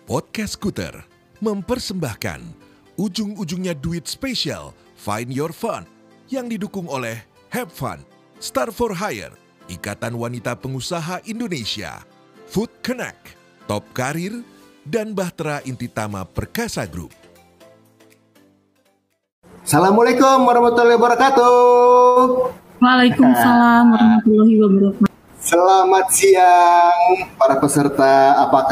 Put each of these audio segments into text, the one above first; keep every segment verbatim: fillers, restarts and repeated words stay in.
Podcast Skuter mempersembahkan ujung-ujungnya duit spesial Find Your Fun yang didukung oleh Have Fun, Star for Hire, Ikatan Wanita Pengusaha Indonesia, Food Connect, Top Karir, dan Bahtera Intitama Perkasa Group. Assalamualaikum warahmatullahi wabarakatuh. Waalaikumsalam warahmatullahi wabarakatuh. Selamat siang para peserta, apa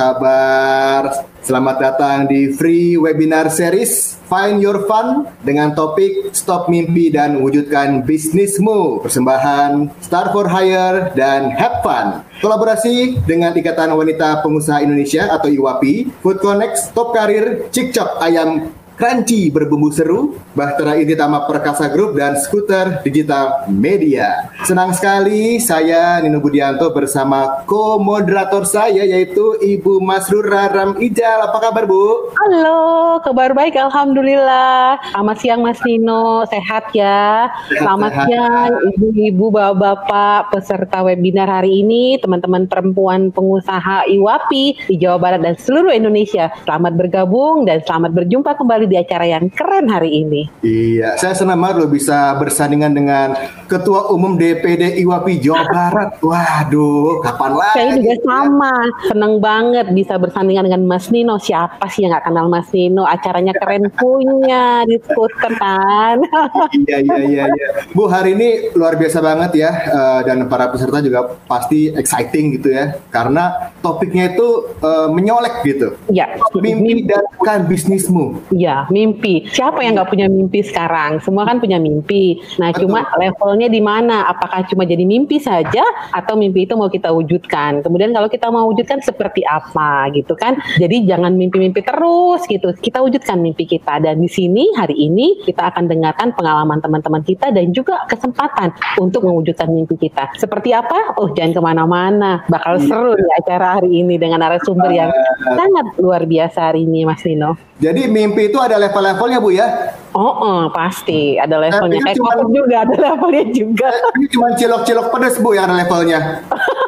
kabar? Selamat datang di free webinar series Find Your Fun dengan topik Stop Mimpi dan Wujudkan Bisnismu, persembahan Star for Hire dan Have Fun. Kolaborasi dengan Ikatan Wanita Pengusaha Indonesia atau I W A P I, Food Connect, Top Karir, Cikcok Ayam Crunchy Berbumbu Seru, Bahtera Intitama Perkasa Group, dan Skuter Digital Media. Senang sekali saya Nino Budianto bersama co-moderator saya yaitu Ibu Masrura Ramijal. Apa kabar Bu? Halo, kabar baik Alhamdulillah. Selamat siang Mas Nino, sehat ya? Sehat, Selamat sehat. siang Ibu-ibu, bapak-bapak peserta webinar hari ini, teman-teman perempuan pengusaha I W A P I di Jawa Barat dan seluruh Indonesia. Selamat bergabung dan selamat berjumpa kembali di acara yang keren hari ini. Iya, saya senang banget loh bisa bersandingan dengan Ketua Umum D P D I W A P I Jawa Barat. Waduh, kapan lagi? Saya juga sama, senang banget bisa bersandingan dengan Mas Nino. Siapa sih yang gak kenal Mas Nino? Acaranya keren punya, di Skuter kan? Iya, iya, iya, iya. Bu, hari ini luar biasa banget ya, uh, dan para peserta juga pasti exciting gitu ya, karena topiknya itu uh, menyolek gitu. Iya. Mimpi dan bukan bisnismu. Iya. Mimpi. Siapa yang nggak punya mimpi sekarang? Semua kan punya mimpi. Nah, Betul. Cuma levelnya di mana? Apakah cuma jadi mimpi saja atau mimpi itu mau kita wujudkan? Kemudian kalau kita mau wujudkan seperti apa gitu kan? Jadi jangan mimpi-mimpi terus gitu. Kita wujudkan mimpi kita. Dan di sini hari ini kita akan dengarkan pengalaman teman-teman kita dan juga kesempatan untuk mewujudkan mimpi kita. Seperti apa? Oh, jangan kemana-mana. Bakal seru di acara hari ini dengan narasumber yang sangat luar biasa hari ini, Mas Nino. Jadi mimpi itu ada level-levelnya Bu ya? Oh, oh pasti ada levelnya. Kayak kopi juga ada levelnya juga. Ini cuma cilok-cilok pedas Bu yang ada levelnya.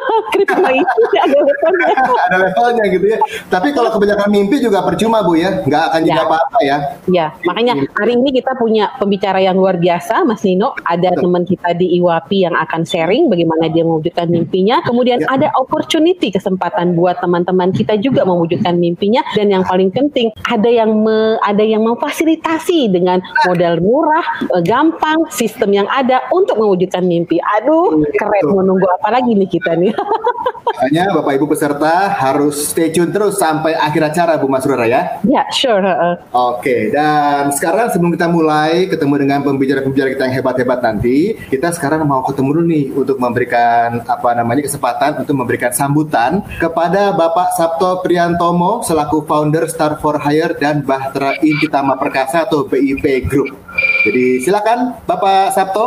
Kripto ada levelnya. Ada levelnya gitu ya. Tapi kalau kebanyakan mimpi juga percuma Bu ya, nggak akan jadi ya. apa-apa ya. Ya, makanya hari ini kita punya pembicara yang luar biasa, Mas Nino. Ada Betul. teman kita di I W A P I yang akan sharing bagaimana dia mewujudkan mimpinya. Kemudian ya. ada opportunity, kesempatan buat teman-teman kita juga mewujudkan mimpinya. Dan yang paling penting ada yang me, ada yang memfasilitasi dengan modal murah, gampang, sistem yang ada untuk mewujudkan mimpi. Aduh, keren. Mau nunggu apa lagi nih kita nih? Makanya Bapak Ibu peserta harus stay tune terus sampai akhir acara Bu Masrura ya. Ya, sure. Uh. Oke, dan sekarang sebelum kita mulai ketemu dengan pembicara-pembicara kita yang hebat-hebat nanti, kita sekarang mau ketemu dulu nih untuk memberikan apa namanya kesempatan untuk memberikan sambutan kepada Bapak Sabto Priyantomo selaku founder Star for Hire dan Bahtera Intitama Perkasa atau B I P Group. Jadi silakan Bapak Sabto.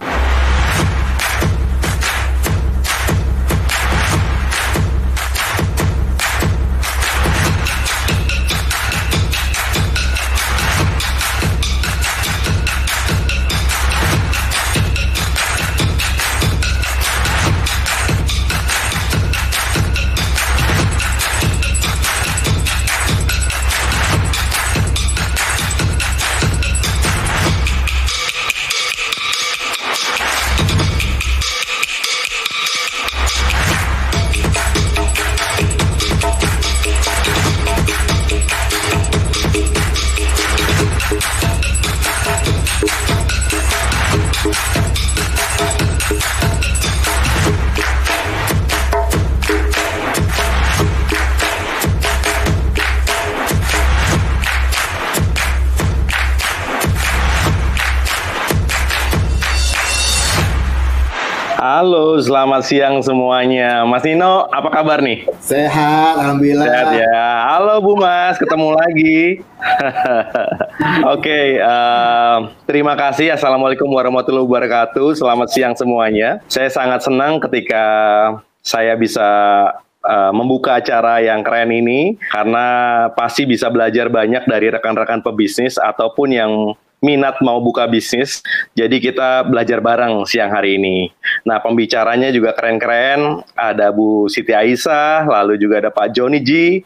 Halo, selamat siang semuanya. Mas Nino, apa kabar nih? Sehat, Alhamdulillah. Sehat ya. Halo Bu Mas, ketemu lagi. Oke, okay, uh, terima kasih. Assalamualaikum warahmatullahi wabarakatuh. Selamat siang semuanya. Saya sangat senang ketika saya bisa uh, membuka acara yang keren ini, karena pasti bisa belajar banyak dari rekan-rekan pebisnis ataupun yang minat mau buka bisnis. Jadi kita belajar bareng siang hari ini. Nah, pembicaranya juga keren-keren. Ada Bu Siti Aisyah, lalu juga ada Pak Joni G,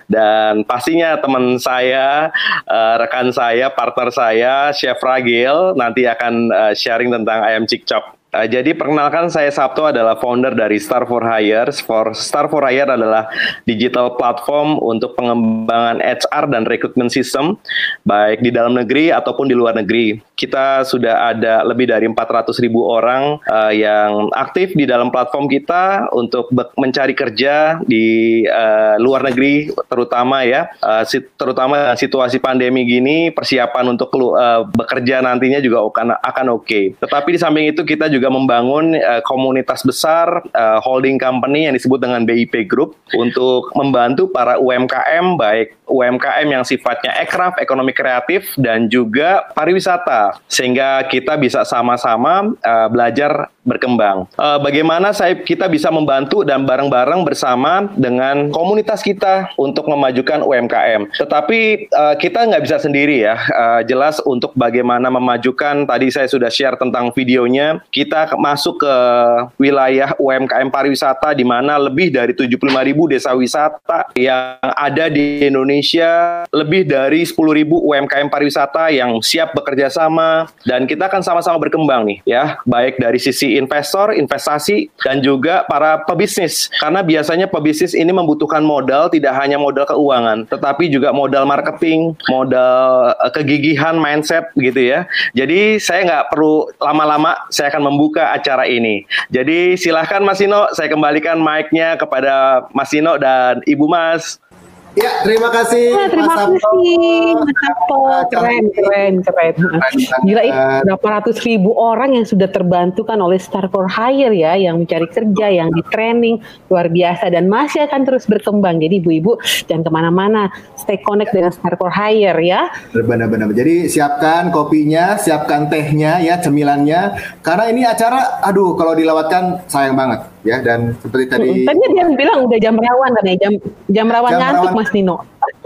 dan pastinya teman saya, uh, rekan saya, partner saya, Chef Ragil, nanti akan uh, sharing tentang ayam cikcok. Uh, jadi perkenalkan, saya Sabto adalah founder dari Star for Hire. For Star for Hire adalah digital platform untuk pengembangan H R dan recruitment system, baik di dalam negeri ataupun di luar negeri. Kita sudah ada lebih dari empat ratus ribu orang uh, yang aktif di dalam platform kita untuk be- mencari kerja di uh, luar negeri, terutama ya, uh, sit- terutama situasi pandemi gini, persiapan untuk kelu- uh, bekerja nantinya juga akan akan oke. Okay. Tetapi di samping itu kita juga juga membangun uh, komunitas besar uh, holding company yang disebut dengan B I P Group untuk membantu para U M K M, baik U M K M yang sifatnya ekraf, ekonomi kreatif, dan juga pariwisata, sehingga kita bisa sama-sama uh, belajar berkembang. Uh, bagaimana saya kita bisa membantu dan bareng-bareng bersama dengan komunitas kita untuk memajukan U M K M. Tetapi uh, kita nggak bisa sendiri ya. Uh, jelas untuk bagaimana memajukan, tadi saya sudah share tentang videonya. Kita masuk ke wilayah U M K M pariwisata di mana lebih dari tujuh puluh lima ribu desa wisata yang ada di Indonesia, lebih dari sepuluh ribu U M K M pariwisata yang siap bekerja sama, dan kita akan sama-sama berkembang nih ya, baik dari sisi investor, investasi, dan juga para pebisnis. Karena biasanya pebisnis ini membutuhkan modal, tidak hanya modal keuangan, tetapi juga modal marketing, modal uh, kegigihan, mindset gitu ya. Jadi saya nggak perlu lama-lama, saya akan membuka acara ini. Jadi silahkan Mas Nino, saya kembalikan mic-nya kepada Mas Nino dan Ibu Mas. Ya, terima kasih. Ya, terima Mas kasih, Mas Sabto. Keren, keren, keren. Gila, ini berapa ratus ribu orang yang sudah terbantu kan oleh Star for Hire ya, yang mencari kerja, yang di training, luar biasa, dan masih akan terus berkembang. Jadi ibu-ibu jangan kemana-mana, stay connect dengan Star for Hire ya. Benar-benar. Jadi siapkan kopinya, siapkan tehnya ya, cemilannya. Karena ini acara, aduh, kalau dilewatkan sayang banget ya. Dan seperti tadi. Tadi dia bilang udah jam rawan kan ya, jam jam rawan ngantuk Mas Nino.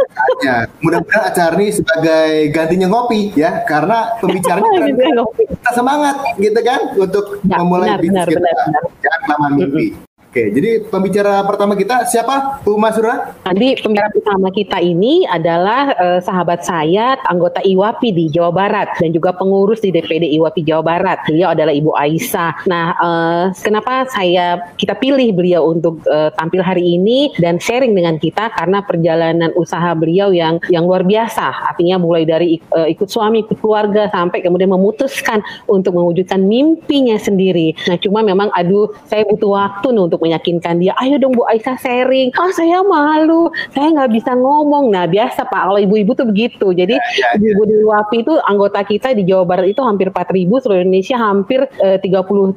Ya, mudah-mudahan acara ini sebagai gantinya ngopi ya, karena pembicaranya kan kita semangat gitu kan untuk ya, memulai benar, bisnis benar, kita. Benar, benar. Jangan lama mimpi. Mm-hmm. Oke, jadi pembicara pertama kita siapa, Bu Masura? Tadi pembicara pertama kita ini adalah uh, sahabat saya, anggota I W A P I di Jawa Barat dan juga pengurus di D P D I W A P I Jawa Barat. Beliau adalah Ibu Aisyah. Nah, uh, kenapa saya kita pilih beliau untuk uh, tampil hari ini dan sharing dengan kita, karena perjalanan usaha beliau yang yang luar biasa. Artinya mulai dari uh, ikut suami, ikut keluarga, sampai kemudian memutuskan untuk mewujudkan mimpinya sendiri. Nah, cuma memang aduh, saya butuh waktu nih untuk meyakinkan dia, ayo dong Bu Aisyah sharing. Ah, saya malu, saya nggak bisa ngomong. Nah, biasa Pak, kalau ibu-ibu tuh begitu. Jadi ya, ya, ibu ya. Di I W A P I itu anggota kita di Jawa Barat itu hampir empat ribu, seluruh Indonesia hampir eh, tiga puluh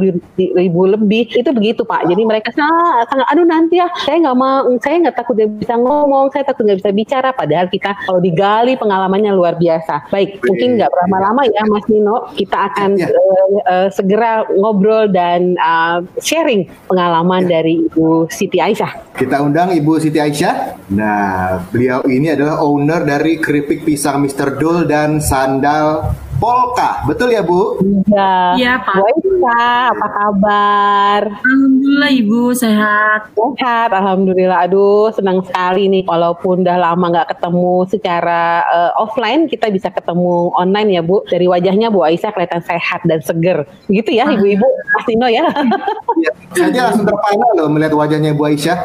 ribu lebih. Itu begitu Pak. Jadi mereka sangat, sangat aduh nanti ya, saya nggak mau, saya nggak takut nggak bisa ngomong, saya takut nggak bisa bicara. Padahal kita kalau digali pengalamannya luar biasa. Baik, Wih. Mungkin nggak berlama-lama ya Mas Nino, kita akan ya. uh, uh, segera ngobrol dan uh, sharing pengalaman Ya. dari Ibu Siti Aisyah. Kita undang Ibu Siti Aisyah. Nah, beliau ini adalah owner dari keripik pisang mister Dul dan sandal Polka. Betul ya, Bu? Iya. Iya, Pak. Bu Aisyah, apa kabar? Alhamdulillah, Ibu. Sehat. Sehat, Alhamdulillah. Aduh, senang sekali nih. Walaupun udah lama nggak ketemu secara uh, offline, kita bisa ketemu online ya, Bu. Dari wajahnya Bu Aisyah kelihatan sehat dan seger. Begitu ya, Ibu-ibu? Mas Nino ya? Ya, saya langsung terpana loh melihat wajahnya Bu Aisyah.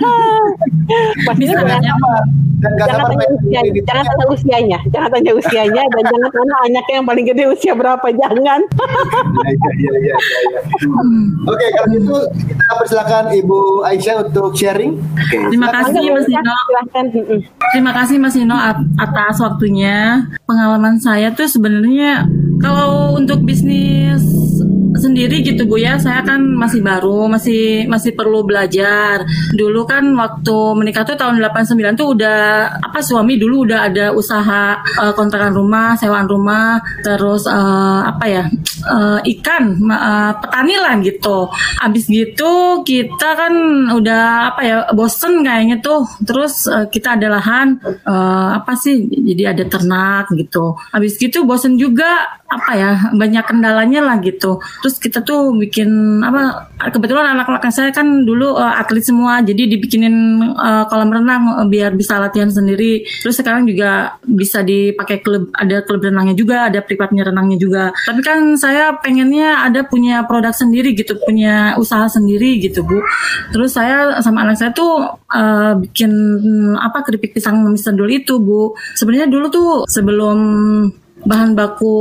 Mas Nino jangan sabar. Dan gak jangan, tanya usia, jangan tanya usianya, jangan tanya usianya, dan jangan tanya anaknya yang paling gede usia berapa, jangan. Iya, iya, iya, iya. Oke, kalau gitu kita persilakan Ibu Aisyah untuk sharing. Okay. Terima kasih Mas Nino. Terima kasih Mas Nino atas waktunya. Pengalaman saya tuh sebenarnya kalau untuk bisnis sendiri gitu Bu ya. Saya kan masih baru, masih masih perlu belajar. Dulu kan waktu menikah tuh tahun delapan puluh sembilan tuh udah apa suami dulu udah ada usaha uh, kontrakan rumah, sewaan rumah, terus uh, apa ya uh, ikan, uh, petani lah gitu. Abis gitu kita kan udah apa ya bosen kayaknya tuh. Terus uh, kita ada lahan uh, apa sih? Jadi ada ternak gitu. Abis gitu bosen juga apa ya banyak kendalanya lah gitu. Terus kita tuh bikin apa kebetulan anak-anak saya kan dulu uh, atlet semua jadi dibikinin uh, kolam renang uh, biar bisa latihan sendiri. Terus sekarang juga bisa dipakai klub, ada klub renangnya juga, ada private renangnya juga. Tapi kan saya pengennya ada punya produk sendiri gitu, punya usaha sendiri gitu Bu. Terus saya sama anak saya tuh uh, bikin apa keripik pisang mister Dul itu Bu. Sebenarnya dulu tuh sebelum bahan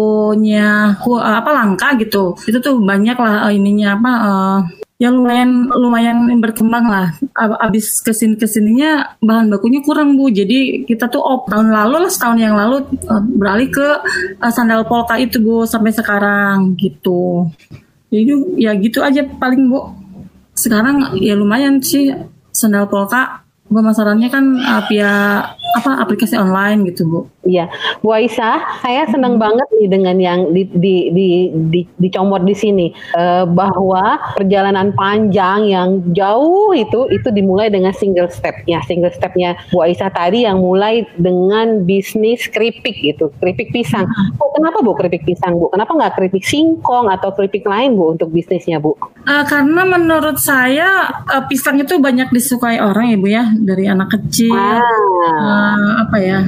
bakunya apa langka gitu itu tuh banyak lah uh, ininya apa uh, ya lumayan lumayan berkembang lah. Abis kesini kesininya bahan bakunya kurang Bu, jadi kita tuh op tahun lalu lah setahun yang lalu uh, beralih ke uh, sandal polka itu Bu sampai sekarang gitu. Jadi ya gitu aja paling Bu. Sekarang ya lumayan sih sandal polka pemasarannya kan uh, via apa aplikasi online gitu Bu. Iya, Bu Aisyah, saya senang hmm. banget nih dengan yang di, di, di, di, dicomot di sini uh, bahwa perjalanan panjang yang jauh itu itu dimulai dengan single step ya, single stepnya Bu Aisyah tadi yang mulai dengan bisnis keripik gitu, keripik pisang. Bu, kenapa Bu keripik pisang Bu? Kenapa nggak keripik singkong atau keripik lain Bu untuk bisnisnya Bu? Uh, karena menurut saya uh, pisang itu banyak disukai orang ya Bu ya, dari anak kecil. Ah. Uh, apa ya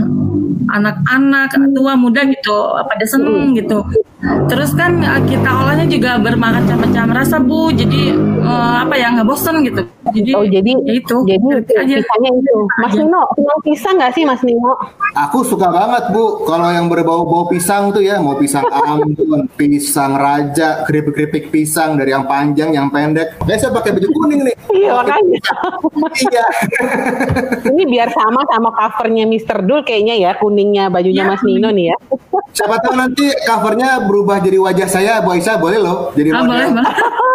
anak-anak tua muda gitu pada seneng gitu. Terus kan kita olahnya juga bermacam-macam rasa Bu, jadi uh, apa ya nggak bosen gitu. Jadi oh jadi ya itu jadi pisangnya itu Mas Nino senang pisang nggak sih Mas Nino? Aku suka banget Bu kalau yang berbau-bau pisang tuh ya, mau pisang Ambon, pisang raja, keripik-keripik pisang dari yang panjang yang pendek. Ya saya pakai baju kuning nih. Iya makanya. Iya. Ini biar sama sama covernya mister Dul kayaknya ya, kuningnya bajunya ya. Mas Nino nih ya. Siapa tahu nanti covernya berubah jadi wajah saya Bu Aisyah, boleh loh jadi ah, wajah. Boleh,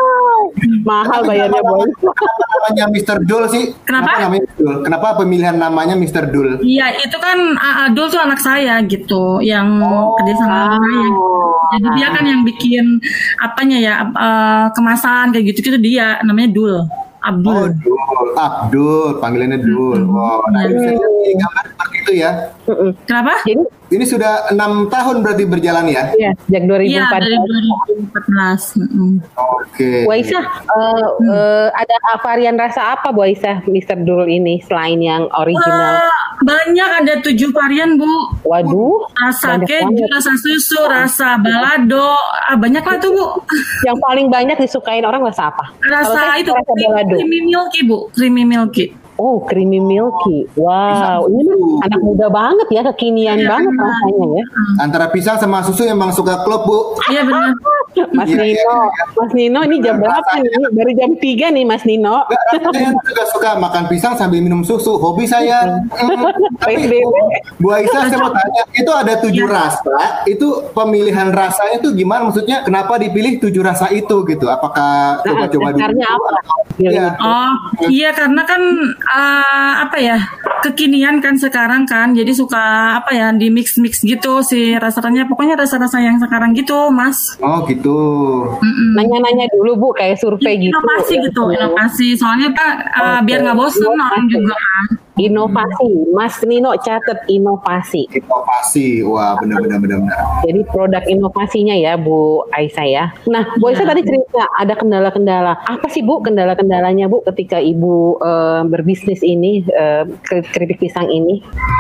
mahal bayarnya Boy. Kenapa namanya mister Dul sih? Kenapa? Kenapa namanya Dul? Kenapa pemilihan namanya mister Dul? Iya itu kan uh, Dul tuh anak saya gitu yang oh. kerja sama saya. Jadi dia kan yang bikin apanya ya uh, kemasan kayak gitu-gitu dia namanya Dul. Abdul. Oh, Dul. Abdul, panggilannya Dul. Mm-hmm. Wow, nah ini bisa jadi gambar seperti itu ya. Mm-mm. Kenapa? Jadi ini sudah enam tahun berarti berjalan ya? Iya, sejak dua ribu empat belas. Iya, dari dua ribu empat belas. Mm-hmm. Oke. Okay. Bu Aisyah, uh, hmm. uh, ada varian rasa apa Bu Aisyah mister Dul ini selain yang original? Uh, banyak, ada tujuh varian Bu. Waduh. Rasa keju, rasa susu, rasa balado, ah, banyak lah tuh Bu. Yang paling banyak disukain orang rasa apa? Rasa itu rasa balado. Creamy milky Bu, creamy milky. Oh, creamy milky. Wow, ini anak muda banget ya, kekinian ya, banget benar. Rasanya ya. Antara pisang sama susu emang suka klop Bu. Iya benar. Mas ya, Nino, ya, ya. Mas Nino ini jam berapa nih? Baru jam tiga nih Mas Nino. Enggak, saya juga suka makan pisang sambil minum susu. Hobi saya. hmm, tapi Bu, Bu Aisyah saya mau tanya, itu ada tujuh ya. rasa. Itu pemilihan rasanya tuh gimana? Maksudnya kenapa dipilih tujuh rasa itu gitu? Apakah coba-coba nah, dulu? Apa? Ya. Oh, iya karena kan Uh, apa ya kekinian kan sekarang kan jadi suka apa ya di mix mix gitu sih rasanya pokoknya rasa-rasa yang sekarang gitu Mas. Oh gitu. Mm-mm. Nanya-nanya dulu Bu kayak survei gitu. Inovasi gitu, inovasi soalnya Pak uh, okay. biar nggak bosan orang juga kan. Inovasi, Mas Nino catat inovasi. Inovasi, wah benar-benar benar-benar. Jadi produk inovasinya ya Bu Aisyah ya. Nah Bu Aisyah ya. Tadi cerita ada kendala-kendala. Apa sih Bu kendala-kendalanya Bu ketika Ibu uh, berbisnis ini uh, keripik pisang ini?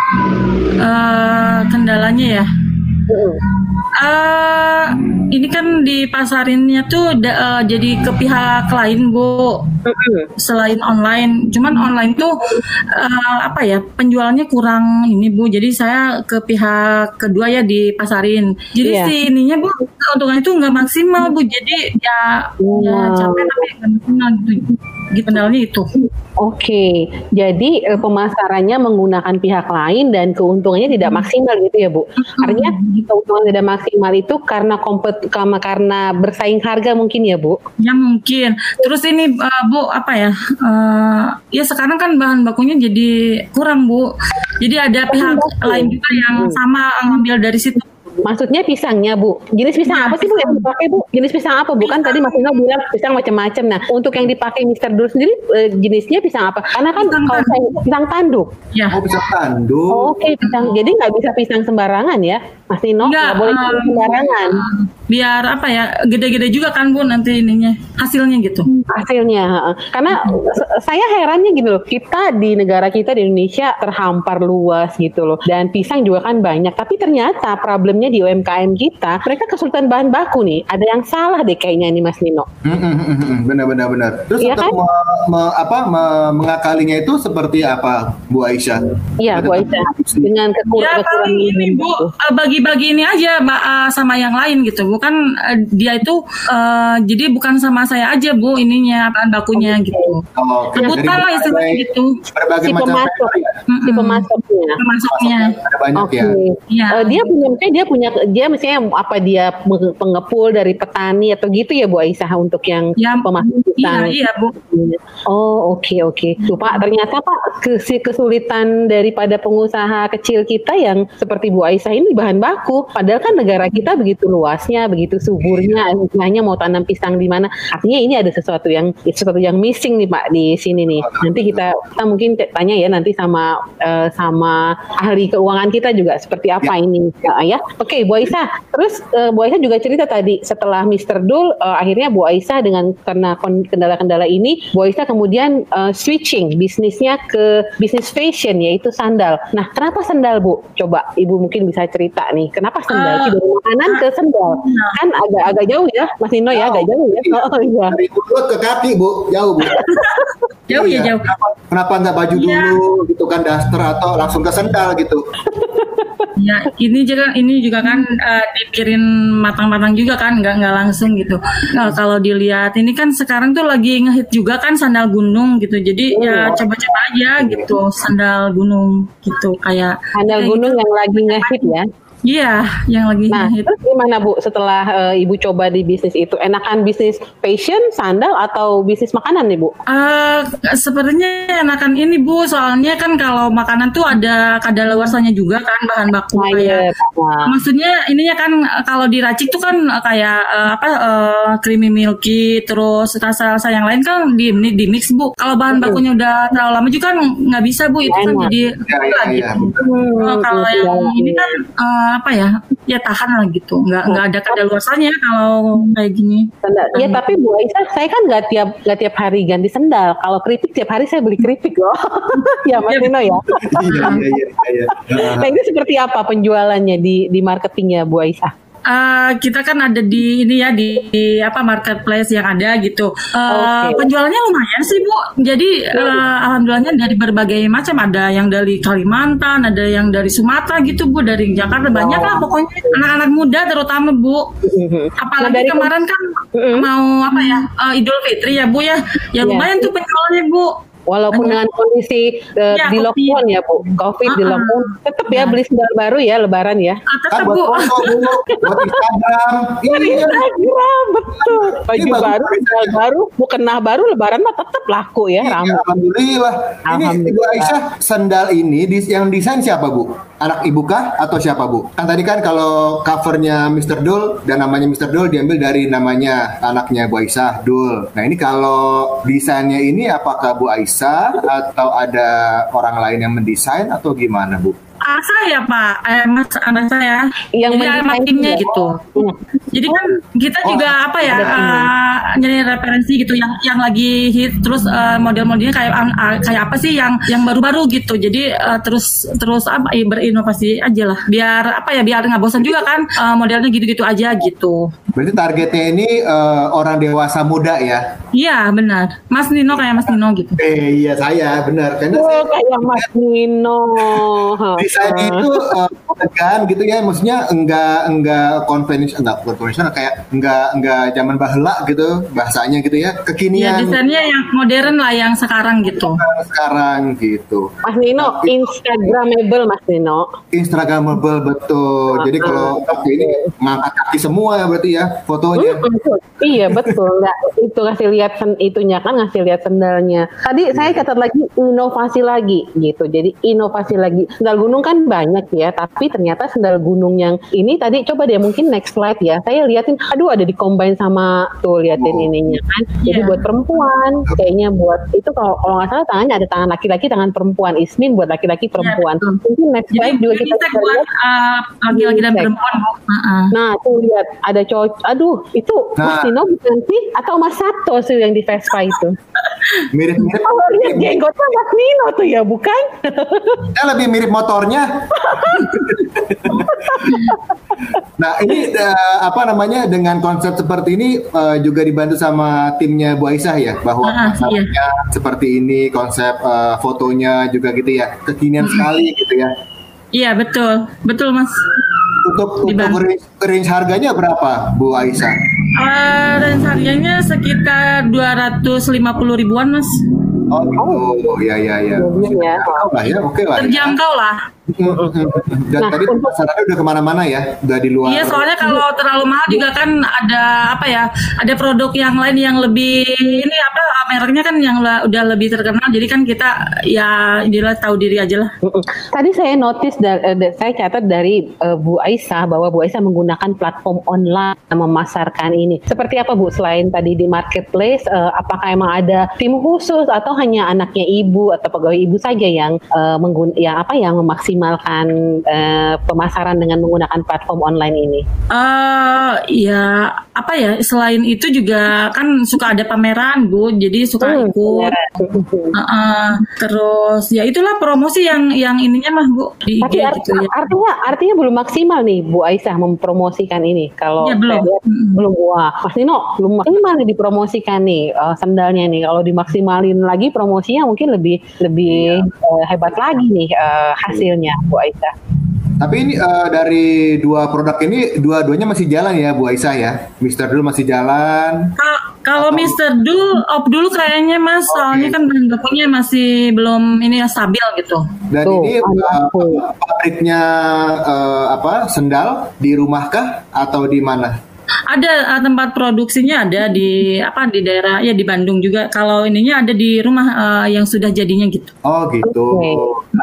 Uh, kendalanya ya. Uh. Uh, ini kan dipasarinnya tuh da, uh, jadi ke pihak lain Bu, selain online. Cuman online tuh uh, apa ya penjualannya kurang ini Bu. Jadi saya ke pihak kedua ya dipasarin. Jadi yeah. si ininya Bu keuntungan itu nggak maksimal Bu. Jadi ya, wow. ya capek tapi nggak maksimal gitu. gitu modalnya itu. Oke, jadi eh, pemasarannya menggunakan pihak lain dan keuntungannya tidak maksimal gitu ya Bu. Artinya keuntungan tidak maksimal itu karena kompet karena, karena bersaing harga mungkin ya Bu. Ya mungkin. Terus ini uh, Bu apa ya? Uh, ya sekarang kan bahan bakunya jadi kurang Bu. Jadi ada pihak lain juga yang sama ngambil dari situ. Maksudnya pisangnya Bu, jenis pisang Ya, apa sih Bu yang dipakai Bu? Jenis pisang apa? Bukan tadi Mas Nino bilang pisang macam-macam. Nah, untuk yang dipakai mister Dul sendiri eh, jenisnya pisang apa? Karena kan Pisang kalau tanduk. saya pisang tanduk. Ya. Oh, bisa tanduk. Oh, Oke, pisang. Jadi nggak bisa pisang sembarangan ya, Mas Nino? Nggak, Nggak boleh um, pisang sembarangan. Biar apa ya? Gede-gede juga kan Bu nanti ininya hasilnya gitu. Hasilnya, heeh. Karena se- saya herannya gitu loh, kita di negara kita di Indonesia terhampar luas gitu loh, dan pisang juga kan banyak, tapi ternyata problemnya di U M K M kita, mereka kesulitan bahan baku nih. Ada yang salah deh kayaknya ini Mas Nino. Benar-benar benar. Terus Iya untuk kan? me- me- apa me- mengakalinya itu seperti apa, Bu Aisyah? Iya, Bu Aisyah, dengan kekur- Ya kekurangan paling ini bahan Bu baku. eh, bagi-bagi ini aja Mbak, eh, sama yang lain gitu. Bukan eh, dia itu eh, jadi bukan sama saya aja Bu ininya bahan bakunya gitu. Oh, oke. Rebutan Dari lah istilahnya berbagai- gitu. Berbagai Si macam pemasok, vendor ya? si Mm-mm. pemasoknya. Termasuknya. Ada banyak Oke. ya. Iya. Eh, dia punya, misalnya dia punya, dia misalnya apa dia meng- pengepul dari petani atau gitu ya Bu Aisyah untuk yang Ya, pemasok iya pisang. iya Bu. Oh oke oke. Tuh Pak, ternyata Pak kes- kesulitan daripada pengusaha kecil kita yang seperti Bu Aisyah ini bahan baku. Padahal kan negara kita begitu luasnya, begitu suburnya, istilahnya mau tanam pisang di mana. Artinya ini ada sesuatu yang sesuatu yang missing nih Pak di sini nih. Nanti kita kita mungkin tanya ya nanti sama eh, sama ahli keuangan kita juga seperti apa ini ya. ya. Oke Bu Aisyah. Terus eh, Bu Aisyah juga cerita tadi setelah mister Dul eh, akhirnya Bu Aisyah dengan karena kon- kendala-kendala ini Bu Aisyah kemudian uh, switching bisnisnya ke bisnis fashion yaitu sandal. Nah, kenapa sandal Bu? Coba Ibu mungkin bisa cerita nih. Kenapa sandal? Uh, Dari makanan ke sandal. Kan agak-agak jauh ya, Mas Nino ya, agak jauh ya. Oh iya. Dari mulut ke kaki Bu, jauh Bu. Jauh ya Iya. jauh. Kenapa, kenapa nggak baju Iya. dulu gitu kan, daster atau langsung ke sendal gitu? Ya ini juga ini juga kan uh, dipikirin matang-matang juga kan, nggak nggak langsung gitu. Nah, kalau dilihat ini kan sekarang tuh lagi ngehit juga kan sandal gunung gitu. Jadi ya coba-coba aja gitu sandal gunung gitu kayak Sandal kayak gunung gitu. yang lagi ngehit ya. Iya, yang lagi Nah, ngehit. terus gimana Bu setelah eh, Ibu coba di bisnis itu? Enakan bisnis fashion, sandal atau bisnis makanan nih Bu? Eh, sepertinya enakan ini Bu, soalnya kan kalau makanan tuh ada kadaluarsanya juga kan bahan baku Nah, kayak. iya, Pak. Maksudnya ininya kan eh, kalau diracik tuh kan eh, kayak eh, apa eh, creamy milky terus rasa-rasa yang lain kan di di mix Bu. Kalau bahan bakunya udah terlalu lama juga kan nggak bisa Bu, itu kan Enak. jadi Ya, ya, lagi. ya, betul. Oh, kalau Hmm, yang iya. ini kan eh, apa ya? Ya tahan lah gitu. Nggak nggak ada kadaluarsanya kalau kayak gini. Sandal. Ya tapi Bu Aisyah, saya kan nggak tiap nggak tiap hari ganti sendal. Kalau keripik tiap hari saya beli keripik loh. Ya Mas Nino ya. Iya, iya, iya, iya. Nah itu seperti apa penjualannya di di marketingnya Bu Aisyah? Eh, kita kan ada di ini ya di, di apa marketplace yang ada gitu. Eh, Oke. Penjualannya lumayan sih Bu. Jadi eh, alhamdulillahnya dari berbagai macam, ada yang dari Kalimantan, ada yang dari Sumatera gitu Bu, dari Jakarta banyak lah pokoknya anak-anak muda terutama Bu. Apalagi Nah, dari- kemarin kan Mm-mm. mau apa ya eh, Idul Fitri ya Bu ya. Ya Iya. lumayan tuh penjualannya Bu. Walaupun dengan kondisi uh, Ya, di Covid. lockdown ya Bu, Covid di Uh-uh. lockdown, tetap ya beli sendal baru ya Lebaran ya. Ah, Kan tetap buat Bu. foto Bu, buat Instagram. Iya. Instagram betul. Baju Ini bagus baru, banget. sendal baru, mukena baru Lebaran mah tetap laku ya, Iya, ramai. alhamdulillah. Ini Alhamdulillah. Ibu Aisyah, sendal ini dis- yang desain siapa Bu? Anak ibu kah atau siapa Bu? Kan tadi kan kalau covernya mister Dul dan namanya mister Dul diambil dari namanya anaknya Bu Aisyah, Dul. Nah ini kalau desainnya ini apakah Bu Aisyah atau ada orang lain yang mendesain atau gimana Bu? Ah, saya Pak, eh, Mas anak saya. Yang Jadi sama mendesain timnya juga. gitu. Iya. Jadi kan kita Oh, juga apa ya ada timnya. uh, nyari referensi gitu yang yang lagi hit, terus uh, model-modelnya kayak uh, kayak apa sih yang yang baru-baru gitu. Jadi uh, terus terus apa ya, berinovasi aja lah. Biar apa ya biar nggak bosan juga kan uh, modelnya gitu-gitu aja gitu. Berarti targetnya ini eh, orang dewasa muda ya? Iya benar. Mas Nino kayak Mas Nino gitu. Eh iya saya benar karena Oh, saya kayak Mas Nino. desain itu eh, elegan gitu ya, maksudnya enggak enggak konvensional, enggak konvensional kayak enggak enggak zaman baheula gitu bahasanya gitu ya, Ya kekinian. desainnya yang modern lah yang sekarang gitu. Sekarang gitu. Mas Nino, Instagramable Mas Nino. Instagramable betul. Jadi kalau pakai ini ngangkat kaki semua ya berarti ya fotonya. Hmm, iya betul, nggak itu ngasih lihat sen, itunya kan ngasih lihat sendalnya. Tadi saya catat lagi inovasi lagi gitu. Jadi inovasi lagi. Sendal gunung kan banyak ya, tapi ternyata sendal gunung yang ini tadi coba deh mungkin next slide ya. Saya liatin, aduh ada di combine sama tuh liatin Oh. ininya kan. Jadi Iya. buat perempuan, kayaknya buat itu kalau kalau nggak salah tangannya ada tangan laki-laki, tangan perempuan. Ismin buat laki-laki perempuan. betul. Mungkin next Jadi slide juga kita unisex bisa buat lihat. uh, laki-laki dan Unisex. perempuan. Uh-uh. Nah, tuh lihat ada cowok. Aduh, itu Mas Nah. Nino bukan sih? Atau Mas Sato sih yang di Vespa itu? Mirip-mirip. Kalau lihat jenggotnya Mas Nino tuh ya, bukan? Ya lebih mirip motornya. Nah ini eh, apa namanya dengan konsep seperti ini eh, juga dibantu sama timnya Bu Aisyah ya, bahwa Ah, masalahnya seperti ini, konsep eh, fotonya juga gitu ya, kekinian sekali gitu ya. Iya betul, betul Mas. Untuk untuk Dibantu. range, range harganya berapa Bu Aisyah? Uh, dan harganya sekitar dua ratus lima puluh ribuan Mas. Oh gitu, ya ya ya. Medium ya. Terjangkau lah ya, oke lah. Ya. Terjangkau lah. Dan Nah, tadi untuk- pasarannya udah kemana-mana ya, udah di luar. Iya soalnya kalau terlalu mahal juga kan ada apa ya, ada produk yang lain yang lebih ini apa mereknya kan yang la- udah lebih terkenal, jadi kan kita ya inilah tahu diri aja lah. Mm-mm. Tadi saya notice, da- eh, da- saya catat dari eh, Bu Aisyah bahwa Bu Aisyah menggunakan platform online memasarkan ini. Seperti apa Bu? Selain tadi di marketplace, eh, apakah emang ada tim khusus atau hanya anaknya ibu atau pegawai ibu saja yang eh, menggun- yang apa yang memaksimalkan eh, pemasaran dengan menggunakan platform online ini? Eh ya apa ya, selain itu juga kan suka ada pameran Bu, jadi suka Hmm, ikut. Heeh. Terus ya itulah promosi yang yang ininya mah Bu di I G Tapi art- gitu ya. artinya artinya belum maksimal nih Bu Aisyah mempromosikan ini. Kalau Iya, belum. saya lihat, Mm-mm. belum. Wah, Mas Nino belum maksimal nih dipromosikan nih eh, sandalnya nih. Kalau dimaksimalin lagi promosinya mungkin lebih lebih eh, hebat lagi nih eh, hasilnya Bu Aisyah. Tapi ini eh, dari dua produk ini dua-duanya masih jalan ya Bu Aisyah ya. Mister Dul masih jalan. Ka- Kalau Mister Dul, Op dulu kayaknya Mas, soalnya kan bahan bakunya masih belum ini ya stabil gitu. Dan Tuh, ini ada eh, aku. pabriknya eh, apa sendal di rumahkah atau di mana? Ada uh, tempat produksinya ada di apa di daerah ya di Bandung juga. Kalau ininya ada di rumah uh, yang sudah jadinya gitu. Oh gitu. Oke.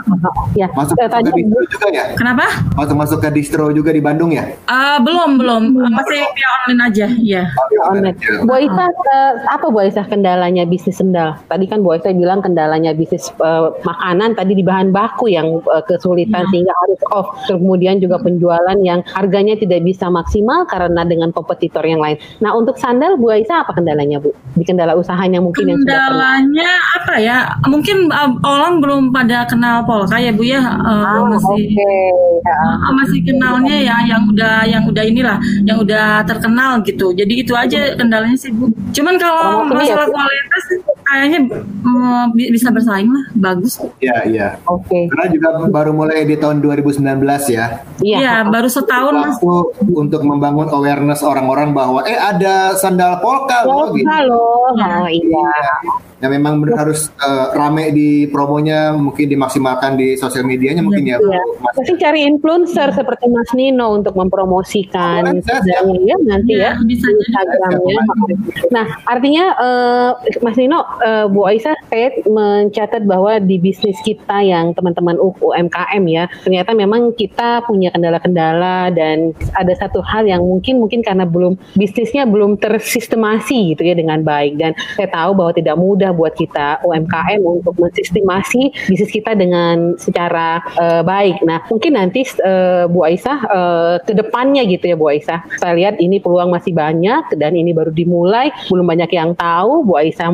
Ya, Masuk eh, ke tadi distro juga ya? Kenapa? Masuk masuk ke distro juga di Bandung ya? Uh, belum belum Uh, masih via online aja. Ya. online. Bu Aisyah, eh, apa Bu Aisyah kendalanya bisnis sendal? Tadi kan Bu Aisyah bilang kendalanya bisnis eh, makanan tadi di bahan baku yang eh, kesulitan sehingga harus off. Kemudian juga penjualan yang harganya tidak bisa maksimal karena dengan kompetitor yang lain. Nah untuk sandal Bu Aisyah apa kendalanya Bu? Di kendala usahanya mungkin yang sudah pernah. Kendalanya apa ya? Mungkin uh, orang belum pada kenal Polka ya Bu ya. Uh, Ah, masih Oke. Ya. uh, masih kenalnya ya yang udah yang udah inilah, yang udah terkenal gitu. Jadi itu aja kendalanya sih Bu. Cuman kalau Promosinya ya, masalah Bu? kualitas kayaknya mm, bi- bisa bersaing lah, bagus. Iya iya. Oke. Karena juga baru mulai di tahun dua ribu sembilan belas ya. Iya. Iya, baru setahun Mas. Waktu untuk membangun awareness orang-orang bahwa eh ada sandal polka Oh, loh gitu. halo. Oh, iya. Ya memang benar harus eh, rame di promonya, mungkin dimaksimalkan di sosial medianya mungkin ya. Iya. Mas. Mungkin cari influencer seperti Mas Nino untuk mempromosikan Oh, bisa, sendalnya ya nanti Iya, ya bisa di jadi. Instagramnya. Nah, artinya eh, Mas Nino, eh, Bu Aisyah, saya mencatat bahwa di bisnis kita yang teman-teman U M K M ya, ternyata memang kita punya kendala-kendala dan ada satu hal yang mungkin mungkin karena belum bisnisnya belum tersistemasi gitu ya dengan baik, dan saya tahu bahwa tidak mudah buat kita U M K M untuk mensistemasi bisnis kita dengan secara eh, baik. Nah, mungkin nanti eh, Bu Aisyah eh, ke depannya gitu ya Bu Aisyah. Saya lihat ini peluang masih banyak dan ini baru dimulai, belum banyak yang tahu. Bu Aisyah menga- menga-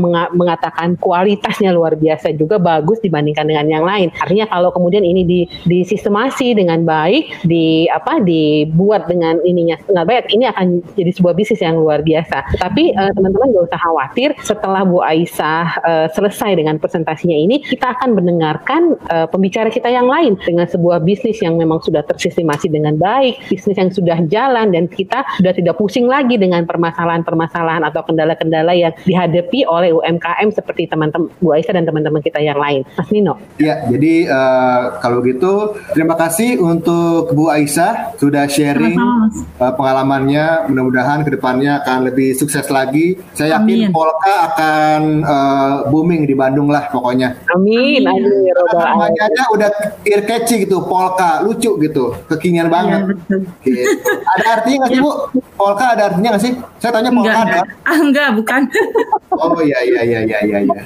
mengatakan kualitasnya luar biasa juga bagus dibandingkan dengan yang lain. Artinya kalau kemudian ini di disistemasi dengan baik, di apa dibuat dengan ininya dengan baik, ini akan jadi sebuah bisnis yang luar biasa. Tapi uh, teman-teman gak usah khawatir, setelah Bu Aisyah uh, selesai dengan presentasinya ini, kita akan mendengarkan uh, pembicara kita yang lain dengan sebuah bisnis yang memang sudah tersistemasi dengan baik, bisnis yang sudah jalan, dan kita sudah tidak pusing lagi dengan permasalahan-permasalahan atau kendala-kendala yang dihadapi oleh U M K M seperti teman-teman Bu Aisyah dan teman-teman kita yang lain. Mas Nino. Ya, jadi uh, kalau gitu terima kasih untuk Bu Aisyah sudah sharing uh, pengalamannya. Mudah-mudahan kedepannya akan lebih sukses lagi. Saya yakin Amin. Polka akan uh, booming di Bandung lah pokoknya. Amin. Amin. Namanya aja udah ear catchy gitu, Polka, lucu gitu, kekinian banget. Ya, gitu. Ada artinya nggak sih Bu? Polka ada artinya nggak sih? Saya tanya Polka enggak, ada. Enggak. Ah, enggak, bukan. Oh iya iya iya iya iya. Ya.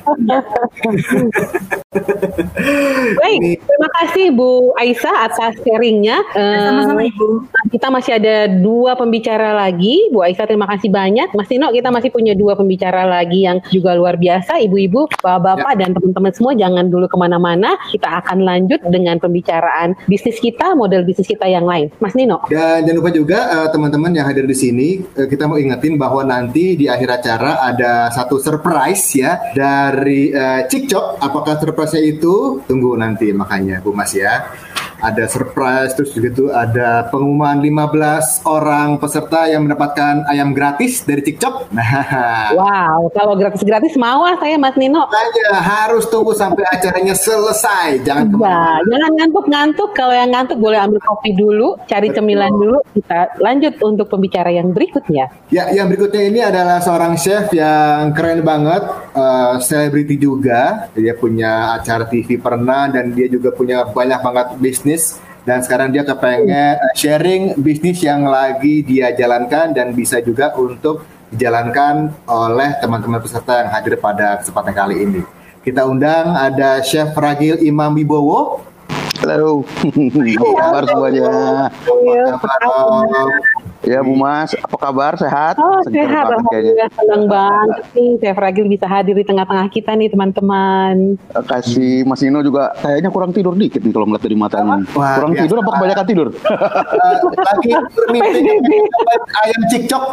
Baik, terima kasih Bu Aisyah atas sharingnya. Sama-sama Ibu. Kita masih ada dua pembicara lagi. Bu Aisyah terima kasih banyak. Mas Nino, kita masih punya dua pembicara lagi yang juga luar biasa. Ibu-ibu, bapak-bapak, ya. Dan teman-teman semua jangan dulu kemana-mana. Kita akan lanjut dengan pembicaraan bisnis kita, model bisnis kita yang lain. Mas Nino. Dan jangan lupa juga uh, teman-teman yang hadir di sini, uh, kita mau ingetin bahwa nanti di akhir acara ada satu surprise ya dari uh, Cikcok. Apakah surprise-nya itu? Tunggu nanti makanya Bu Mas ya. Ada surprise, terus juga tuh ada pengumuman lima belas orang peserta yang mendapatkan ayam gratis dari Cikcok. Nah, wow, kalau gratis-gratis mau ah saya Mas Nino. Aja harus tunggu sampai acaranya selesai, jangan kemana-mana. Ya, jangan ngantuk-ngantuk. Kalau yang ngantuk boleh ambil kopi dulu, cari Betul. Cemilan dulu. Kita lanjut untuk pembicara yang berikutnya. Ya, yang berikutnya ini adalah seorang chef yang keren banget, selebriti uh, juga. Dia punya acara T V pernah dan dia juga punya banyak banget bisnis. Dan sekarang dia kepengen sharing bisnis yang lagi dia jalankan dan bisa juga untuk dijalankan oleh teman-teman peserta yang hadir pada kesempatan kali ini. Kita undang ada Chef Ragil Imam Wibowo. Halo, apa kabar semuanya? Apa kabar? Ya Bu Mas, apa kabar? Sehat? Oh Seger sehat, alhamdulillah senang banget nih Chef Ragil bisa hadir di tengah-tengah kita nih teman-teman. Kasih Mas Nino juga kayaknya kurang tidur dikit nih kalau melihat dari matanya. Wah, kurang biasa. Tidur apa kebanyakan tidur? uh, lagi mimpi ayam Cikcok.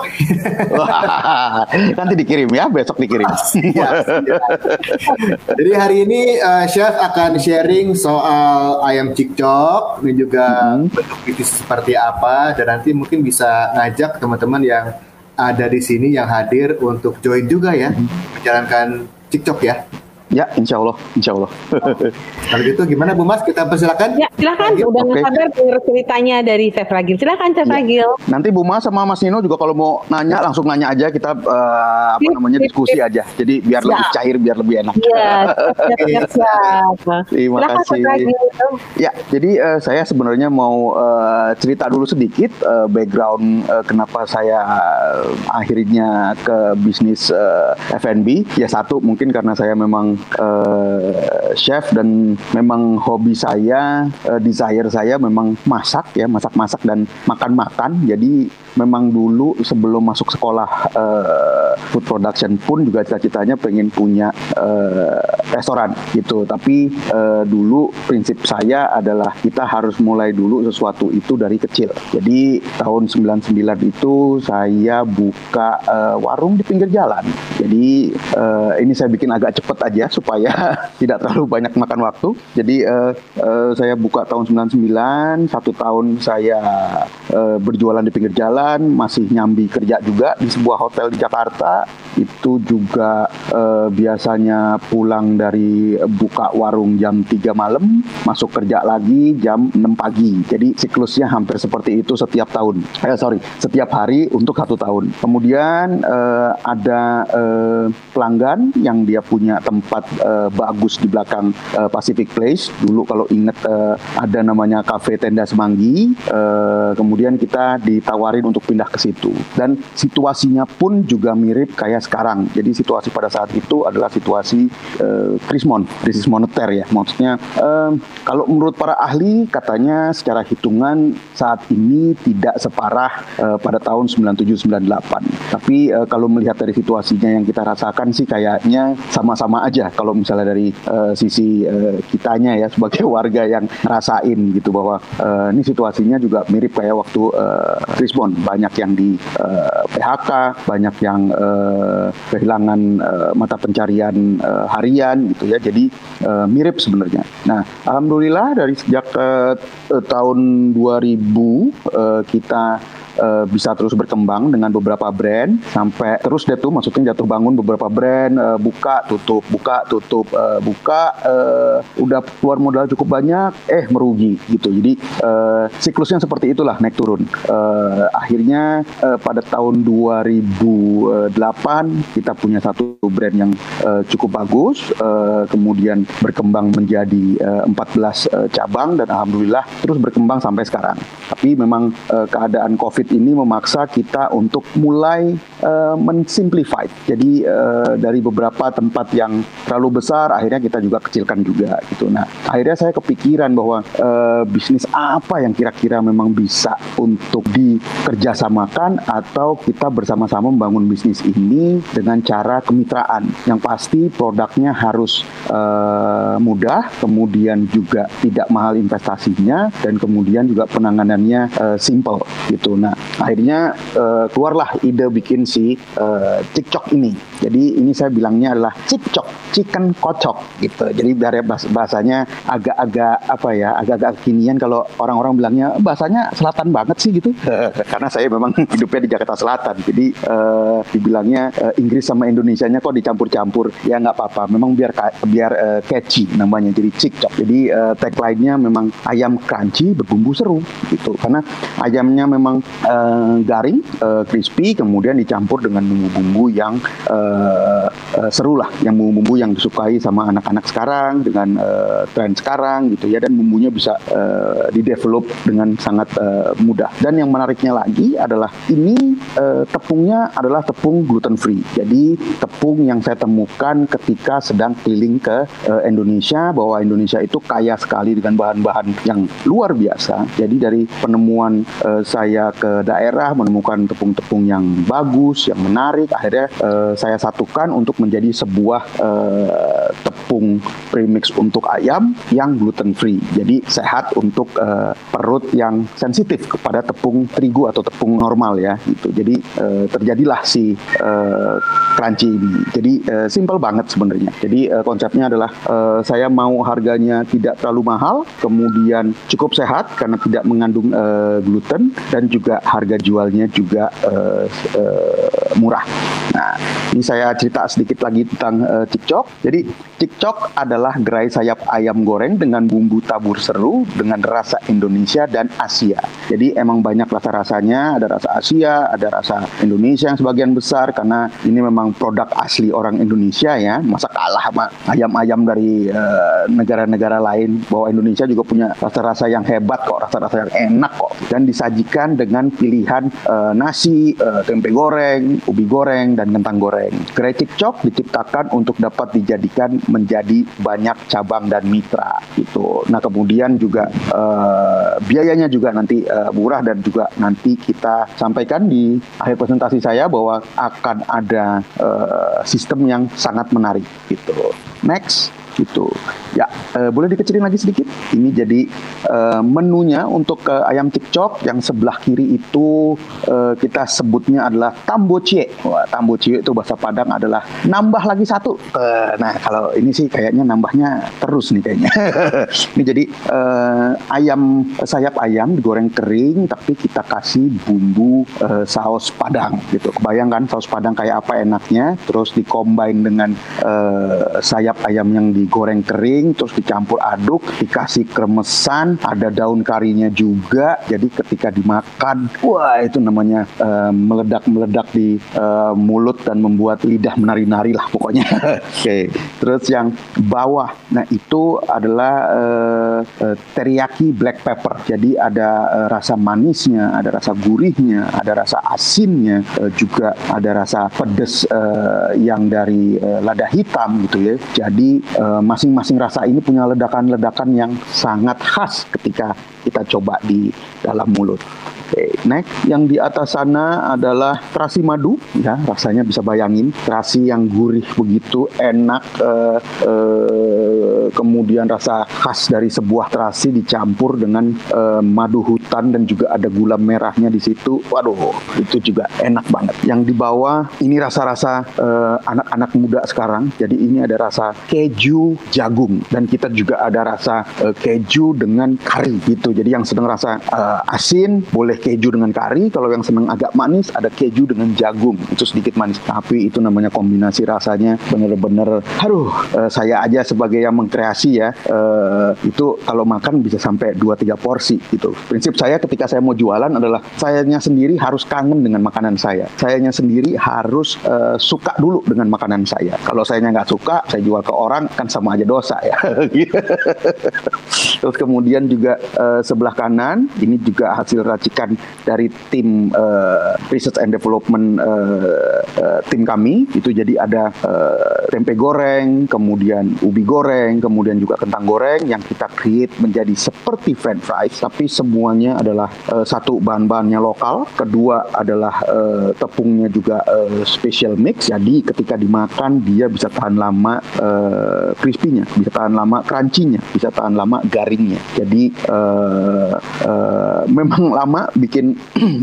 Nanti dikirim ya, besok dikirim. Ya, ya. Jadi hari ini uh, Chef akan sharing soal ayam Cikcok dan juga hmm. bentuk bisnis seperti apa, dan nanti mungkin bisa ngajak teman-teman yang ada di sini yang hadir untuk join juga ya, menjalankan Cikcok ya. Ya, insya Allah, insya Allah. Kalau gitu gimana Bu Mas? Kita persilakan. Ya, silakan. Ragil. Udah nggak sabar denger ceritanya dari Chef Ragil. Silakan Chef ya. Ragil. Nanti Bu Mas sama Mas Nino juga kalau mau nanya langsung nanya aja, kita uh, apa namanya diskusi aja. Jadi biar ya. lebih cair, biar lebih enak. Iya. Terima kasih. Ya, jadi uh, saya sebenarnya mau uh, cerita dulu sedikit uh, background uh, kenapa saya uh, akhirnya ke bisnis uh, F and B. Ya satu mungkin karena saya memang Uh, chef dan memang hobi saya, uh, desire saya memang masak ya, masak-masak dan makan-makan. Jadi memang dulu sebelum masuk sekolah uh, food production pun juga cita-citanya pengen punya uh, restoran gitu. Tapi uh, dulu prinsip saya adalah kita harus mulai dulu sesuatu itu dari kecil. Jadi tahun sembilan puluh sembilan itu saya buka uh, warung di pinggir jalan. Jadi uh, ini saya bikin agak cepat aja supaya tidak terlalu banyak makan waktu. Jadi uh, uh, saya buka tahun sembilan puluh sembilan, satu tahun saya uh, berjualan di pinggir jalan, masih nyambi kerja juga di sebuah hotel di Jakarta. Itu juga uh, biasanya pulang dari buka warung jam tiga malam, masuk kerja lagi jam enam pagi. Jadi siklusnya hampir seperti itu setiap tahun. Eh sorry, setiap hari untuk satu tahun. Kemudian uh, ada uh, pelanggan yang dia punya tempat uh, bagus di belakang uh, Pacific Place. Dulu kalau ingat uh, ada namanya Cafe Tenda Semanggi. Uh, kemudian kita ditawarin untuk pindah ke situ. Dan situasinya pun juga mirip kayak sekarang. Jadi situasi pada saat itu adalah situasi uh, krismon, krisis moneter ya. Maksudnya uh, kalau menurut para ahli katanya secara hitungan saat ini tidak separah uh, pada tahun sembilan tujuh sembilan delapan. Tapi uh, kalau melihat dari situasinya yang kita rasakan sih kayaknya sama-sama aja. Kalau misalnya dari uh, sisi uh, kitanya ya sebagai warga yang ngerasain gitu bahwa uh, ini situasinya juga mirip kayak waktu uh, krismon, banyak yang di uh, P H K, banyak yang uh, kehilangan uh, mata pencarian uh, harian gitu ya. Jadi uh, mirip sebenarnya. Nah, alhamdulillah dari sejak uh, tahun dua ribu uh, kita Uh, bisa terus berkembang dengan beberapa brand sampai terus deh tuh maksudnya jatuh bangun beberapa brand uh, buka tutup buka tutup uh, buka uh, udah keluar modal cukup banyak eh merugi gitu. Jadi uh, siklusnya seperti itulah, naik turun. Uh, akhirnya uh, pada tahun dua ribu delapan kita punya satu brand yang uh, cukup bagus, uh, kemudian berkembang menjadi uh, empat belas uh, cabang dan alhamdulillah terus berkembang sampai sekarang. Tapi memang uh, keadaan COVID ini memaksa kita untuk mulai uh, mensimplify. Jadi uh, dari beberapa tempat yang terlalu besar, akhirnya kita juga kecilkan juga gitu. Nah, akhirnya saya kepikiran bahwa uh, bisnis apa yang kira-kira memang bisa untuk dikerjasamakan atau kita bersama-sama membangun bisnis ini dengan cara kemitraan. Yang pasti produknya harus uh, mudah, kemudian juga tidak mahal investasinya, dan kemudian juga penanganannya uh, simple gitu. Nah, akhirnya uh, keluarlah ide bikin si uh, Cikcok ini. Jadi ini saya bilangnya adalah Cikcok, chicken kocok gitu. Jadi dari bahasanya agak-agak apa ya, agak-agak kekinian. Kalau orang-orang bilangnya bahasanya selatan banget sih gitu. Karena saya memang hidupnya di Jakarta Selatan. Jadi uh, dibilangnya uh, Inggris sama Indonesianya kok dicampur-campur. Ya nggak apa-apa. Memang biar biar uh, catchy namanya. Jadi Cikcok. Jadi uh, tagline-nya memang ayam crunchy berbumbu seru gitu. Karena ayamnya memang uh, garing, uh, crispy, kemudian dicampur dengan bumbu-bumbu yang uh, uh, seru lah, yang bumbu-bumbu yang disukai sama anak-anak sekarang dengan uh, tren sekarang gitu ya, dan bumbunya bisa uh, didevelop dengan sangat uh, mudah. Dan yang menariknya lagi adalah ini uh, tepungnya adalah tepung gluten free. Jadi tepung yang saya temukan ketika sedang keliling ke uh, Indonesia, bahwa Indonesia itu kaya sekali dengan bahan-bahan yang luar biasa. Jadi dari penemuan uh, saya ke daerah menemukan tepung-tepung yang bagus, yang menarik, akhirnya uh, saya satukan untuk menjadi sebuah uh, tepung premix untuk ayam yang gluten free. Jadi sehat untuk uh, perut yang sensitif kepada tepung terigu atau tepung normal ya gitu. Jadi uh, terjadilah si uh, crunchy ini. Jadi uh, simple banget sebenarnya. Jadi uh, konsepnya adalah uh, saya mau harganya tidak terlalu mahal, kemudian cukup sehat karena tidak mengandung uh, gluten, dan juga harga jualnya juga uh, uh, murah. Nah, ini saya cerita sedikit lagi tentang uh, Cikcok. Jadi Cikcok adalah gerai sayap ayam goreng dengan bumbu tabur seru dengan rasa Indonesia dan Asia. Jadi emang banyak rasa-rasanya, ada rasa Asia, ada rasa Indonesia yang sebagian besar, karena ini memang produk asli orang Indonesia ya. Masa kalah sama ayam-ayam dari uh, negara-negara lain, bahwa Indonesia juga punya rasa-rasa yang hebat kok, rasa-rasa yang enak kok. Dan disajikan dengan pilihan uh, nasi, uh, tempe goreng, ubi goreng, dan kentang goreng. Gerai Cikcok diciptakan untuk dapat dijadikan menjadi banyak cabang dan mitra gitu. Nah, kemudian juga uh, biayanya juga nanti uh, murah, dan juga nanti kita sampaikan di akhir presentasi saya bahwa akan ada uh, sistem yang sangat menarik gitu. Next. Gitu. Ya, e, boleh dikecilin lagi sedikit. Ini jadi e, menunya untuk e, ayam Cikcok. Yang sebelah kiri itu e, kita sebutnya adalah tambocie. Wah, tambocie itu bahasa Padang adalah nambah lagi satu. E, nah, kalau ini sih kayaknya nambahnya terus nih kayaknya. Ini jadi e, ayam sayap ayam digoreng kering, tapi kita kasih bumbu e, saus Padang gitu. Kebayang kan saus Padang kayak apa enaknya? Terus dikombin dengan e, sayap ayam yang di digoreng kering, terus dicampur aduk, dikasih kremesan, ada daun karinya juga. Jadi ketika dimakan, wah itu namanya uh, meledak-meledak di uh, mulut dan membuat lidah menari-nari lah pokoknya. Oke, okay. Terus yang bawah, nah itu adalah uh, uh, teriyaki black pepper. Jadi ada uh, rasa manisnya, ada rasa gurihnya, ada rasa asinnya, uh, juga ada rasa pedas uh, yang dari uh, lada hitam gitu ya. Jadi uh, masing-masing rasa ini punya ledakan-ledakan yang sangat khas ketika kita coba di dalam mulut. Oke, okay, next yang di atas sana adalah terasi madu, ya rasanya bisa bayangin terasi yang gurih begitu enak, uh, uh, kemudian rasa khas dari sebuah terasi dicampur dengan uh, madu hutan dan juga ada gula merahnya di situ. Waduh, itu juga enak banget. Yang di bawah ini rasa-rasa uh, anak-anak muda sekarang. Jadi ini ada rasa keju jagung dan kita juga ada rasa uh, keju dengan kari gitu. Jadi yang sedang rasa uh, asin boleh keju dengan kari, kalau yang senang agak manis ada keju dengan jagung, itu sedikit manis, tapi itu namanya kombinasi rasanya bener-bener, aduh, uh, saya aja sebagai yang mengkreasi ya, uh, itu kalau makan bisa sampai dua tiga porsi gitu. Prinsip saya ketika saya mau jualan adalah sayanya sendiri harus kangen dengan makanan saya, sayanya sendiri harus uh, suka dulu dengan makanan saya. Kalau sayanya nggak suka, saya jual ke orang kan sama aja dosa ya. Terus kemudian juga uh, sebelah kanan ini juga hasil racikan dari tim uh, research and development uh, uh, tim kami. Itu jadi ada uh, tempe goreng, kemudian ubi goreng, kemudian juga kentang goreng yang kita create menjadi seperti french fries, tapi semuanya adalah uh, satu bahan-bahannya lokal, kedua adalah uh, tepungnya juga uh, special mix. Jadi ketika dimakan dia bisa tahan lama uh, crispy-nya, bisa tahan lama crunchy-nya, bisa tahan lama garingnya. Jadi uh, uh, memang lama bikin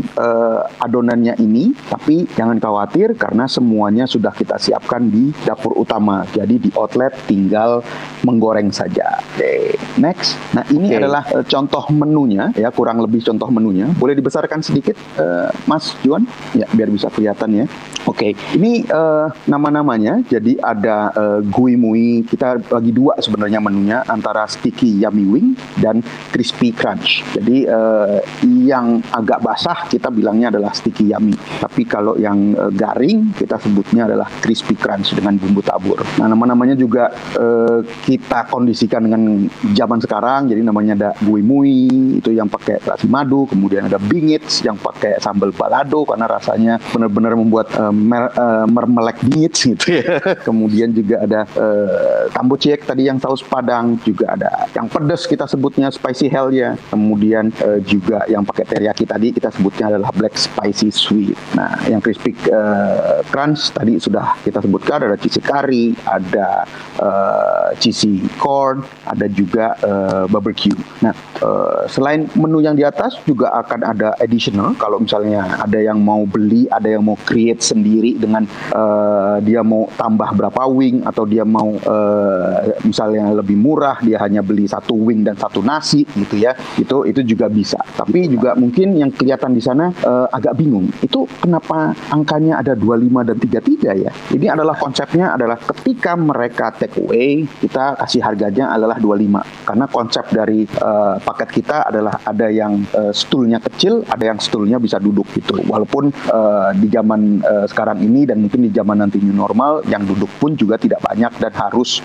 uh, adonannya ini, tapi jangan khawatir karena semuanya sudah kita siapkan di dapur utama. Jadi di outlet tinggal menggoreng saja. Oke, okay. Next. Nah ini okay. adalah uh, contoh menunya ya, kurang lebih contoh menunya. Boleh dibesarkan sedikit, uh, Mas Juan? Ya, biar bisa kelihatan ya. Oke, okay. Ini uh, nama-namanya. Jadi ada uh, Gui Mui. Kita bagi dua sebenarnya menunya, antara sticky yummy wing dan crispy crunch. Jadi uh, yang agak basah kita bilangnya adalah sticky yummy. Tapi kalau yang uh, garing kita sebutnya adalah crispy crunch dengan bumbu tabur. Nah nama-namanya juga uh, kita kondisikan dengan zaman sekarang. Jadi namanya ada Gui Mui itu yang pakai terasi madu, kemudian ada bingits yang pakai sambal balado karena rasanya benar-benar membuat uh, mer, uh, mermelek bingits gitu ya. Kemudian juga ada uh, tambocek tadi yang saus padang, juga ada yang pedas kita sebutnya spicy hell ya. Kemudian uh, juga yang pakai teriyaki tadi kita sebutnya adalah black spicy sweet. Nah, yang crispy uh, crunch tadi sudah kita sebutkan, ada cheesy curry, ada uh, cheesy corn, ada juga uh, barbecue. Nah, uh, selain menu yang di atas juga akan ada additional. Kalau misalnya ada yang mau beli, ada yang mau create sendiri dengan uh, dia mau tambah berapa wing, atau dia mau uh, misalnya lebih murah, dia hanya beli satu wing dan satu nasi gitu ya. Itu itu juga bisa. Tapi juga mungkin yang kelihatan di sana uh, agak bingung. Itu kenapa angkanya ada dua puluh lima dan tiga puluh tiga ya? Ini adalah konsepnya adalah ketika mereka take away, kita kasih harganya adalah dua puluh lima. Karena konsep dari uh, paket kita adalah ada yang uh, stulnya kecil, ada yang stulnya bisa duduk gitu. Walaupun uh, di zaman uh, sekarang ini dan mungkin di zaman nanti new normal, yang duduk pun juga tidak banyak dan harus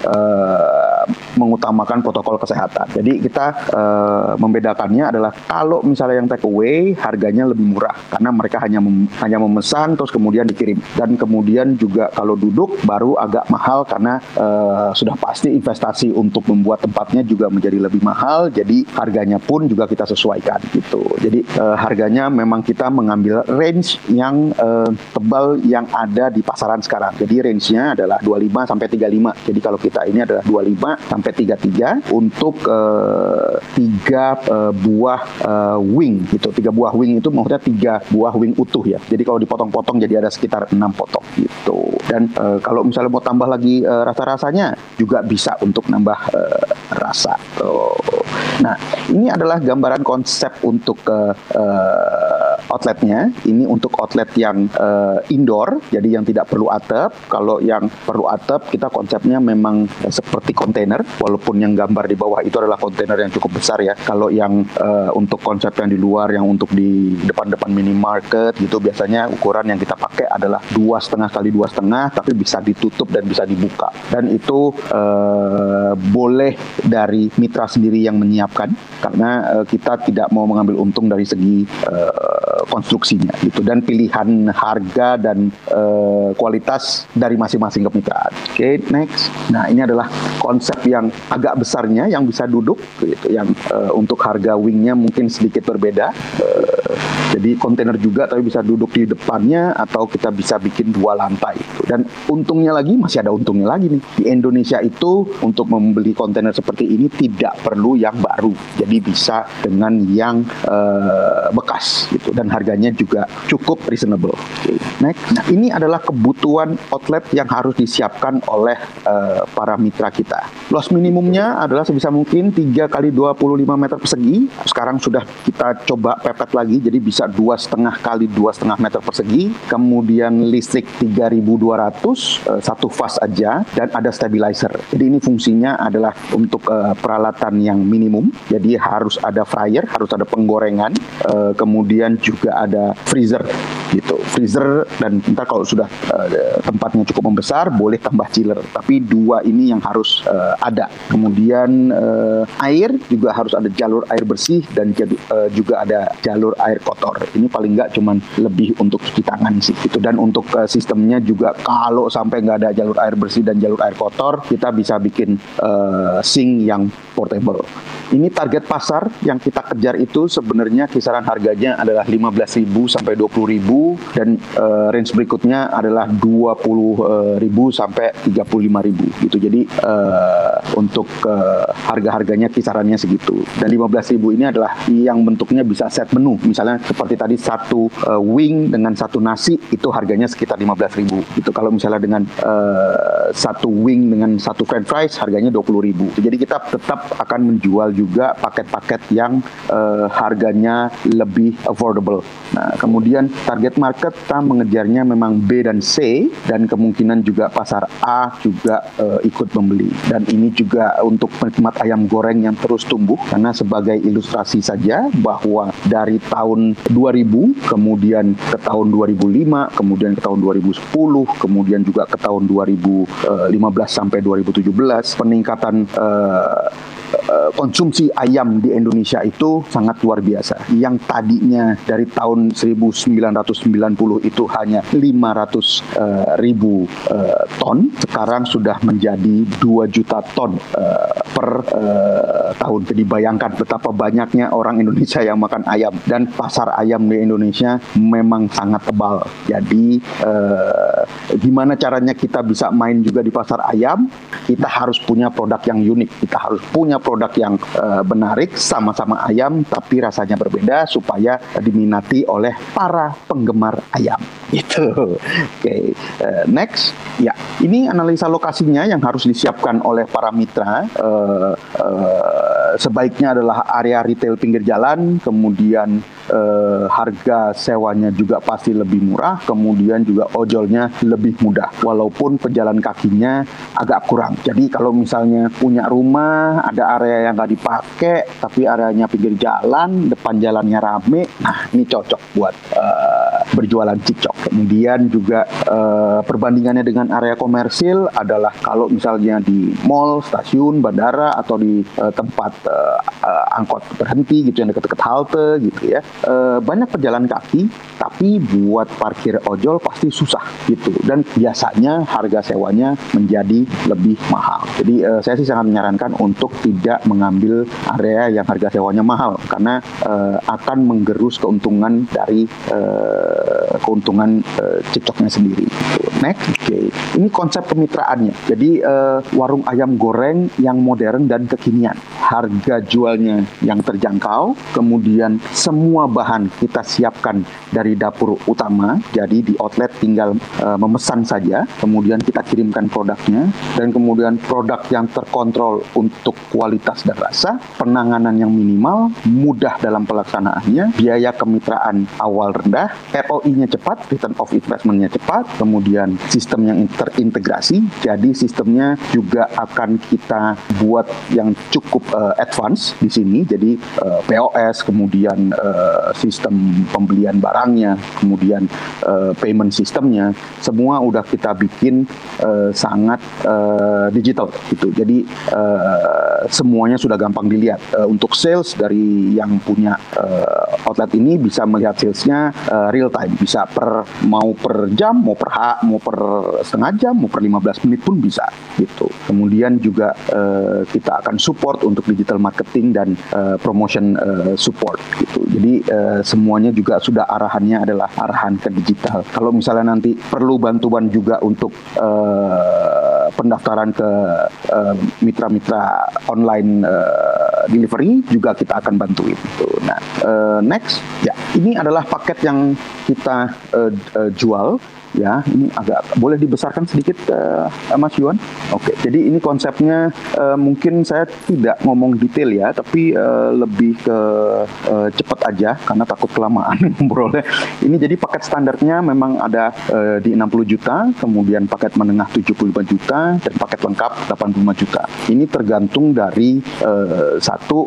uh, mengutamakan protokol kesehatan. Jadi kita uh, membedakannya adalah kalau misalnya yang take away harganya lebih murah karena mereka hanya mem- hanya memesan terus kemudian dikirim, dan kemudian juga kalau duduk baru agak mahal karena uh, sudah pasti investasi untuk membuat tempatnya juga menjadi lebih mahal, jadi harganya pun juga kita sesuaikan gitu. Jadi uh, harganya memang kita mengambil range yang uh, tebal yang ada di pasaran sekarang. Jadi range-nya adalah dua puluh lima sampai tiga puluh lima. Jadi kalau kita ini adalah dua puluh lima sampai tiga puluh tiga untuk uh, tiga uh, buah uh, wing gitu. Tiga buah wing itu maksudnya tiga buah wing utuh ya. Jadi kalau dipotong-potong jadi ada sekitar enam potong gitu. Dan uh, kalau misalnya mau tambah lagi uh, rasa-rasanya juga bisa untuk nambah uh, rasa. So, nah, ini adalah gambaran konsep untuk uh, uh, outletnya. Ini untuk outlet yang uh, indoor, jadi yang tidak perlu atap. Kalau yang perlu atap, kita konsepnya memang uh, seperti kontainer, walaupun yang gambar di bawah itu adalah kontainer yang cukup besar ya. Kalau yang uh, untuk konsep yang di luar, yang untuk di depan-depan minimarket gitu, biasanya ukuran yang kita pakai adalah dua setengah kali dua setengah, tapi bisa ditutup dan bisa dibuka. Dan itu uh, boleh dari mitra sendiri yang menyiapkan, karena uh, kita tidak mau mengambil untung dari segi uh, konstruksinya gitu, dan pilihan harga dan uh, kualitas dari masing-masing kemitraan. Oke, okay, next. Nah, ini adalah konsep yang agak besarnya yang bisa duduk gitu, yang uh, untuk harga wingnya mungkin sedikit berbeda. Uh, jadi kontainer juga tapi bisa duduk di depannya, atau kita bisa bikin dua lantai gitu. Dan untungnya lagi, masih ada untungnya lagi nih. Di Indonesia itu untuk membeli kontainer seperti ini tidak perlu yang baru. Jadi bisa dengan yang uh, bekas gitu, dan harganya juga cukup reasonable. Okay. Next. Nah, ini adalah kebutuhan outlet yang harus disiapkan oleh uh, para mitra kita. Loss minimumnya adalah sebisa mungkin tiga kali dua puluh lima meter persegi. Sekarang sudah kita coba pepet lagi, jadi bisa dua setengah kali dua setengah meter persegi. Kemudian listrik tiga ribu dua ratus, uh, satu fast aja, dan ada stabilizer. Jadi ini fungsinya adalah untuk uh, peralatan yang minimum. Jadi harus ada fryer, harus ada penggorengan, uh, kemudian juga ada freezer gitu. Freezer, dan entah kalau sudah uh, tempatnya cukup membesar, boleh tambah chiller. Tapi dua ini yang harus uh, ada. Kemudian uh, air juga harus ada jalur air bersih, dan uh, juga ada jalur air kotor. Ini paling nggak cuman lebih untuk cuci tangan sih gitu. Dan untuk uh, sistemnya juga, kalau sampai nggak ada jalur air bersih dan jalur air kotor, kita bisa bikin uh, sink yang portable. Ini target pasar yang kita kejar itu sebenarnya kisaran harganya adalah lima belas ribu sampai dua puluh ribu, dan uh, range berikutnya adalah dua puluh ribu sampai tiga puluh lima ribu gitu. Jadi uh, untuk uh, harga-harganya kisarannya segitu. Dan lima belas ribu ini adalah yang bentuknya bisa set menu. Misalnya seperti tadi satu uh, wing dengan satu nasi, itu harganya sekitar lima belas ribu gitu. Kalau misalnya dengan uh, satu wing dengan satu french fries, harganya dua puluh ribu. Jadi kita tetap akan menjual juga paket-paket yang uh, harganya lebih affordable. Nah, kemudian target market kita mengejarnya memang B dan C, dan kemungkinan juga pasar A juga uh, ikut membeli. Dan ini juga untuk penikmat ayam goreng yang terus tumbuh, karena sebagai ilustrasi saja bahwa dari tahun dua ribu, kemudian ke tahun dua ribu lima, kemudian ke tahun dua ribu sepuluh, kemudian juga ke tahun dua ribu lima belas sampai dua ribu tujuh belas, peningkatan uh, konsumsi ayam di Indonesia itu sangat luar biasa. Yang tadinya dari tahun seribu sembilan ratus sembilan puluh itu hanya lima ratus ribu uh, ton, sekarang sudah menjadi dua juta ton uh, per uh, tahun. Jadi bayangkan betapa banyaknya orang Indonesia yang makan ayam, dan pasar ayam di Indonesia memang sangat tebal. Jadi uh, gimana caranya kita bisa main juga di pasar ayam? Kita harus punya produk yang unik, kita harus punya produk yang uh, menarik, sama-sama ayam tapi rasanya berbeda, supaya diminati oleh para penggemar ayam. Itu. Oke, okay. uh, next. Ya, ini analisa lokasinya yang harus disiapkan oleh para mitra. Uh, uh, sebaiknya adalah area retail pinggir jalan, kemudian uh, harga sewanya juga pasti lebih murah, kemudian juga ojolnya lebih mudah, walaupun pejalan kakinya agak kurang. Jadi kalau misalnya punya rumah, ada area yang nggak dipakai, tapi areanya pinggir jalan, depan jalannya rame, nah ini cocok buat uh, berjualan cikcok. Kemudian juga uh, perbandingannya dengan area komersil adalah kalau misalnya di mall, stasiun, bandara, atau di uh, tempat uh, uh, angkot berhenti gitu, yang dekat-dekat halte gitu ya, uh, banyak pejalan kaki, tapi buat parkir ojol pasti susah gitu, dan biasanya harga sewanya menjadi lebih mahal. Jadi uh, saya sih sangat menyarankan untuk tidak mengambil area yang harga sewanya mahal, karena uh, akan menggerus keuntungan dari uh, keuntungan uh, cikcoknya sendiri. Next, oke, okay. Ini konsep kemitraannya. Jadi uh, warung ayam goreng yang modern dan kekinian, harga jualnya yang terjangkau, kemudian semua bahan kita siapkan dari dari dapur utama, jadi di outlet tinggal uh, memesan saja, kemudian kita kirimkan produknya, dan kemudian produk yang terkontrol untuk kualitas dan rasa, penanganan yang minimal, mudah dalam pelaksanaannya, biaya kemitraan awal rendah, R O I-nya cepat, return of investment-nya cepat, kemudian sistem yang terintegrasi, jadi sistemnya juga akan kita buat yang cukup uh, advance di sini, jadi uh, P O S, kemudian uh, sistem pembelian barangnya, kemudian uh, payment sistemnya, semua udah kita bikin uh, sangat uh, digital gitu. Jadi uh, semuanya sudah gampang dilihat. Uh, untuk sales dari yang punya uh, outlet ini bisa melihat salesnya uh, real time, bisa per mau per jam, mau per ha, mau per setengah jam, mau per lima belas menit pun bisa gitu. Kemudian juga uh, kita akan support untuk digital marketing dan uh, promotion uh, support gitu. Jadi uh, semuanya juga sudah arahannya adalah arahan ke digital. Kalau misalnya nanti perlu bantuan juga untuk uh, pendaftaran ke uh, mitra-mitra online uh, delivery juga kita akan bantuin. Gitu. Nah, uh, next, ya ini adalah paket yang kita uh, uh, jual. Ya, ini agak boleh dibesarkan sedikit, uh, Mas Yuan. Oke, jadi ini konsepnya uh, mungkin saya tidak ngomong detail ya, tapi uh, lebih ke uh, cepat aja karena takut kelamaan ngobrolnya. Ini jadi paket standarnya memang ada uh, di enam puluh juta, kemudian paket menengah tujuh puluh lima juta, dan paket lengkap delapan puluh lima juta. Ini tergantung dari uh, satu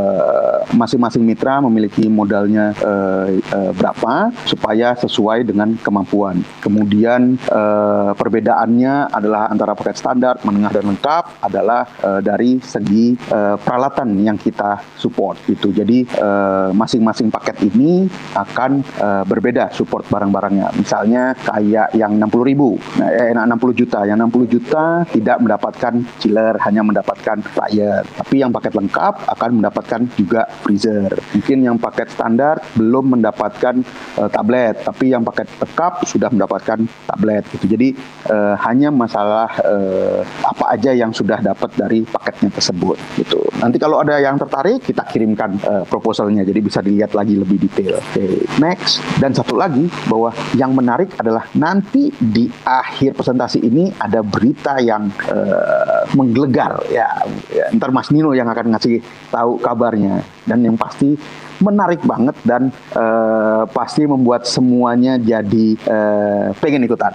uh, masing-masing mitra memiliki modalnya uh, uh, berapa supaya sesuai dengan kemampuan. Kemudian uh, perbedaannya adalah antara paket standar, menengah, dan lengkap adalah uh, dari segi uh, peralatan yang kita support gitu. Jadi uh, masing-masing paket ini akan uh, berbeda support barang-barangnya. Misalnya kayak yang enam puluh ribu, eh, enam puluh juta, yang enam puluh juta tidak mendapatkan chiller, hanya mendapatkan fryer. Tapi yang paket lengkap akan mendapatkan juga freezer. Mungkin yang paket standar belum mendapatkan uh, tablet, tapi yang paket lengkap sudah mendapatkan tablet gitu. Jadi uh, hanya masalah uh, apa aja yang sudah dapat dari paketnya tersebut gitu. Nanti kalau ada yang tertarik kita kirimkan uh, proposalnya, jadi bisa dilihat lagi lebih detail. Oke, okay. Next. Dan satu lagi bahwa yang menarik adalah nanti di akhir presentasi ini ada berita yang uh, menggelegar ya. ya. Ntar Mas Nino yang akan ngasih tahu kabarnya, dan yang pasti menarik banget dan uh, pasti membuat semuanya jadi uh, pengen ikutan.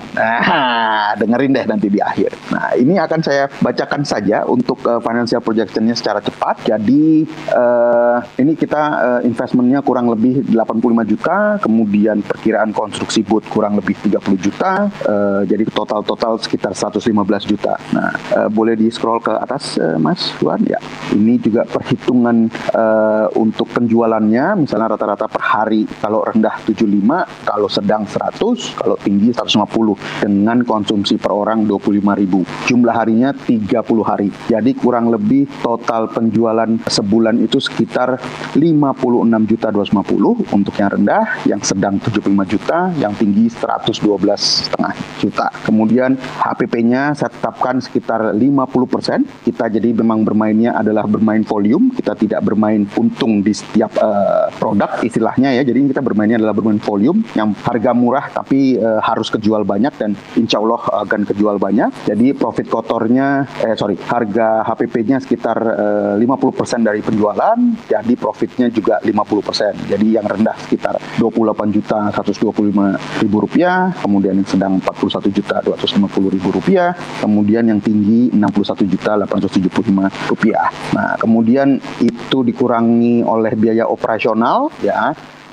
Nah, dengerin deh nanti di akhir. Nah, ini akan saya bacakan saja untuk uh, financial projection-nya secara cepat. Jadi uh, ini kita uh, investment-nya kurang lebih delapan puluh lima juta, kemudian perkiraan konstruksi booth kurang lebih tiga puluh juta, uh, jadi total-total sekitar seratus lima belas juta. Nah, uh, boleh di-scroll ke atas, uh, Mas Tuan? Ya, ini juga perhitungan uh, untuk penjualannya. Misalnya rata-rata per hari kalau rendah tujuh puluh lima, kalau sedang seratus, kalau tinggi seratus lima puluh, dengan konsumsi per orang dua puluh lima ribu. Jumlah harinya tiga puluh hari. Jadi kurang lebih total penjualan sebulan itu sekitar lima puluh enam juta dua ratus lima puluh untuk yang rendah, yang sedang tujuh puluh lima juta, yang tinggi seratus dua belas koma lima juta. Kemudian H P P-nya saya tetapkan sekitar lima puluh persen. Kita jadi memang bermainnya adalah bermain volume, kita tidak bermain untung di setiap uh, produk istilahnya ya. Jadi kita bermainnya adalah bermain volume yang harga murah tapi uh, harus kejual banyak, dan insya Allah akan kejual banyak. Jadi profit kotornya eh sorry harga H P P-nya sekitar uh, lima puluh persen dari penjualan, jadi profitnya juga lima puluh persen. Jadi yang rendah sekitar dua puluh delapan juta seratus dua puluh lima ribu rupiah, kemudian yang sedang empat puluh satu juta dua ratus lima puluh ribu rupiah, kemudian yang tinggi enam puluh satu juta delapan ratus tujuh puluh lima rupiah. Nah, kemudian itu dikurangi oleh biaya operasional ya.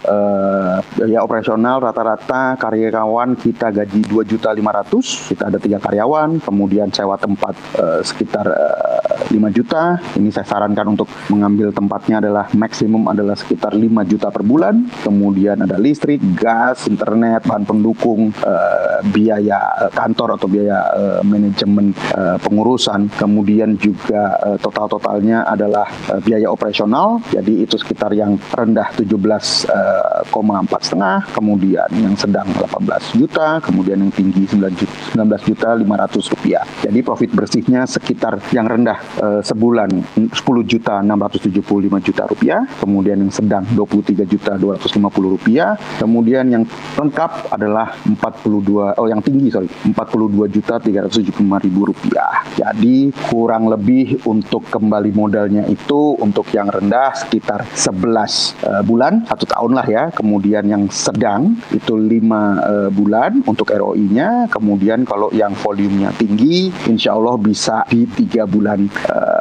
Uh, biaya operasional rata-rata karyawan kita gaji dua juta lima ratus ribu, kita ada tiga karyawan, kemudian sewa tempat uh, sekitar uh, lima juta. Ini saya sarankan untuk mengambil tempatnya adalah maksimum adalah sekitar lima juta per bulan. Kemudian ada listrik, gas, internet, bahan pendukung, uh, biaya uh, kantor atau biaya uh, manajemen uh, pengurusan. Kemudian juga uh, total-totalnya adalah uh, biaya operasional, jadi itu sekitar yang rendah tujuh belas uh, koma empat setengah, kemudian yang sedang delapan belas juta, kemudian yang tinggi sembilan belas juta lima ratus rupiah. Jadi profit bersihnya sekitar yang rendah uh, sebulan sepuluh juta enam ratus tujuh puluh lima juta rupiah, kemudian yang sedang dua puluh tiga juta dua ratus lima puluh rupiah, kemudian yang lengkap adalah empat puluh dua oh yang tinggi sorry empat puluh dua juta tiga ratus tujuh puluh lima ribu rupiah. Jadi kurang lebih untuk kembali modalnya itu untuk yang rendah sekitar sebelas uh, bulan, satu tahun lah ya. Kemudian yang sedang itu lima uh, bulan untuk R O I-nya. Kemudian kalau yang volumenya tinggi, insya Allah bisa di tiga bulan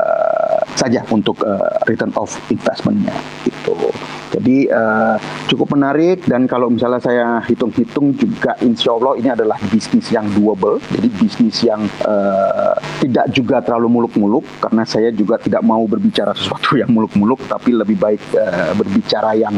uh, saja untuk uh, return of investment-nya gitu. Jadi uh, cukup menarik, dan kalau misalnya saya hitung-hitung juga insya Allah ini adalah bisnis yang doable. Jadi bisnis yang uh, tidak juga terlalu muluk-muluk, karena saya juga tidak mau berbicara sesuatu yang muluk-muluk, tapi lebih baik uh, berbicara yang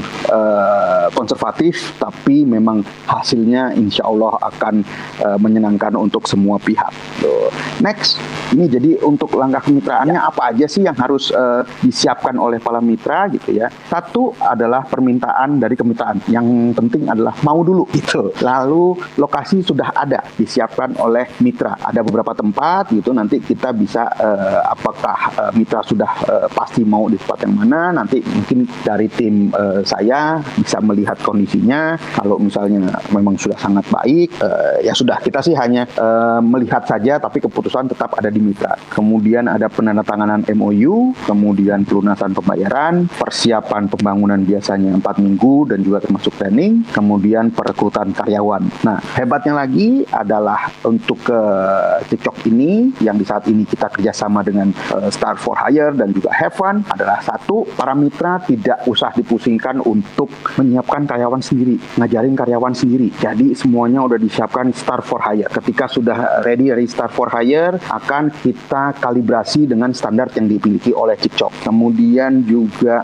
uh, konservatif, tapi memang hasilnya insya Allah akan uh, menyenangkan untuk semua pihak. So, next, ini jadi untuk langkah kemitraannya apa aja sih yang harus uh, disiapkan oleh para mitra gitu ya. Satu adalah permintaan dari kemitraan. Yang penting adalah mau dulu gitu. Lalu lokasi sudah ada disiapkan oleh mitra. Ada beberapa tempat gitu, nanti kita bisa uh, apakah uh, mitra sudah uh, pasti mau di tempat yang mana, nanti mungkin dari tim uh, saya bisa melihat kondisinya. Kalau misalnya memang sudah sangat baik, uh, ya sudah, kita sih hanya uh, melihat saja, tapi keputusan tetap ada di mitra. Kemudian ada penandatanganan M O U, kemudian pelunasan pembayaran, persiapan pembangunan biasanya empat minggu dan juga termasuk training, kemudian perekrutan karyawan. Nah, hebatnya lagi adalah untuk ke uh, TikTok ini yang di saat ini kita kerjasama dengan uh, Start for Hire dan juga Have Fun adalah satu, para mitra tidak usah dipusingkan untuk menyiapkan karyawan sendiri, ngajarin karyawan sendiri. Jadi semuanya udah disiapkan Start for Hire. Ketika sudah ready dari Start for Hire, akan kita kalibrasi dengan standar yang dimiliki oleh TikTok. Kemudian juga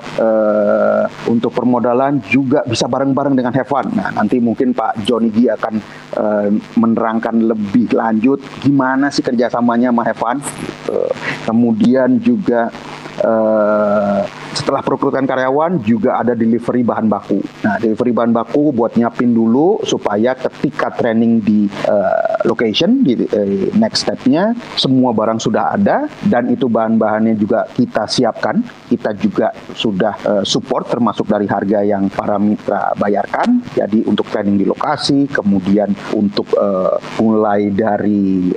uh, untuk permodalan juga bisa bareng-bareng dengan Have Fun. Nah, nanti mungkin Pak Johnny G akan uh, menerangkan lebih lanjut gimana sih kerjasamanya sama Have Fun. Gitu. Kemudian juga uh, setelah perekrutan karyawan juga ada delivery bahan baku. Nah, delivery bahan baku buat nyiapin dulu supaya ketika training di uh, location, di uh, next step-nya, semua barang sudah ada dan itu bahan-bahannya juga kita siapkan. Kita juga sudah uh, support termasuk dari harga yang para mitra bayarkan. Jadi untuk training di lokasi, kemudian untuk uh, mulai dari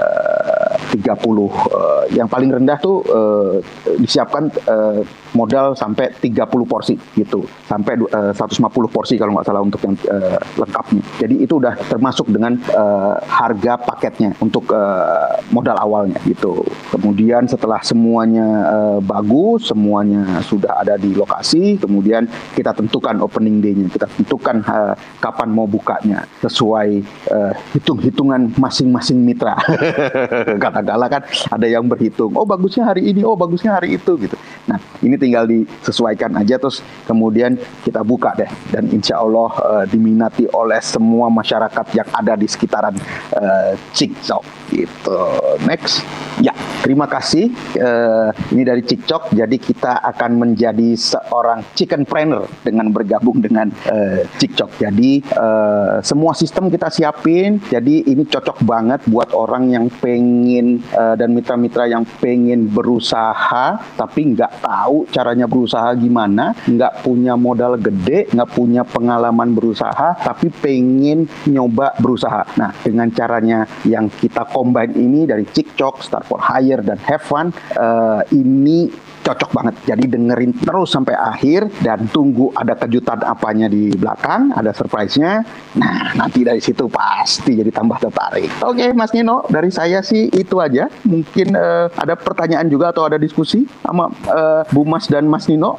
uh, tiga puluh uh, yang paling rendah tuh uh, disiapkan uh, modal sampai tiga puluh porsi gitu, sampai uh, seratus lima puluh porsi kalau nggak salah untuk yang uh, lengkapnya. Jadi itu udah termasuk dengan uh, harga paketnya untuk uh, modal awalnya gitu. Kemudian setelah semuanya uh, bagus, semuanya sudah ada di lokasi, kemudian kita tentukan opening day-nya, kita tentukan uh, kapan mau bukanya sesuai uh, hitung-hitungan masing-masing mitra. Katakanlah kan ada yang berhitung, oh bagusnya hari ini, oh bagusnya hari itu gitu. Nah, ini tinggal disesuaikan aja, terus kemudian kita buka deh, dan insya Allah uh, diminati oleh semua masyarakat yang ada di sekitaran uh, TikTok gitu. Next, ya terima kasih. Uh, ini dari TikTok, jadi kita akan menjadi seorang chickenpreneur dengan bergabung dengan uh, TikTok. Jadi uh, semua sistem kita siapin, jadi ini cocok banget buat orang yang pengen uh, dan mitra-mitra yang pengen berusaha tapi nggak tahu caranya berusaha gimana, nggak punya modal gede, nggak punya pengalaman berusaha, tapi pengen nyoba berusaha. Nah, dengan caranya yang kita combine ini dari TikTok, Start for Hire, dan Have Fun, uh, ini cocok banget. Jadi dengerin terus sampai akhir dan tunggu ada kejutan apanya di belakang, ada surprise-nya. Nah, nanti dari situ pasti jadi tambah tertarik. Oke, Mas Nino, dari saya sih itu aja. Mungkin uh, ada pertanyaan juga atau ada diskusi sama uh, Bu Mas dan Mas Nino.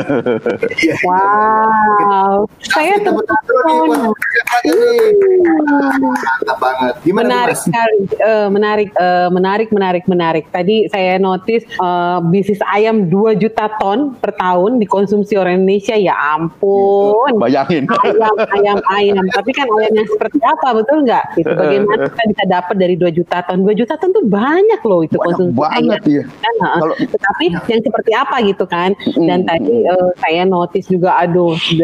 Wow, saya terpesona. Mantap banget. Gimana, menarik sekali, uh, menarik, uh, menarik, menarik, menarik. Tadi saya notice uh, bisnis ayam dua juta ton per tahun dikonsumsi orang Indonesia, ya ampun. Bayangin. Ayam, ayam, ayam. Tapi kan ayamnya seperti apa, betul nggak? Itu bagaimana kita bisa dapat dari dua juta ton? dua juta ton tuh banyak loh itu banyak konsumsi banget, ayam. Iya. Kan, Kalau, tetapi yang seperti apa gitu kan? Dan mm, tadi uh, saya notice juga, aduh, dengan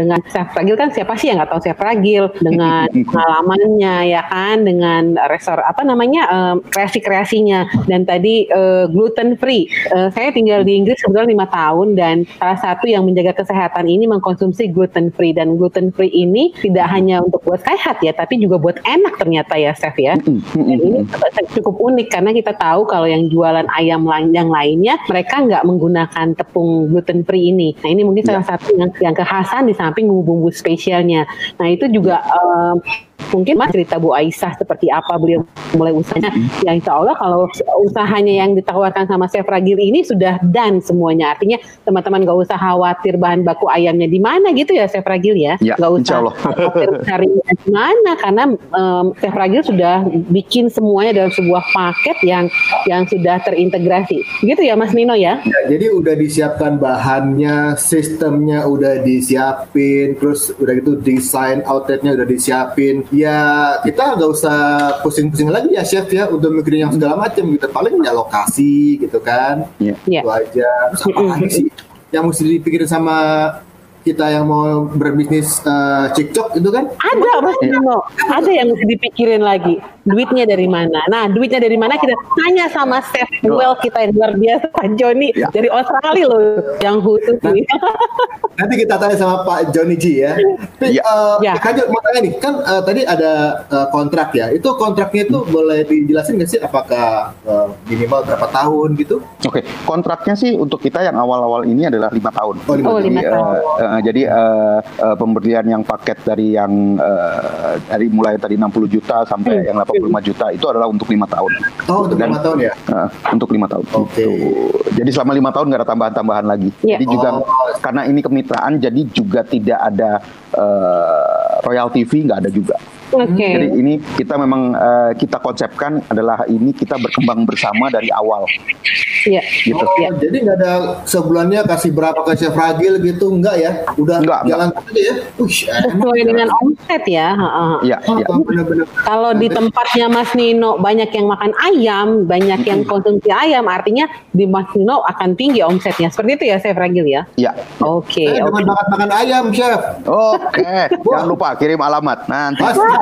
Chef Ragil kan siapa sih yang nggak tahu Chef Ragil dengan pengalamannya ya kan, dengan resor apa namanya um, kreasi-kreasinya, dan tadi uh, gluten free. Uh, saya tinggal di Inggris kebetulan lima tahun, dan salah satu yang menjaga kesehatan ini mengkonsumsi gluten free, dan gluten free ini tidak hanya untuk buat sehat ya, tapi juga buat enak ternyata ya Chef ya. Dan ini cukup unik karena kita tahu kalau yang jualan ayam lain yang lainnya mereka nggak menggunakan tepung gluten free ini. Nah ini mungkin salah satu yang, yang kekhasan di samping bumbu-bumbu spesialnya. Nah itu juga um, mungkin Mas cerita Bu Aisyah seperti apa beliau mulai usahanya. Ya insya Allah kalau usahanya yang ditawarkan sama Chef Ragil ini sudah done semuanya. Artinya teman-teman gak usah khawatir bahan baku ayamnya di mana gitu ya Chef Ragil ya. Ya, gak usah khawatir carinya di mana karena um, Chef Ragil sudah bikin semuanya dalam sebuah paket yang yang sudah terintegrasi. Gitu ya Mas Nino ya. Ya, jadi udah disiapkan bahannya, sistemnya udah disiapin, terus udah gitu desain outletnya udah disiapin. Ya kita nggak usah pusing-pusing lagi ya Chef ya untuk mikirin yang segala macam gitu, paling ya lokasi gitu kan. Yeah. Itu aja. Terus apa lagi sih yang mesti dipikirin sama kita yang mau berbisnis uh, cikcok itu kan? Ada Mas Nino, ada yang mesti dipikirin lagi. Duitnya dari mana? Nah, duitnya dari mana kita tanya sama Chef Well kita yang luar biasa Pak Joni ya. Dari Australia loh, yang khusus nih. Nanti kita tanya sama Pak Joni G ya. Tapi, ya. Uh, ya. Kak Jo, mau tanya nih, kan uh, tadi ada uh, kontrak ya. Itu kontraknya itu hmm. boleh dijelasin nggak sih? Apakah uh, minimal berapa tahun gitu? Oke, okay. Kontraknya sih untuk kita yang awal-awal ini adalah lima tahun. Oh, lima oh, tahun. lima jadi, tahun. Uh, uh, jadi uh, uh, pemberian yang paket dari yang uh, dari mulai tadi enam puluh juta sampai hmm. yang delapan puluh lima juta itu adalah untuk lima tahun. Oh, untuk lima tahun ya? Uh, untuk lima tahun. Oke. Okay. Gitu. Jadi selama lima tahun nggak ada tambahan-tambahan lagi. Yeah. Jadi juga oh. karena ini kemitraan, jadi juga tidak ada uh, royalty fee, nggak ada juga. Okay. Jadi ini kita memang uh, kita konsepkan adalah ini kita berkembang bersama dari awal. Iya. Gitu. Oh, ya. Jadi nggak ada sebulannya kasih berapa ke Chef Ragil gitu, enggak ya? Udah enggak, jalan enggak. aja ya. Ush, sesuai dengan omset ya. Iya. oh, ya. benar-benar. Kalau di tempatnya Mas Nino banyak yang makan ayam, banyak yang konsumsi ayam, artinya di Mas Nino akan tinggi omsetnya. Seperti itu ya Chef Ragil ya? Iya. Oke. Eh, Oke. banget makan ayam, Chef. Oke. Jangan lupa kirim alamat nanti.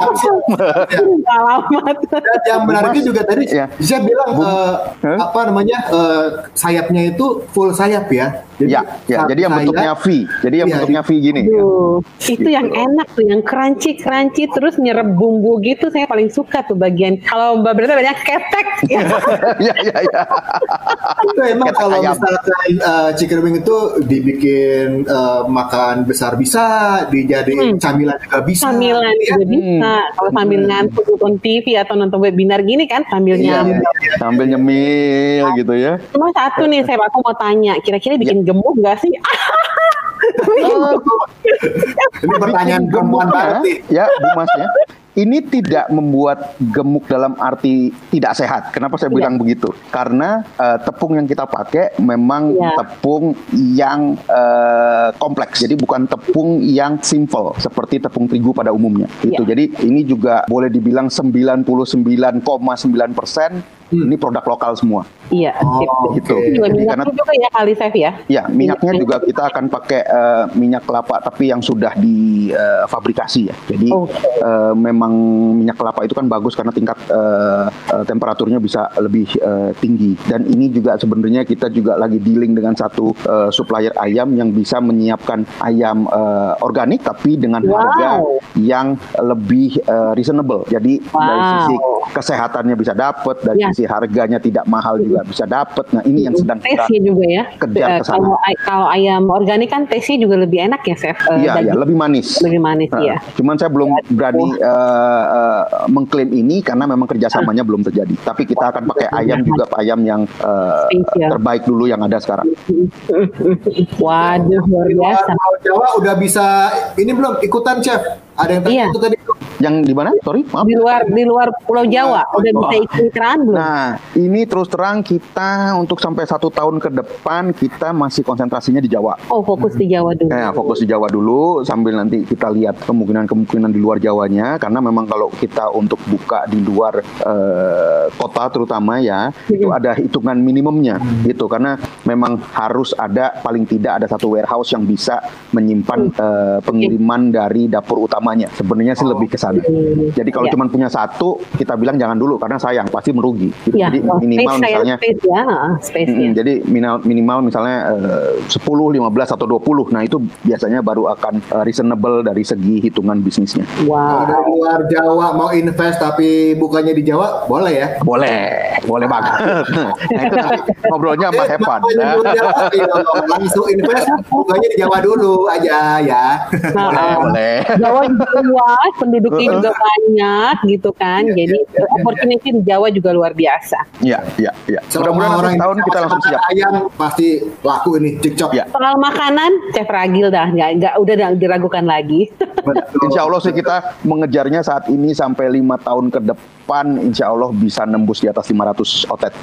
Alamat. Dan yang menariknya juga tadi ya. saya bilang uh, huh? apa namanya uh, sayapnya itu full sayap ya. Jadi, ya, ya. Jadi yang bentuknya V. Jadi yang ya, bentuknya V gini. Aduh, itu yang enak tuh, yang crunchy crunchy terus nyerap bumbu gitu. Saya paling suka tuh bagian. Kalau Mbak Berta banyak ketek. Ya, ya, ya. Itu emang ketek kalau ayam. Misalkan uh, chicken wing itu dibikin uh, makan besar bisa, dijadiin hmm. camilan juga bisa. Camilan ya. juga bisa. Hmm. Kalau sambil hmm. ngantuk nonton T V atau nonton webinar gini kan sambil ya, nyambil. Ya, ya. Sambil nyemil gitu ya. Cuma satu nih, saya aku mau tanya, kira-kira bikin ya. gemuk gak sih? Oh, ini pertanyaan perempuan baru nih. Ya, Bu Mas ya. Ini tidak membuat gemuk dalam arti tidak sehat. Kenapa saya bilang ya. begitu? Karena uh, tepung yang kita pakai memang ya. tepung yang uh, kompleks. Jadi bukan tepung yang simple seperti tepung terigu pada umumnya. Gitu. Ya. Jadi ini juga boleh dibilang sembilan puluh sembilan koma sembilan persen hmm. ini produk lokal semua. Iya, oh, gitu. Okay. Juga minyaknya juga ya kali Chef ya? Ya, minyaknya minyak juga kita akan pakai uh, minyak kelapa tapi yang sudah difabrikasi uh, ya. Jadi okay. uh, memang minyak kelapa itu kan bagus karena tingkat uh, uh, temperaturnya bisa lebih uh, tinggi. Dan ini juga sebenarnya kita juga lagi dealing dengan satu uh, supplier ayam yang bisa menyiapkan ayam uh, organik tapi dengan wow. harga yang lebih uh, reasonable. Jadi wow. dari sisi kesehatannya bisa dapat, dari ya. sisi harganya tidak mahal juga bisa dapat. Nah ini yang sedang kita juga ya. kejar ke sana. Kalau, kalau ayam organik kan taste-nya juga lebih enak ya Chef. Iya, uh, ya, lebih manis. Lebih manis uh, ya. Cuman saya belum berani uh, uh, mengklaim ini karena memang kerjasamanya uh. belum terjadi. Tapi kita akan pakai ayam juga ayam yang uh, terbaik dulu yang ada sekarang. Waduh, luar biasa. Jawa udah bisa ini belum ikutan Chef? Ada yang tadi iya. itu tadi Yang di mana? Sorry, maaf. Di luar di luar Pulau Jawa udah Oh. bisa iklan belum? Nah, ini terus terang kita untuk sampai satu tahun ke depan kita masih konsentrasinya di Jawa. Oh, fokus di Jawa dulu. Ya, fokus di Jawa dulu sambil nanti kita lihat kemungkinan-kemungkinan di luar Jawanya, karena memang kalau kita untuk buka di luar eh, kota terutama ya, Hmm. itu ada hitungan minimumnya gitu, karena memang harus ada paling tidak ada satu warehouse yang bisa menyimpan eh, pengiriman dari dapur utamanya. Sebenarnya sih lebih ke sana. Jadi kalau Ya. cuma punya satu, kita bilang jangan dulu karena sayang, pasti merugi. Gitu. Ya, Jadi oh, minimal space, misalnya space ya, space-nya. Mm-mm, jadi minimal, minimal misalnya eh, sepuluh, lima belas atau dua puluh. Nah, itu biasanya baru akan eh, reasonable dari segi hitungan bisnisnya. Kalau Wow. dari luar Jawa mau invest tapi bukannya di Jawa, boleh ya? Boleh, boleh banget. Nah, itu nanti ngobrolnya sama Eh, Hepan. kenapa di luar Jawa? Ayo, langsung invest, bukannya di Jawa dulu aja ya. Nah, Boleh, ah, boleh. Jawa juga luas, penduduknya juga banyak gitu kan. Iya, Jadi iya, iya, opportunity di Jawa juga luar biasa. Iya, iya, iya. Selama Mudah-mudahan orang nanti tahun Indonesia kita langsung makan siap. ayam pasti laku ini cicok. Ya. Soal makanan, Chef Ragil dah nggak nggak udah nggak diragukan lagi. Betul. Insya Allah sih kita mengejarnya saat ini sampai lima tahun ke depan, insya Allah bisa nembus di atas lima ratus outlet.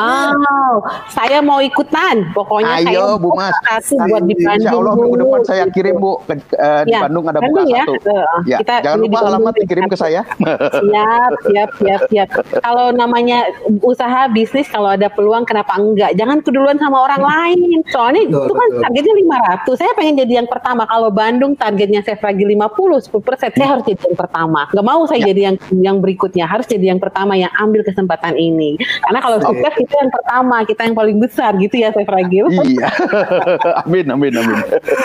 Wow, saya mau ikutan. Pokoknya Ayo, saya Bu Mas. satu buat di Bandung. Insya Allah minggu depan saya kirim Bu ke, eh, di Ya, Bandung ada buka Bandung ya. satu. Eh, Ya, kita jangan ini lupa di Bandung alamat di dikirim ke satu. saya. Siap, siap, siap, siap. Kalau namanya usaha bisnis, kalau ada peluang kenapa enggak? Jangan keduluan sama orang lain. Soalnya Betul, itu kan betul. targetnya lima ratus. Saya pengen jadi yang pertama. Kalau Bandung targetnya Chef Ragil lima puluh, sepuluh persen. Saya harus jadi yang pertama. Gak mau saya jadi yang yang berikutnya. Harus jadi yang pertama yang ambil kesempatan ini. Karena kalau sukses kita yang pertama, kita yang paling besar gitu ya Chef Ragil. Iya. Amin, amin, amin.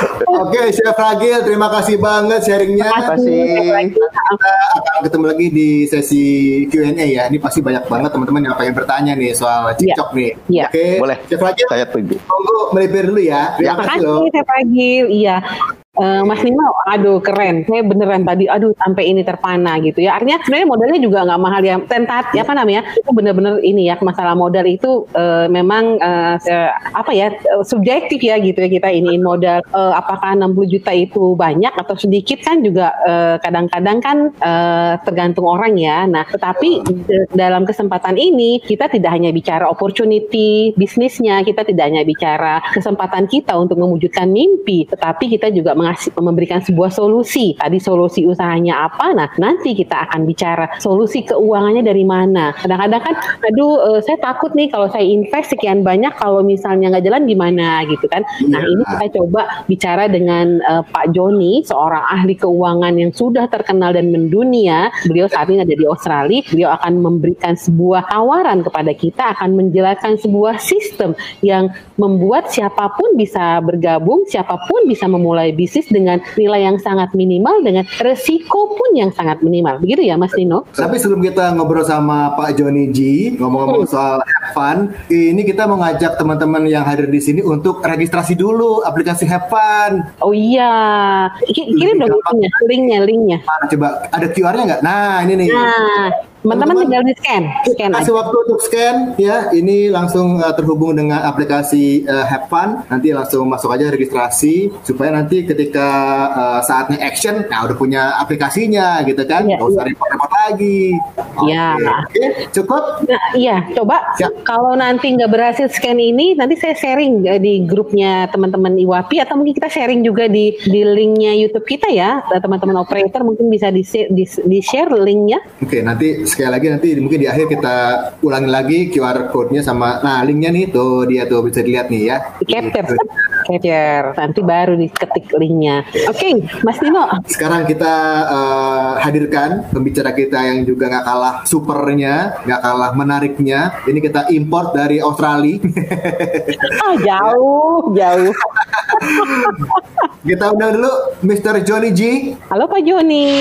Oke, Chef Ragil, terima kasih banget sharingnya. Terima kasih. Chef Ragil. Kita akan ketemu lagi di sesi Q and A ya. Ini pasti banyak banget teman-teman yang pengen bertanya nih soal cicok nih. Iya. Oke, Boleh. Chef Ragil, Saya tunggu. tunggu melipir dulu ya. Terima Terima kasih loh. kasih Chef Ragil. Iya. Eh, Mas Nino, aduh keren. Saya beneran tadi, aduh sampai ini terpana gitu ya. Artinya sebenarnya modalnya juga nggak mahal ya. Tentatif, apa namanya? Itu bener-bener ini ya, masalah modal itu eh, memang eh, se- apa ya, eh, subjektif ya gitu ya, kita iniin modal. Eh, apakah enam puluh juta itu banyak atau sedikit kan juga eh, kadang-kadang kan eh, tergantung orang ya. Nah, tetapi eh, dalam kesempatan ini kita tidak hanya bicara opportunity bisnisnya, kita tidak hanya bicara kesempatan kita untuk mewujudkan mimpi, tetapi kita juga mengasih memberikan sebuah solusi. Tadi solusi usahanya apa? Nah, nanti kita akan bicara solusi keuangannya dari mana. Kadang-kadang kan, aduh, eh, saya takut nih kalau saya invest sekian banyak, kalau misalnya nggak jalan gimana gitu kan. Nah, Iya. ini kita coba bicara dengan eh, Pak Joni, seorang ahli keuangan yang sudah terkenal dan mendunia. Beliau saat ini ada di Australia. Beliau akan memberikan sebuah tawaran kepada kita, akan menjelaskan sebuah sistem yang membuat siapapun bisa bergabung, siapapun bisa memulai bisnis dengan nilai yang sangat minimal, dengan resiko pun yang sangat minimal. Begitu ya Mas Nino? Tapi sebelum kita ngobrol sama Pak Joni G, ngomong-ngomong soal Have Fun, ini kita mau ngajak teman-teman yang hadir di sini untuk registrasi dulu aplikasi Have Fun. Oh iya, Ki- kirim dong linknya, linknya, linknya. Mana coba ada Q R-nya nggak? Nah, ini nih. Nah, teman-teman tinggal di scan, scan Kasih aja. waktu untuk scan ya. Ini langsung uh, terhubung dengan aplikasi uh, Have Fun. Nanti langsung masuk aja registrasi supaya nanti ketika uh, saatnya action, nah udah punya aplikasinya gitu kan. Iya, Nggak usah iya. repot-repot lagi. Oke. Iya. Oke, cukup. Nah, iya, coba Siap. kalau nanti nggak berhasil scan ini, nanti saya sharing eh, di grupnya teman-teman I W A P I, atau mungkin kita sharing juga di di linknya YouTube kita ya. Teman-teman operator mungkin bisa di, di, di share linknya. Oke, nanti sekali lagi nanti mungkin di akhir kita ulangi lagi Q R code-nya sama nah linknya nih tuh dia tuh bisa dilihat nih ya. Di capture, capture. Nanti baru diketik linknya. Oke, Mas Nino. Sekarang kita uh, hadirkan pembicara kita yang juga nggak kalah supernya, nggak kalah menariknya. Ini kita import dari Australia. Ah, jauh, jauh. Kita undang dulu mister Johnny G. Halo Pak Joni.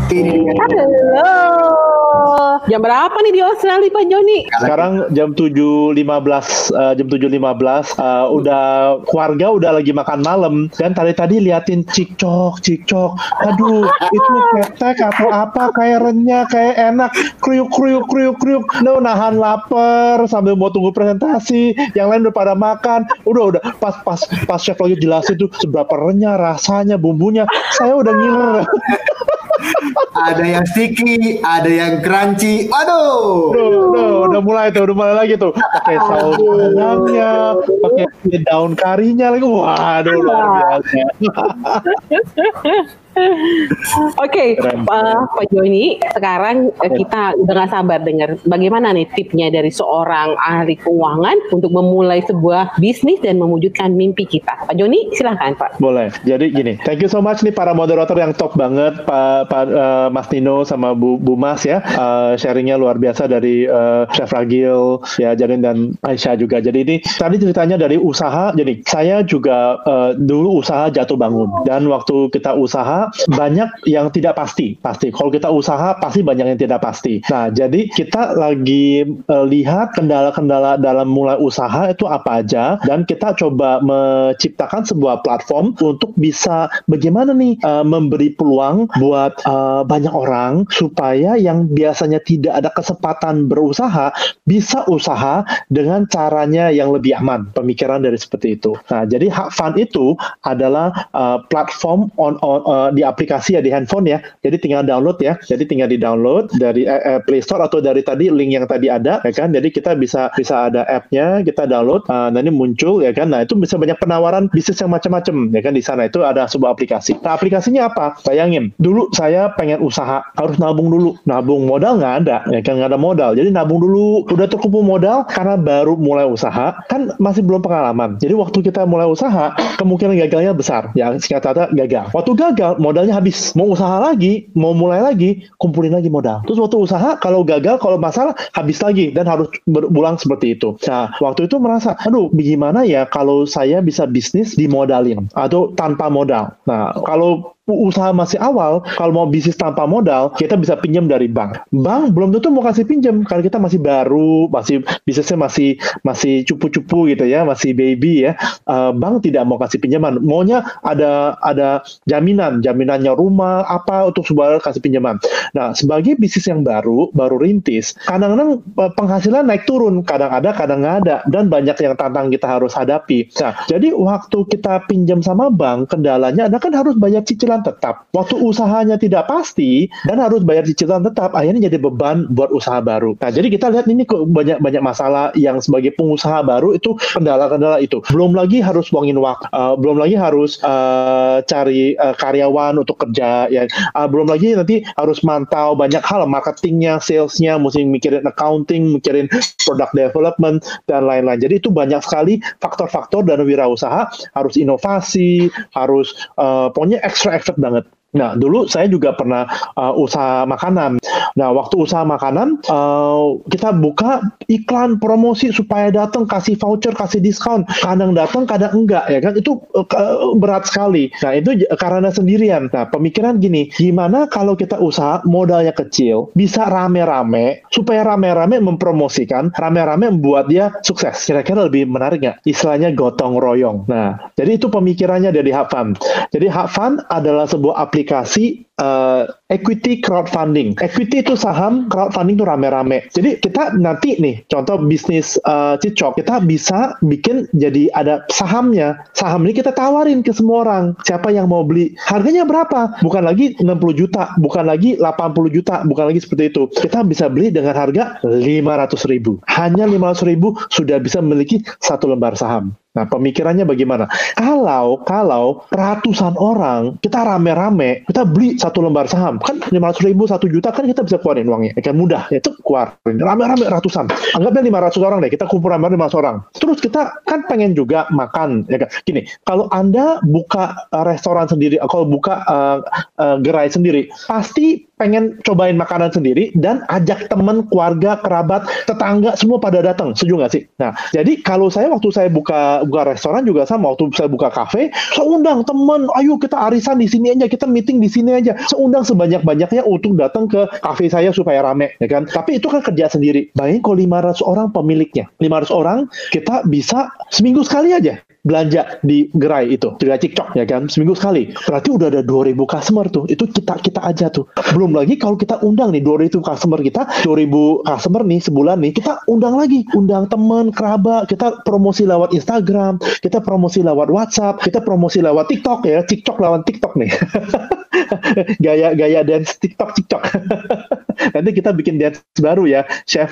Halo. Jam berapa nih di Australia, Pak Joni? Sekarang jam tujuh lima belas, uh, jam tujuh lima belas, uh, udah keluarga udah lagi makan malam dan tadi-tadi liatin cikcok, cikcok. Aduh, itu ketek atau apa kayak renyah, kayak enak, kriuk kriuk kriuk kriuk. No, nahan lapar sambil mau tunggu presentasi. Yang lain udah pada makan. Udah udah pas pas pas chef lagi jelasin tuh seberapa renyah rasanya, bumbunya. Saya udah ngiler. Ada yang sticky, ada yang crunchy. Aduh. Duh, duh, udah mulai tuh, udah mulai lagi tuh. Pakai saus padangnya, pakai daun karinya lagi. Waduh, luar biasa. Oke, okay, uh, Pak Joni, sekarang uh, kita udah gak sabar dengar bagaimana nih tipnya dari seorang ahli keuangan untuk memulai sebuah bisnis dan mewujudkan mimpi kita. Pak Joni, silahkan Pak. Boleh. Jadi gini, thank you so much nih para moderator yang top banget, Pak, Pak uh, Mas Nino sama Bu, Bu Mas ya, uh, sharingnya luar biasa dari uh, Chef Ragil, ya Janin dan Aisyah juga. Jadi ini tadi ceritanya dari usaha. Jadi saya juga uh, dulu usaha jatuh bangun dan waktu kita usaha banyak yang tidak pasti, pasti. Kalau kita usaha pasti banyak yang tidak pasti. Nah, jadi kita lagi uh, lihat kendala-kendala dalam mulai usaha itu apa aja, dan kita coba menciptakan sebuah platform untuk bisa bagaimana nih uh, memberi peluang buat uh, banyak orang supaya yang biasanya tidak ada kesempatan berusaha bisa usaha dengan caranya yang lebih aman. Pemikiran dari seperti itu. Nah, jadi HubFund itu adalah uh, platform on, on uh, di aplikasi ya, di handphone ya, jadi tinggal download ya, jadi tinggal di download dari uh, Play Store atau dari tadi link yang tadi ada ya kan, jadi kita bisa bisa ada app-nya, kita download, uh, nanti muncul ya kan, nah itu bisa banyak penawaran bisnis yang macam-macam ya kan, di sana itu ada sebuah aplikasi. Nah, aplikasinya apa? Bayangin, dulu saya pengen usaha, harus nabung dulu, nabung modal nggak ada ya kan, nggak ada modal, jadi nabung dulu, udah terkumpul modal karena baru mulai usaha, kan masih belum pengalaman, jadi waktu kita mulai usaha, kemungkinan gagalnya besar ya, singkat kata gagal. Waktu gagal, modalnya habis. Mau usaha lagi, mau mulai lagi, kumpulin lagi modal. Terus waktu usaha, kalau gagal, kalau masalah, habis lagi. Dan harus berulang seperti itu. Nah, waktu itu merasa, aduh, bagaimana ya kalau saya bisa bisnis dimodalin? Atau tanpa modal. Nah, kalau usaha masih awal, kalau mau bisnis tanpa modal, kita bisa pinjam dari bank. Bank belum tentu mau kasih pinjam karena kita masih baru, masih bisnisnya masih masih cupu-cupu gitu ya, masih baby ya. Uh, bank tidak mau kasih pinjaman, maunya ada ada jaminan, jaminannya rumah apa untuk sebuah kasih pinjaman. Nah, sebagai bisnis yang baru, baru rintis, kadang-kadang penghasilan naik turun, kadang ada, kadang nggak ada, dan banyak yang tantang kita harus hadapi. Nah, jadi waktu kita pinjam sama bank, kendalanya ada kan harus bayar cicilan tetap. Waktu usahanya tidak pasti dan harus bayar cicilan tetap, akhirnya jadi beban buat usaha baru. Nah, jadi kita lihat ini kok banyak banyak masalah yang sebagai pengusaha baru itu kendala-kendala itu. Belum lagi harus buangin waktu, uh, belum lagi harus uh, cari uh, karyawan untuk kerja, ya. Uh, belum lagi nanti harus mantau banyak hal, marketingnya, salesnya, mesti mikirin accounting, mikirin product development dan lain-lain. Jadi itu banyak sekali faktor-faktor dan wirausaha, harus inovasi, harus uh, pokoknya ekstra banget. Nah, dulu saya juga pernah uh, usaha makanan. Nah, waktu usaha makanan, uh, kita buka iklan promosi supaya datang, kasih voucher, kasih diskon. Kadang datang, kadang enggak, ya kan? Itu uh, berat sekali. Nah, itu karena sendirian. Nah, pemikiran gini, gimana kalau kita usaha modalnya kecil, bisa rame-rame, supaya rame-rame mempromosikan, rame-rame membuat dia sukses. Kira-kira lebih menarik nggak? Istilahnya gotong royong. Nah, jadi itu pemikirannya dari HubFund. Jadi HubFund adalah sebuah aplikasi aplikasi uh, equity crowdfunding. Equity itu saham, crowdfunding itu rame-rame. Jadi kita nanti nih, contoh bisnis uh, Cicok, kita bisa bikin jadi ada sahamnya. Saham ini kita tawarin ke semua orang. Siapa yang mau beli? Harganya berapa? Bukan lagi enam puluh juta, bukan lagi delapan puluh juta, bukan lagi seperti itu. Kita bisa beli dengan harga lima ratus ribu. Hanya lima ratus ribu sudah bisa memiliki satu lembar saham. Nah, pemikirannya bagaimana? Kalau kalau ratusan orang kita rame-rame kita beli satu lembar saham, kan lima ratus ribu, satu juta kan kita bisa keluarin uangnya, kan mudah, itu keluarin rame-rame ratusan. Anggapnya lima ratus orang deh, kita kumpul rame-rame lima ratus orang. Terus kita kan pengen juga makan, ya kan? Gini, kalau Anda buka uh, restoran sendiri, kalau buka uh, uh, gerai sendiri, pasti pengen cobain makanan sendiri dan ajak teman, keluarga, kerabat, tetangga semua pada datang. Setuju nggak sih? Nah, jadi kalau saya waktu saya buka buka restoran juga sama, waktu saya buka kafe, saya undang teman, ayo kita arisan di sini aja, kita meeting di sini aja. Saya undang sebanyak-banyaknya untuk datang ke kafe saya supaya rame, ya kan? Tapi itu kan kerja sendiri. Bayangin kalau lima ratus orang pemiliknya, lima ratus orang, kita bisa seminggu sekali aja belanja di gerai itu, gerai TikTok, ya kan, seminggu sekali. Berarti udah ada dua ribu customer tuh, itu kita kita aja tuh. Belum lagi kalau kita undang nih dua ribu customer kita, dua ribu customer nih sebulan nih, kita undang lagi, undang teman, kerabat, kita promosi lewat Instagram, kita promosi lewat WhatsApp, kita promosi lewat TikTok ya, TikTok lawan TikTok nih. Gaya-gaya dance TikTok TikTok. Nanti kita bikin dance baru ya, chef.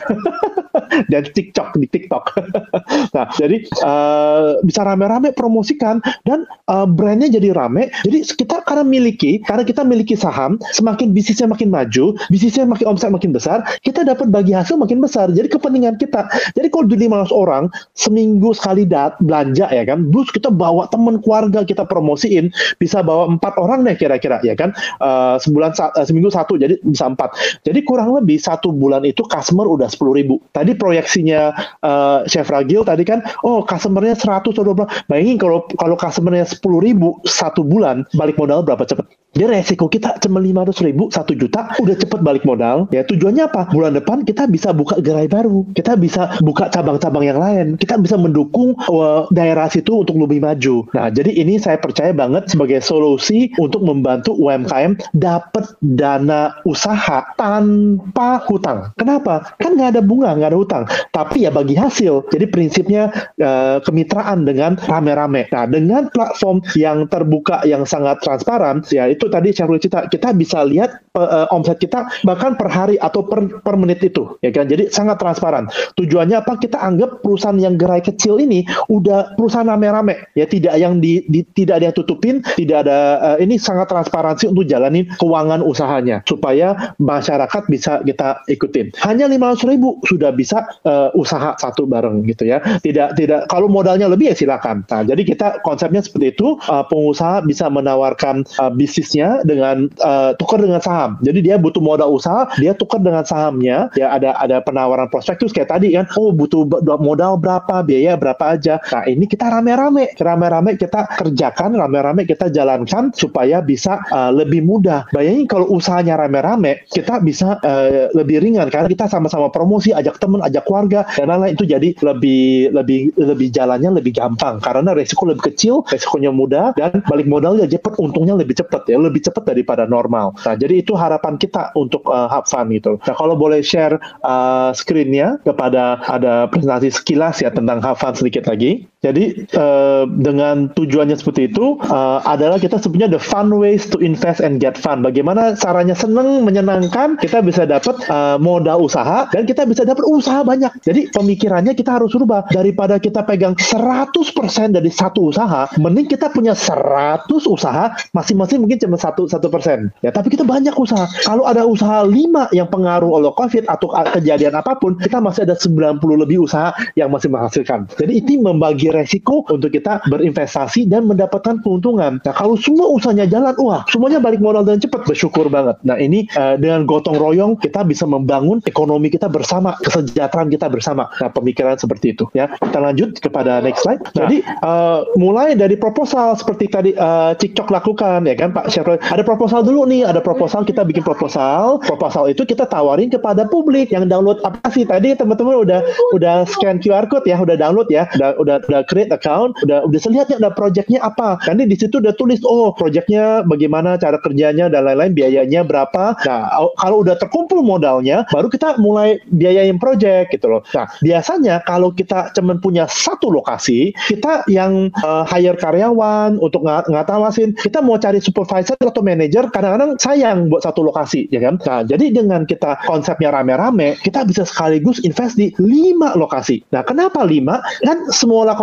Dance TikTok di TikTok. Nah, jadi uh, bisa rame-rame promosikan dan uh, brandnya jadi rame. Jadi kita karena miliki, karena kita miliki saham, semakin bisnisnya makin maju, bisnisnya makin omset makin besar, kita dapat bagi hasil makin besar. Jadi kepentingan kita. Jadi kalau di lima ratus orang seminggu sekali dat belanja ya kan, terus kita bawa teman keluarga kita promosiin, bisa bawa empat orang deh kira-kira ya kan, uh, sebulan uh, seminggu satu, jadi bisa empat. Jadi kurang lebih satu bulan itu customer udah sepuluh ribu. Tadi proyeksinya uh, Chef Ragil tadi kan, oh customernya seratus atau dua puluh. Bayangin kalau kalau customernya sepuluh ribu satu bulan, balik modal berapa cepat? Jadi resiko kita cuma lima ratus ribu, satu juta, udah cepet balik modal. Ya tujuannya apa? Bulan depan kita bisa buka gerai baru, kita bisa buka cabang-cabang yang lain, kita bisa mendukung uh, daerah situ untuk lebih maju. Nah, jadi ini saya percaya banget sebagai solusi untuk membantu U M K M dapat dana usaha tanpa hutang. Kenapa? Kan nggak ada bunga, nggak ada hutang, tapi ya bagi hasil. Jadi prinsipnya uh, kemitraan dengan rame-rame. Nah, dengan platform yang terbuka, yang sangat transparan, ya itu tadi saya boleh cerita, kita bisa lihat uh, omset kita bahkan per hari atau per, per menit itu, ya kan? Jadi sangat transparan. Tujuannya apa? Kita anggap perusahaan yang gerai kecil ini udah perusahaan rame-rame, ya tidak yang di, di tidak ada yang tutupin, tidak ada uh, ini sangat transparansi untuk jalanin keuangan usahanya supaya masyarakat bisa kita ikutin. Hanya lima ratus ribu sudah bisa uh, usaha satu bareng gitu ya. Tidak tidak kalau modalnya lebih ya silakan. Nah, jadi kita konsepnya seperti itu, uh, pengusaha bisa menawarkan uh, bisnisnya dengan uh, tukar dengan saham. Jadi dia butuh modal usaha, dia tukar dengan sahamnya. Ya ada ada penawaran prospektus kayak tadi kan. Oh butuh modal berapa, biaya berapa aja. Nah ini kita rame-rame, rame-rame kita kerjakan, rame-rame kita jalankan supaya bisa uh, lebih mudah. Bayangin kalau usahanya rame-rame, kita bisa uh, lebih ringan karena kita sama-sama promosi, ajak teman, ajak keluarga dan lain-lain. Itu jadi lebih lebih lebih jalannya lebih gampang karena resiko lebih kecil, resikonya mudah dan balik modalnya cepat, untungnya lebih cepat ya. Lebih cepat daripada normal. Nah, jadi itu harapan kita untuk uh, Hub Fund gitu. Nah, kalau boleh share uh, screen-nya kepada ada presentasi sekilas ya tentang Hub Fund sedikit lagi. Jadi uh, dengan tujuannya seperti itu uh, adalah kita sebenarnya the fun ways to invest and get fun. Bagaimana caranya senang, menyenangkan, kita bisa dapat uh, modal usaha dan kita bisa dapat usaha banyak. Jadi pemikirannya kita harus rubah daripada kita pegang seratus persen dari satu usaha, mending kita punya seratus usaha, masing-masing mungkin cuma satu satu persen. Ya, tapi kita banyak usaha. Kalau ada usaha lima yang pengaruh oleh COVID atau kejadian apapun, kita masih ada sembilan puluh lebih usaha yang masih menghasilkan. Jadi ini membagi resiko untuk kita berinvestasi dan mendapatkan keuntungan. Nah, kalau semua usahanya jalan, wah, semuanya balik modal dan cepat, bersyukur banget. Nah, ini uh, dengan gotong royong kita bisa membangun ekonomi kita bersama, kesejahteraan kita bersama. Nah, pemikiran seperti itu. Ya, kita lanjut kepada next slide. Jadi uh, mulai dari proposal seperti tadi uh, TikTok lakukan, ya kan, Pak Chef. Ada proposal dulu nih, ada proposal, kita bikin proposal. Proposal itu kita tawarin kepada publik yang download apa sih? Tadi teman-teman udah udah scan Q R code ya, udah download ya, udah udah, udah create account, udah udah lihatnya ada projectnya apa. Nanti di situ udah tulis, oh projectnya bagaimana, cara kerjanya dan lain-lain, biayanya berapa. Nah, kalau udah terkumpul modalnya, baru kita mulai biayain project gitu loh. Nah, biasanya kalau kita cuma punya satu lokasi, kita yang uh, hire karyawan untuk ng- ngatawasin, kita mau cari supervisor atau manajer, kadang-kadang sayang buat satu lokasi, ya kan? Nah, jadi dengan kita konsepnya rame-rame, kita bisa sekaligus invest di lima lokasi. Nah, kenapa lima? Kan semua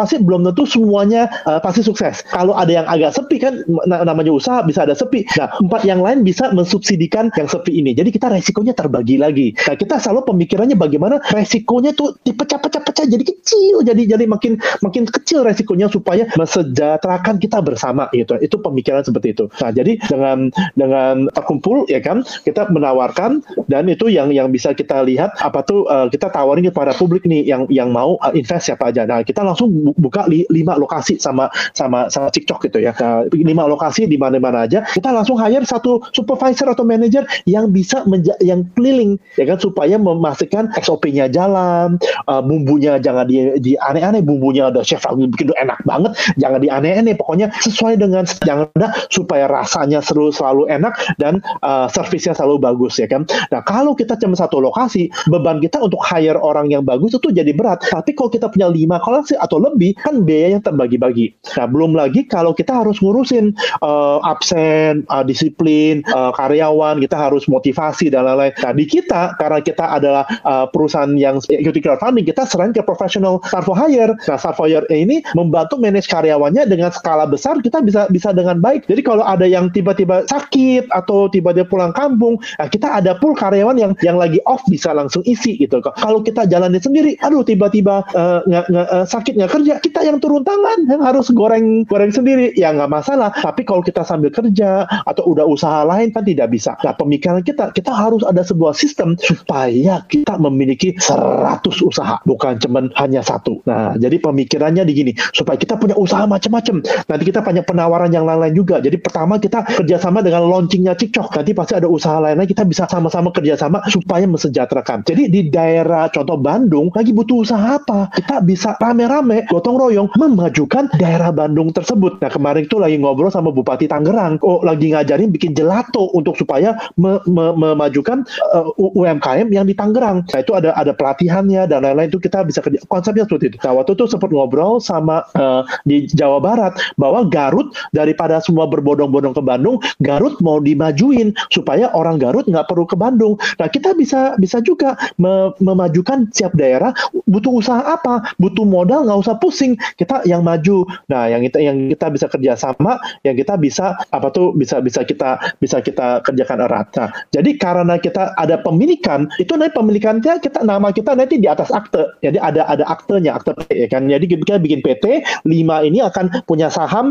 lokasi belum tentu semuanya uh, pasti sukses. Kalau ada yang agak sepi kan, namanya usaha bisa ada sepi. Nah, empat yang lain bisa mensubsidikan yang sepi ini. Jadi kita resikonya terbagi lagi. Nah, kita selalu pemikirannya bagaimana resikonya tuh dipecah-pecah-pecah jadi kecil, jadi jadi makin makin kecil resikonya supaya mesejahterakan kita bersama gitu. Itu pemikiran seperti itu. Nah, jadi dengan dengan terkumpul ya kan, kita menawarkan dan itu yang yang bisa kita lihat apa tuh uh, kita tawarin kepada publik nih yang yang mau uh, invest siapa aja. Nah, kita langsung buka li, lima lokasi sama sama sama TikTok gitu ya. Nah, lima lokasi di mana-mana aja. Kita langsung hire satu supervisor atau manager yang bisa menja- yang keliling ya kan supaya memastikan S O P-nya jalan, uh, bumbunya jangan di, di aneh-aneh, bumbunya ada chef lagi bikin enak banget, jangan di aneh-aneh, pokoknya sesuai dengan yang ada supaya rasanya selalu selalu enak dan uh, servisnya selalu bagus ya kan. Nah, kalau kita cuma satu lokasi, beban kita untuk hire orang yang bagus itu jadi berat. Tapi kalau kita punya lima lokasi atau lebih, kan biayanya terbagi-bagi. Nah, belum lagi kalau kita harus ngurusin uh, absen, uh, disiplin, uh, karyawan, kita harus motivasi dan lain-lain. Nah, di kita, karena kita adalah uh, perusahaan yang ikuti crowdfunding, kita serahin ke professional Start for Hire. Nah, Start for Hire ini membantu manage karyawannya dengan skala besar, kita bisa bisa dengan baik. Jadi kalau ada yang tiba-tiba sakit atau tiba-tiba pulang kampung, nah kita ada pool karyawan yang yang lagi off bisa langsung isi gitu. Kalau kita jalanin sendiri, aduh tiba-tiba uh, nggak nggak uh, sakit nggak kerja, kita yang turun tangan, yang harus goreng goreng sendiri, ya nggak masalah. Tapi kalau kita sambil kerja atau udah usaha lain kan tidak bisa. Nah, pemikiran kita, kita harus ada sebuah sistem supaya kita memiliki seratus usaha, bukan cuma hanya satu. Nah, jadi pemikirannya di gini, supaya kita punya usaha macam-macam. Nanti kita punya penawaran yang lain-lain juga. Jadi pertama kita kerjasama dengan launchingnya TikTok. Nanti pasti ada usaha lain-lain, kita bisa sama-sama kerjasama supaya mesejahterakan. Jadi di daerah contoh Bandung lagi butuh usaha apa? Kita bisa rame-rame, gotong royong memajukan daerah Bandung tersebut. Nah, kemarin tuh lagi ngobrol sama Bupati Tangerang. Oh, lagi ngajarin bikin gelato untuk supaya me- me- memajukan uh, U M K M yang di Tangerang. Nah, itu ada ada pelatihannya dan lain-lain, itu kita bisa kerja. Konsepnya seperti itu. Nah, waktu itu sempat ngobrol sama uh, di Jawa Barat bahwa Garut daripada semua berbondong-bondong ke Bandung, Garut mau dimajuin supaya orang Garut nggak perlu ke Bandung. Nah, kita bisa bisa juga me- memajukan setiap daerah butuh usaha apa, butuh modal, nggak usah pusing, kita yang maju. Nah, yang kita yang kita bisa kerjasama, yang kita bisa apa tuh bisa bisa kita bisa kita kerjakan erat. Nah, jadi karena kita ada pemilikan, itu nanti pemilikannya kita nama kita nanti di atas akte. Jadi ada ada aktenya, akte P T ya kan. Jadi kita bikin P T, lima ini akan punya saham,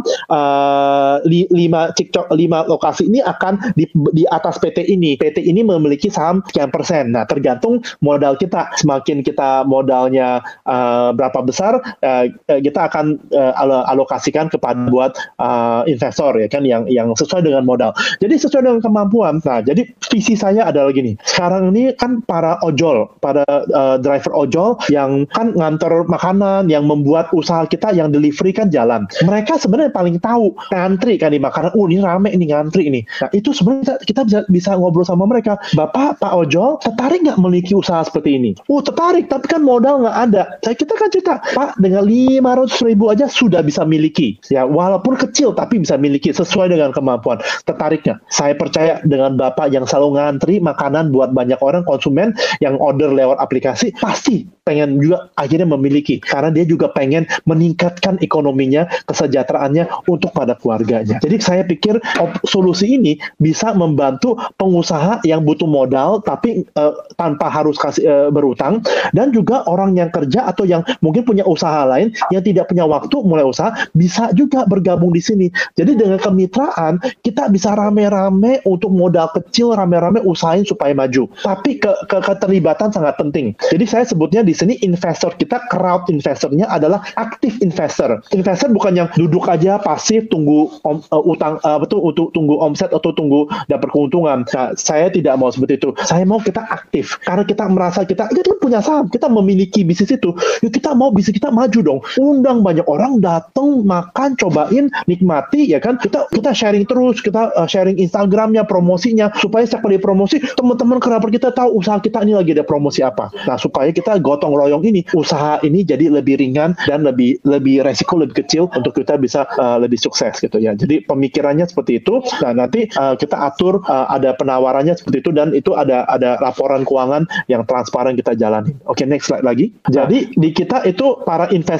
uh, li, lima TikTok, lima lokasi ini akan di, di atas P T ini. P T ini memiliki saham sekian persen. Nah, tergantung modal kita. Semakin kita modalnya uh, berapa besar, uh, kita akan uh, alokasikan kepada buat uh, investor ya kan, yang yang sesuai dengan modal. Jadi sesuai dengan kemampuan. Nah, jadi visi saya adalah gini. Sekarang ini kan para ojol, para uh, driver ojol yang kan nganter makanan, yang membuat usaha kita yang delivery kan jalan. Mereka sebenarnya paling tahu ngantri kan di makanan. Oh, ini rame ini ngantri ini. Nah, itu sebenarnya kita bisa bisa ngobrol sama mereka. Bapak, Pak ojol, tertarik nggak memiliki usaha seperti ini? Oh, tertarik, tapi kan modal nggak ada. Saya kita kan cerita, Pak, dengan lima ratus ribu aja sudah bisa miliki. Ya, walaupun kecil tapi bisa miliki sesuai dengan kemampuan. Tertariknya, saya percaya dengan Bapak yang selalu ngantri makanan buat banyak orang konsumen yang order lewat aplikasi, pasti pengen juga akhirnya memiliki, karena dia juga pengen meningkatkan ekonominya, kesejahteraannya untuk pada keluarganya. Jadi saya pikir op- solusi ini bisa membantu pengusaha yang butuh modal tapi uh, tanpa harus kasih uh, berutang, dan juga orang yang kerja atau yang mungkin punya usaha lain yang tidak punya waktu mulai usaha bisa juga bergabung di sini. Jadi dengan kemitraan kita bisa rame-rame untuk modal kecil, rame-rame usahain supaya maju. Tapi ke, ke keterlibatan sangat penting. Jadi saya sebutnya di sini investor kita, crowd investornya adalah aktif investor. Investor bukan yang duduk aja pasif tunggu om, uh, utang uh, betul untuk tunggu omset atau tunggu dapat keuntungan. Nah, saya tidak mau seperti itu. Saya mau kita aktif karena kita merasa kita kita punya saham, kita memiliki bisnis itu. Yuk kita mau bisnis kita maju dong. Undang banyak orang datang, makan, cobain, nikmati ya kan. Kita kita sharing terus, kita uh, sharing Instagramnya, promosinya supaya setiap kali promosi teman-teman kerabat kita tahu usaha kita ini lagi ada promosi apa. Nah, supaya kita gotong royong ini, usaha ini jadi lebih ringan dan lebih lebih resiko lebih kecil untuk kita bisa uh, lebih sukses gitu ya. Jadi pemikirannya seperti itu. Nah, nanti uh, kita atur uh, ada penawarannya seperti itu, dan itu ada ada laporan keuangan yang transparan kita jalani. Oke, okay, next slide lagi. Jadi di kita itu para investor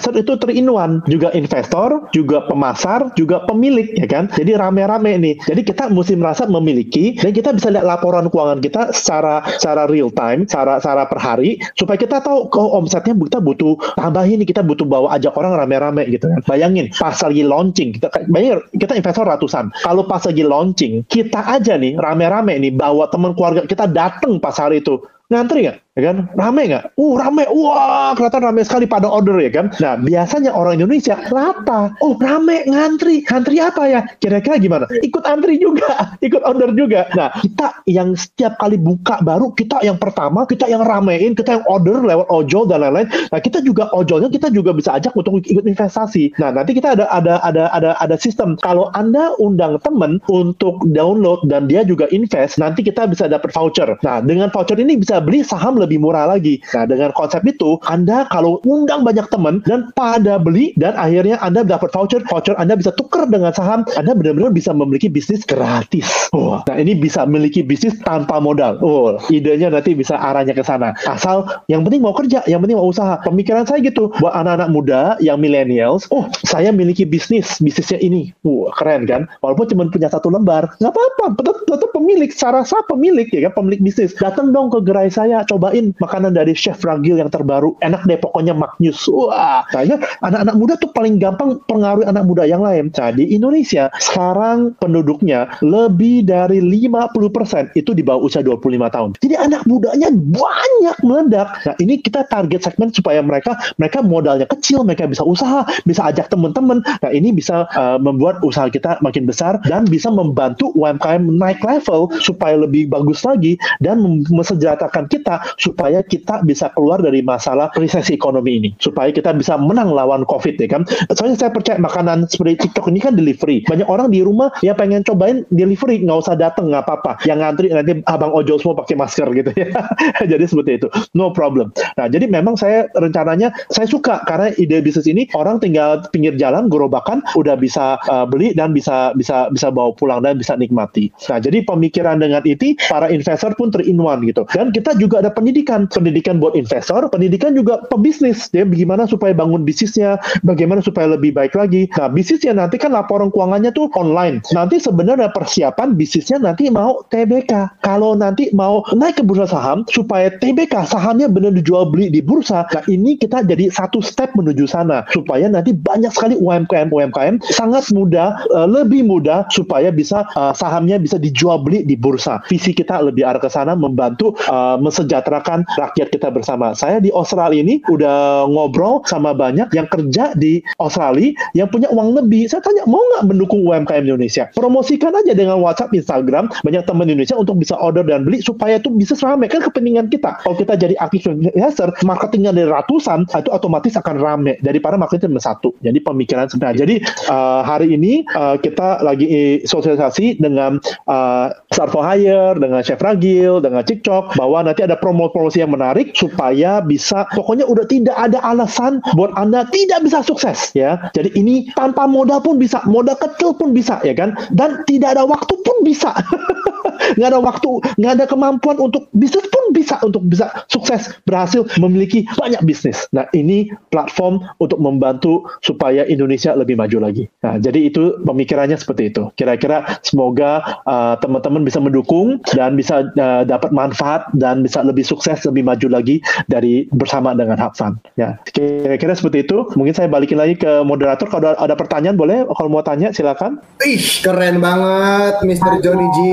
investor itu three in one, juga investor, juga pemasar, juga pemilik, ya kan? Jadi rame-rame nih. Jadi kita mesti merasa memiliki, dan kita bisa lihat laporan keuangan kita secara secara real time, secara secara per hari, supaya kita tahu oh, omsetnya kita butuh tambahin nih, kita butuh bawa ajak orang rame-rame gitu kan. Bayangin pas lagi launching, kita bayangin kita investor ratusan. Kalau pas lagi launching, kita aja nih rame-rame nih bawa teman keluarga kita datang pas hari itu. Ngantri nggak? Ya kan? Rame nggak? Uh, rame. Wah, kelihatan rame sekali pada order ya kan? Nah, biasanya orang Indonesia rata. Oh, rame, ngantri. Ngantri apa ya? Kira-kira gimana? Ikut antri juga. Ikut order juga. Nah, kita yang setiap kali buka baru, kita yang pertama, kita yang ramein, kita yang order lewat ojol dan lain-lain. Nah, kita juga ojolnya kita juga bisa ajak untuk ikut investasi. Nah, nanti kita ada ada ada ada ada sistem. Kalau Anda undang teman untuk download dan dia juga invest, nanti kita bisa dapat voucher. Nah, dengan voucher ini bisa beli saham lebih murah lagi. Nah, dengan konsep itu, Anda kalau undang banyak teman dan pada beli dan akhirnya Anda dapat voucher, voucher Anda bisa tukar dengan saham, Anda benar-benar bisa memiliki bisnis gratis. Oh, nah ini bisa memiliki bisnis tanpa modal. Oh, idenya nanti bisa arahnya ke sana. Asal yang penting mau kerja, yang penting mau usaha. Pemikiran saya gitu. Buat anak-anak muda yang millennials, oh, saya miliki bisnis, bisnisnya ini. Wah, keren kan? Walaupun cuma punya satu lembar, nggak apa-apa. Tetap, tetap pemilik, secara sah pemilik ya kan, pemilik bisnis. Datang dong ke gerai saya, cobain makanan dari Chef Ragil yang terbaru, enak deh pokoknya maknyus. Wah, kayaknya anak-anak muda tuh paling gampang pengaruhi anak muda yang lain. Nah, di Indonesia sekarang penduduknya lebih dari lima puluh persen itu di bawah usia dua puluh lima tahun. Jadi anak mudanya banyak meledak. Nah, ini kita target segmen supaya mereka mereka modalnya kecil, mereka bisa usaha, bisa ajak teman-teman. Nah, ini bisa uh, membuat usaha kita makin besar dan bisa membantu U M K M naik level supaya lebih bagus lagi dan mesejahterakan kita supaya kita bisa keluar dari masalah resesi ekonomi ini, supaya kita bisa menang lawan COVID ya kan. Soalnya saya percaya makanan seperti TikTok ini kan delivery. Banyak orang di rumah yang pengen cobain delivery, nggak usah datang, nggak apa-apa. Yang ngantri nanti abang ojol semua pakai masker gitu ya. Jadi seperti itu, no problem. Nah, jadi memang saya rencananya saya suka karena ide bisnis ini orang tinggal pinggir jalan gerobakan udah bisa uh, beli dan bisa bisa bisa bawa pulang dan bisa nikmati. Nah, jadi pemikiran dengan itu para investor pun three in one gitu. Dan kita juga ada pendidikan, pendidikan buat investor, pendidikan juga pebisnis. Ya, bagaimana supaya bangun bisnisnya, bagaimana supaya lebih baik lagi. Nah, bisnisnya nanti kan laporan keuangannya tuh online. Nanti sebenarnya persiapan bisnisnya nanti mau T B K. Kalau nanti mau naik ke bursa saham, supaya T B K sahamnya benar dijual beli di bursa. Nah, ini kita jadi satu step menuju sana. Supaya nanti banyak sekali U M K M-U M K M sangat mudah, uh, lebih mudah supaya bisa uh, sahamnya bisa dijual beli di bursa. Visi kita lebih arah ke sana, membantu uh, mesejahterakan rakyat kita bersama. Saya di Australia ini udah ngobrol sama banyak yang kerja di Australia yang punya uang lebih. Saya tanya, mau nggak mendukung U M K M Indonesia? Promosikan aja dengan WhatsApp, Instagram, banyak teman Indonesia untuk bisa order dan beli supaya itu bisa rame. Kan kepentingan kita. Kalau kita jadi aktif investor, marketingnya dari ratusan, itu otomatis akan rame daripada marketing cuma satu. Jadi pemikiran sebenarnya. Jadi uh, hari ini uh, kita lagi sosialisasi dengan uh, Start for Hire, dengan Chef Ragil, dengan TikTok, bahwa nanti ada promo-promosi yang menarik supaya bisa, pokoknya udah tidak ada alasan buat Anda tidak bisa sukses ya. Jadi ini tanpa modal pun bisa, modal kecil pun bisa ya kan, dan tidak ada waktu pun bisa. Nggak ada waktu, nggak ada kemampuan untuk bisnis pun bisa, untuk bisa sukses, berhasil memiliki banyak bisnis. Nah, ini platform untuk membantu supaya Indonesia lebih maju lagi. Nah, jadi itu pemikirannya seperti itu. Kira-kira semoga uh, teman-teman bisa mendukung dan bisa uh, dapat manfaat dan bisa lebih sukses, lebih maju lagi dari bersama dengan HubFund. Ya, kira-kira seperti itu. Mungkin saya balikin lagi ke moderator. Kalau ada, ada pertanyaan boleh, kalau mau tanya silakan. Ih, keren banget mister Johnny G.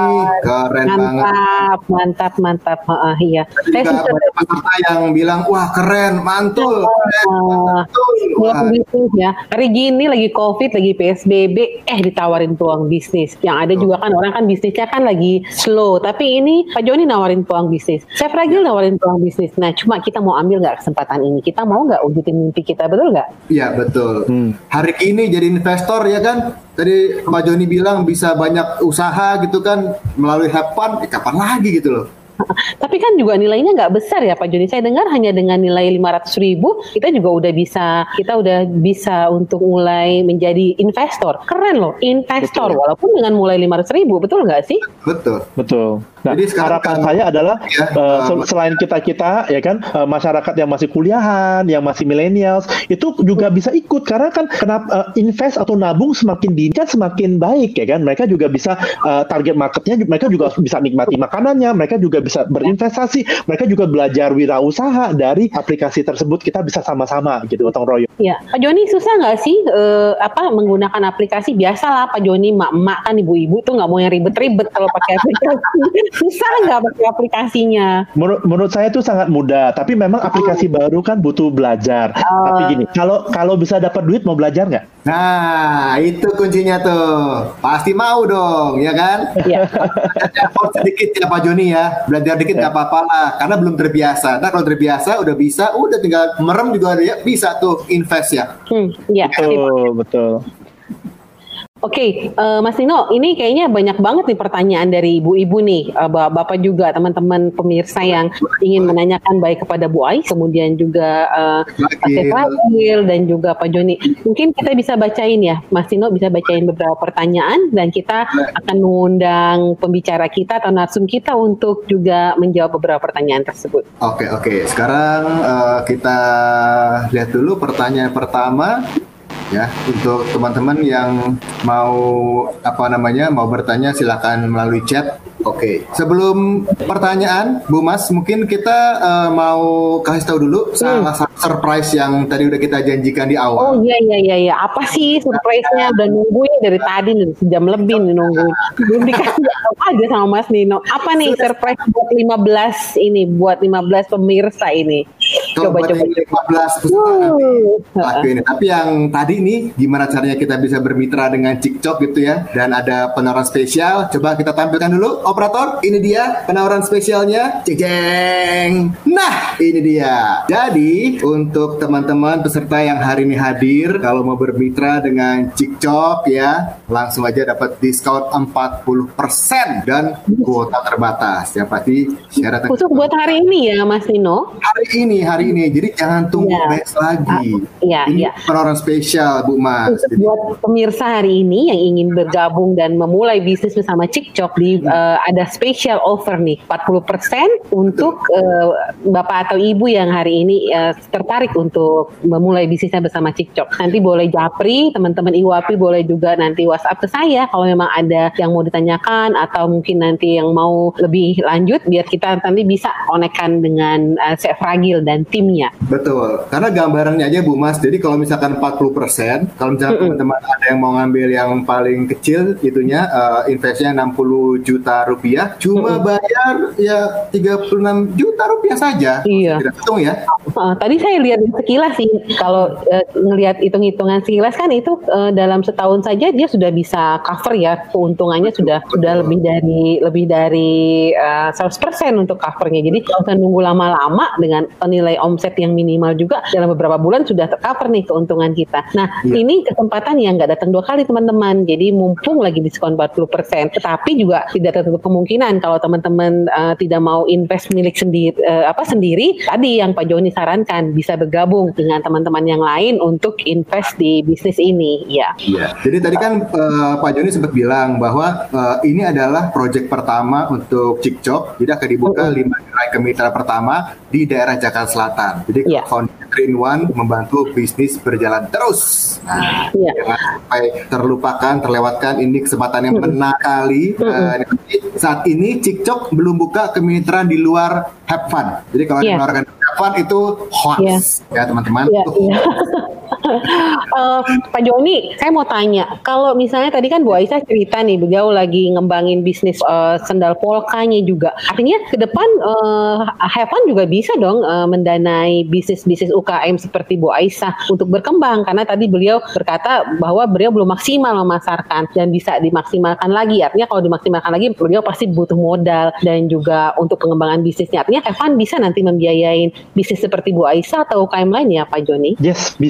Keren mantap, banget. Mantap, mantap, mantap. Uh, iya. Saya juga banyak peserta yang bilang, wah keren, mantul. Keren, mantul. Peluang bisnis ya. Hari gini lagi COVID, lagi P S B B, eh ditawarin peluang bisnis. Yang ada juga kan orang kan bisnisnya kan lagi slow. Tapi ini Pak Joni nawarin peluang bisnis. Chef Ragil nawarin peluang bisnis. Nah, cuma kita mau ambil nggak kesempatan ini? Kita mau nggak wujudin mimpi kita, betul nggak? Iya, betul. Hmm. Hari ini jadi investor ya kan? Tadi Pak Joni bilang bisa banyak usaha gitu kan melalui HubFund, eh, kapan lagi gitu loh. Tapi kan juga nilainya nggak besar ya Pak Joni. Saya dengar hanya dengan nilai lima ratus ribu kita juga udah bisa kita udah bisa untuk mulai menjadi investor. Keren loh, investor. Betul. Walaupun dengan mulai lima ratus ribu, betul nggak sih? Betul. Betul. Nah, jadi harapan kan, saya adalah ya, uh, uh, selain kita-kita ya kan uh, masyarakat yang masih kuliahan, yang masih millennials itu juga bisa ikut karena kan kenapa uh, invest atau nabung semakin dini kan semakin baik ya kan. Mereka juga bisa uh, target marketnya, mereka juga bisa nikmati makanannya, mereka juga bisa berinvestasi, mereka juga belajar wirausaha dari aplikasi tersebut. Kita bisa sama-sama gitu gotong royong. Ya, Pak Joni susah nggak sih uh, apa menggunakan aplikasi? Biasalah Pak Joni, mak-mak kan ibu-ibu tuh nggak mau yang ribet-ribet kalau pakai aplikasi. Susah nggak pakai aplikasinya? Menurut, menurut saya itu sangat mudah, tapi memang aplikasi oh. baru kan butuh belajar. Oh. Tapi gini, kalau kalau bisa dapat duit mau belajar nggak? Nah, itu kuncinya tuh. Pasti mau dong, ya kan? Iya. Effort sedikit ya Pak Joni ya. Belajar dikit nggak ya. apa-apa lah, karena belum terbiasa. Nah, kalau terbiasa udah bisa, udah tinggal merem juga ya, bisa tuh invest ya. Hmm, iya. Betul, betul. Oke, okay, uh, Mas Nino, ini kayaknya banyak banget nih pertanyaan dari ibu-ibu nih, uh, Bapak juga, teman-teman pemirsa yang ingin menanyakan baik kepada Bu Ais, kemudian juga uh, Pak Fadil dan juga Pak Joni. Mungkin kita bisa bacain ya, Mas Nino bisa bacain beberapa pertanyaan dan kita akan mengundang pembicara kita atau narsum kita untuk juga menjawab beberapa pertanyaan tersebut. Oke, okay, oke. Okay. Sekarang uh, kita lihat dulu pertanyaan pertama. Ya, untuk teman-teman yang mau apa namanya mau bertanya silakan melalui chat. Oke, okay. Sebelum pertanyaan, Bu Mas, mungkin kita uh, mau kasih tahu dulu hmm. salah satu surprise yang tadi udah kita janjikan di awal. Oh iya iya iya iya. Apa sih surprise-nya? Udah nungguin dari tadi nih sejam lebih nih nungguin. Belum dikasih tahu aja sama Mas Nino. Apa nih surprise buat lima belas ini, buat lima belas pemirsa ini? Coba coba lima belas uh. ini. Tapi yang tadi nih gimana caranya kita bisa bermitra dengan TikTok gitu ya, dan ada penawaran spesial. Coba kita tampilkan dulu operator, ini dia penawaran spesialnya. Jeng. Nah, ini dia. Jadi untuk teman-teman peserta yang hari ini hadir, kalau mau bermitra dengan TikTok ya, langsung aja dapat diskon empat puluh persen dan kuota terbatas. Yang pasti syarat khusus buat hari ini ya Mas Nino. Hari ini, hari ini. Jadi jangan tunggu ya. Besok lagi. Iya, ini iya. penawaran spesial Bu Mas. Khusus buat pemirsa hari ini yang ingin bergabung dan memulai bisnis bersama TikTok di hmm. uh, ada special offer nih empat puluh persen untuk uh, Bapak atau Ibu yang hari ini uh, tertarik untuk memulai bisnisnya bersama TikTok. Nanti boleh japri, teman-teman I W A P I boleh juga nanti WhatsApp ke saya kalau memang ada yang mau ditanyakan atau mungkin nanti yang mau lebih lanjut biar kita nanti bisa konekkan dengan uh, Chef Ragil dan timnya. Betul. Karena gambarannya aja Bu Mas. Jadi kalau misalkan empat puluh persen, kalau misalkan mm-mm. teman-teman ada yang mau ngambil yang paling kecil itunya uh, investnya enam puluh juta rupiah, cuma mm-mm. bayar ya tiga puluh enam juta rupiah saja. Iya. Tidak hitung ya. Uh, tadi saya lihat sekilas sih, kalau uh, ngelihat hitung-hitungan sekilas kan itu uh, dalam setahun saja dia sudah bisa cover ya, keuntungannya sudah betul, sudah betul. lebih dari lebih dari uh, seratus persen untuk covernya. Jadi kalau saya nunggu lama-lama dengan nilai omset yang minimal juga dalam beberapa bulan sudah tercover nih keuntungan kita. Nah, ya. Ini kesempatan yang nggak datang dua kali teman-teman. Jadi mumpung lagi diskon empat puluh persen. Tetapi juga tidak tertutup kemungkinan kalau teman-teman uh, tidak mau invest milik sendiri uh, apa sendiri, tadi yang Pak Joni sarankan bisa bergabung dengan teman-teman yang lain untuk invest di bisnis ini. Ya. Iya. Jadi tadi kan uh, Pak Joni sempat bilang bahwa uh, ini adalah proyek pertama untuk TikTok. Jadi akan dibuka uh-uh. lima gerai kemitra pertama di daerah Jakarta Selatan. Jadi yeah. Foundation three in one membantu bisnis berjalan terus. Nah, yeah. jangan sampai terlupakan, terlewatkan. Ini kesempatan yang benar kali. Uh, saat ini TikTok belum buka kemitraan di luar Have Fun. Jadi kalau yeah. menawarkan Have Fun itu hoax yeah. ya teman-teman. Yeah, yeah. uh, Pak Joni, saya mau tanya, kalau misalnya tadi kan Bu Aisyah cerita nih, beliau lagi ngembangin bisnis uh, sendal polkanya juga. Artinya ke depan uh, Have Fun juga bisa dong uh, mendanai bisnis-bisnis U K M seperti Bu Aisyah untuk berkembang, karena tadi beliau berkata bahwa beliau belum maksimal memasarkan dan bisa dimaksimalkan lagi. Artinya kalau dimaksimalkan lagi beliau pasti butuh modal dan juga untuk pengembangan bisnisnya. Artinya Have Fun bisa nanti membiayain bisnis seperti Bu Aisyah atau U K M lain ya Pak Joni? Yes, bisa, sangat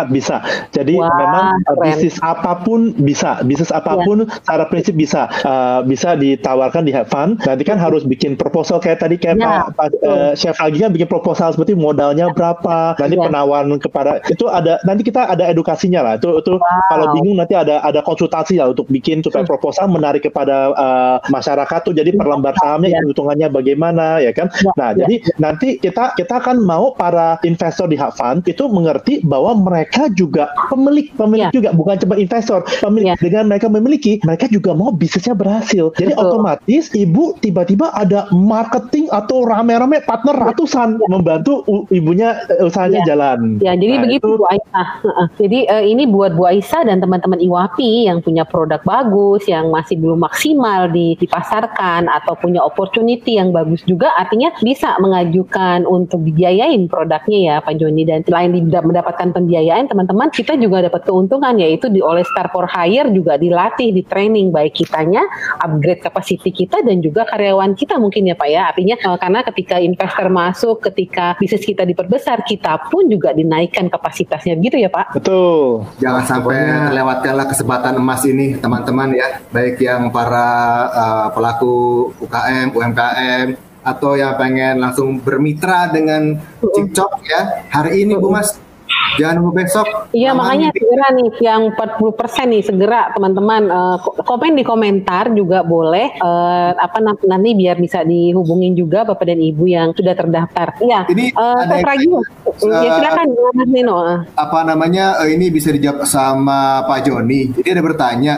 Sangat bisa. Jadi Wah, memang uh, keren. bisnis apapun bisa, bisnis apapun secara prinsip bisa, uh, bisa ditawarkan di Have Fun. Nanti kan harus bikin proposal kayak tadi kayak Ya, Pak, Pak uh, Chef Agi kan bikin proposal seperti modalnya berapa, nanti Ya. penawaran kepada itu ada, nanti kita ada edukasinya lah. Itu itu kalau bingung nanti ada ada konsultasi lah untuk bikin supaya proposal menarik kepada uh, masyarakat tuh. Jadi per lembar sahamnya Ya. hitung-hitungannya bagaimana ya kan. Ya, Nah, ya. jadi nanti kita kita akan mau para investor di Have Fun itu mengerti bahwa mereka juga pemilik pemilik Ya. juga, bukan cuma investor pemilik. Ya. Dengan mereka memiliki, mereka juga mau bisnisnya berhasil. Jadi Betul. otomatis ibu tiba-tiba ada marketing atau rame-rame partner ratusan membantu u- ibunya eh, usahanya Ya. jalan. Ya, jadi Nah, begitu itu- Bu Aisyah. Heeh. Jadi eh, ini buat Bu Aisyah dan teman-teman Iwapi yang punya produk bagus, yang masih belum maksimal di, dipasarkan atau punya opportunity yang bagus juga, artinya bisa mengajukan untuk dibiayain produknya ya Pak Joni. Dan selain tidak mendapatkan pembiayaan, teman-teman kita juga dapat keuntungan, yaitu di oleh Star for Hire juga dilatih, di training baik kitanya, upgrade capacity kita dan juga karyawan kita mungkin ya Pak ya. Artinya eh, karena ketika investor masuk, ketika bisnis kita diperbesar, kita pun juga dinaikkan kapasitasnya gitu ya Pak. Betul. Jangan sampai terlewatkanlah kesempatan emas ini teman-teman ya, baik yang para uh, pelaku U K M, U M K M atau yang pengen langsung bermitra dengan TikTok ya. Hari ini Bu Mas, jangan nunggu besok. Iya, Namanya makanya di- segera nih yang empat puluh persen nih segera teman-teman eh, ko- komen di komentar juga boleh eh, apa na- nanti biar bisa dihubungin juga Bapak dan Ibu yang sudah terdaftar. Iya. Ini eh, ada yang- lagi. Ya silakan Mas Nino. Eh. apa namanya eh, ini bisa dijawab sama Pak Joni. Jadi ada bertanya,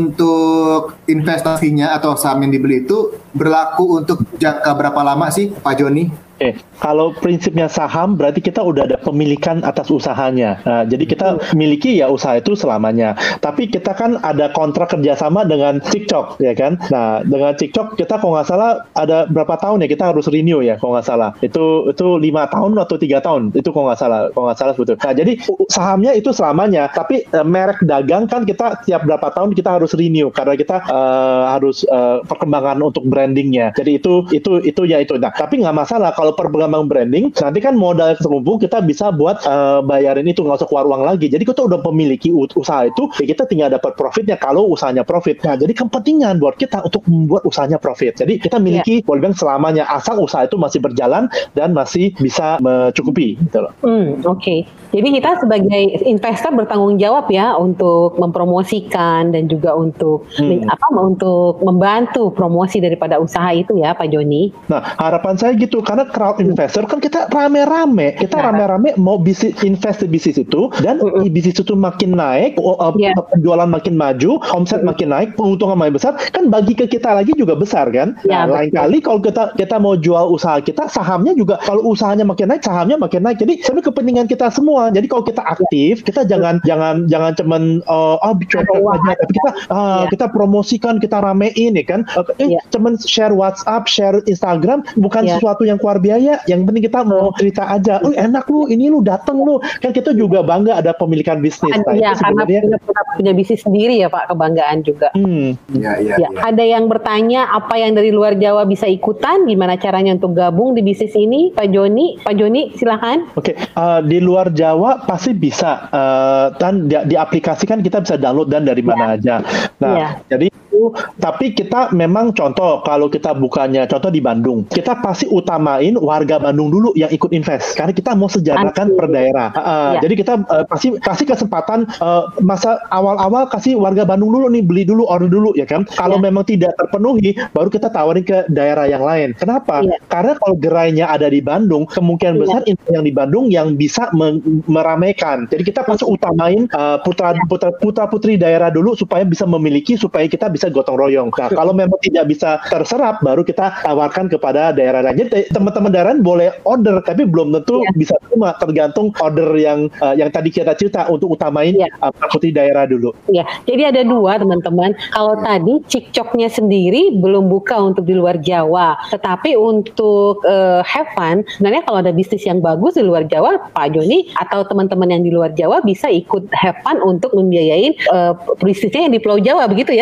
untuk investasinya atau saham yang dibeli itu berlaku untuk jangka berapa lama sih Pak Joni? Oke, kalau prinsipnya saham berarti kita udah ada pemilikan atas usahanya. Nah, jadi kita miliki ya usaha itu selamanya. Tapi kita kan ada kontrak kerjasama dengan TikTok, ya kan? Nah, dengan TikTok kita kalau nggak salah ada berapa tahun ya kita harus renew ya kalau nggak salah. Itu itu lima tahun atau tiga tahun. Itu kalau nggak salah, kalau nggak salah sebetulnya. Nah, jadi u- sahamnya itu selamanya. Tapi eh, merek dagang kan kita tiap berapa tahun kita harus renew karena kita eh, harus eh, perkembangan untuk brandingnya. Jadi itu itu itu ya itu. Nah, tapi nggak masalah kalau perkembangan branding, nanti kan modal terkumpul kita bisa buat uh, bayarin itu, nggak usah keluar uang lagi. Jadi kita udah memiliki u- usaha itu, ya kita tinggal dapat profitnya kalau usahanya profit. Nah, jadi kepentingan buat kita untuk membuat usahanya profit. Jadi kita miliki, boleh bilang selamanya, asal usaha itu masih berjalan dan masih bisa mencukupi. Gitu loh. Hmm, oke. Jadi kita sebagai investor bertanggung jawab ya untuk mempromosikan dan juga untuk Hmm. apa untuk membantu promosi daripada usaha itu ya Pak Joni. Nah, harapan saya gitu, karena crowd investor kan kita rame-rame, kita Ya. rame-rame mau bisnis invest di bisnis itu, dan Mm-mm. bisnis itu makin naik, o- uh, Ya. penjualan makin maju, omset makin naik, keuntungan makin besar, kan bagi ke kita lagi juga besar kan. Ya, Nah, lain betul. kali kalau kita kita mau jual usaha kita, sahamnya juga kalau usahanya makin naik, sahamnya makin naik. Jadi sebenarnya kepentingan kita semua. Jadi kalau kita aktif, kita jangan jangan jangan cuman uh, ah bicara aja, tapi kita ah, Ya. kita promosikan, kita ramein ya kan. Uh, eh Ya. cuman share WhatsApp, share Instagram bukan Ya. sesuatu yang keluar biaya. Yang penting kita mau cerita aja, "Oh, enak lu, ini lu dateng lu." Kan kita juga bangga ada pemilikan bisnis. Nah, Ya, itu karena sebenarnya punya, punya, punya bisnis sendiri ya Pak, kebanggaan juga. hmm, Iya, iya, Ya, iya. ada yang bertanya apa yang dari luar Jawa bisa ikutan, gimana caranya untuk gabung di bisnis ini, Pak Joni? Pak Joni, silakan. Oke, uh, di luar Jawa pasti bisa, uh, dan di, diaplikasikan kita bisa download dan dari mana aja. Nah, Ya. jadi itu, tapi kita memang contoh kalau kita bukanya, contoh di Bandung, kita pasti utamain warga Bandung dulu yang ikut invest, karena kita mau sejajarkan Pasti. per daerah. Uh, uh, Ya. Jadi kita uh, pasti kasih kesempatan uh, masa awal-awal kasih warga Bandung dulu nih, beli dulu, order dulu ya kan. Kalau Ya. memang tidak terpenuhi, baru kita tawarin ke daerah yang lain. Kenapa? Ya. Karena kalau gerainya ada di Bandung, kemungkinan Iya. besar yang di Bandung yang bisa men- meramaikan. Jadi kita pasti utamain uh, putra putra putra putri daerah dulu supaya bisa memiliki, supaya kita bisa gotong royong. Nah, kalau memang tidak bisa terserap, baru kita tawarkan kepada daerah lain. Jadi teman-teman daerah boleh order, tapi belum tentu Iya. bisa terima, tergantung order yang uh, yang tadi kita cerita untuk utamain Iya. uh, putra putri daerah dulu. Ya, jadi ada dua teman-teman. Kalau tadi Cikcoknya sendiri belum buka untuk di luar Jawa, tetapi untuk eh, have fun, sebenarnya kalau ada bisnis yang bagus di luar Jawa, Pak Joni atau teman-teman yang di luar Jawa bisa ikut have fun untuk membiayain eh, bisnisnya yang di Pulau Jawa, begitu ya Pak Joni ya?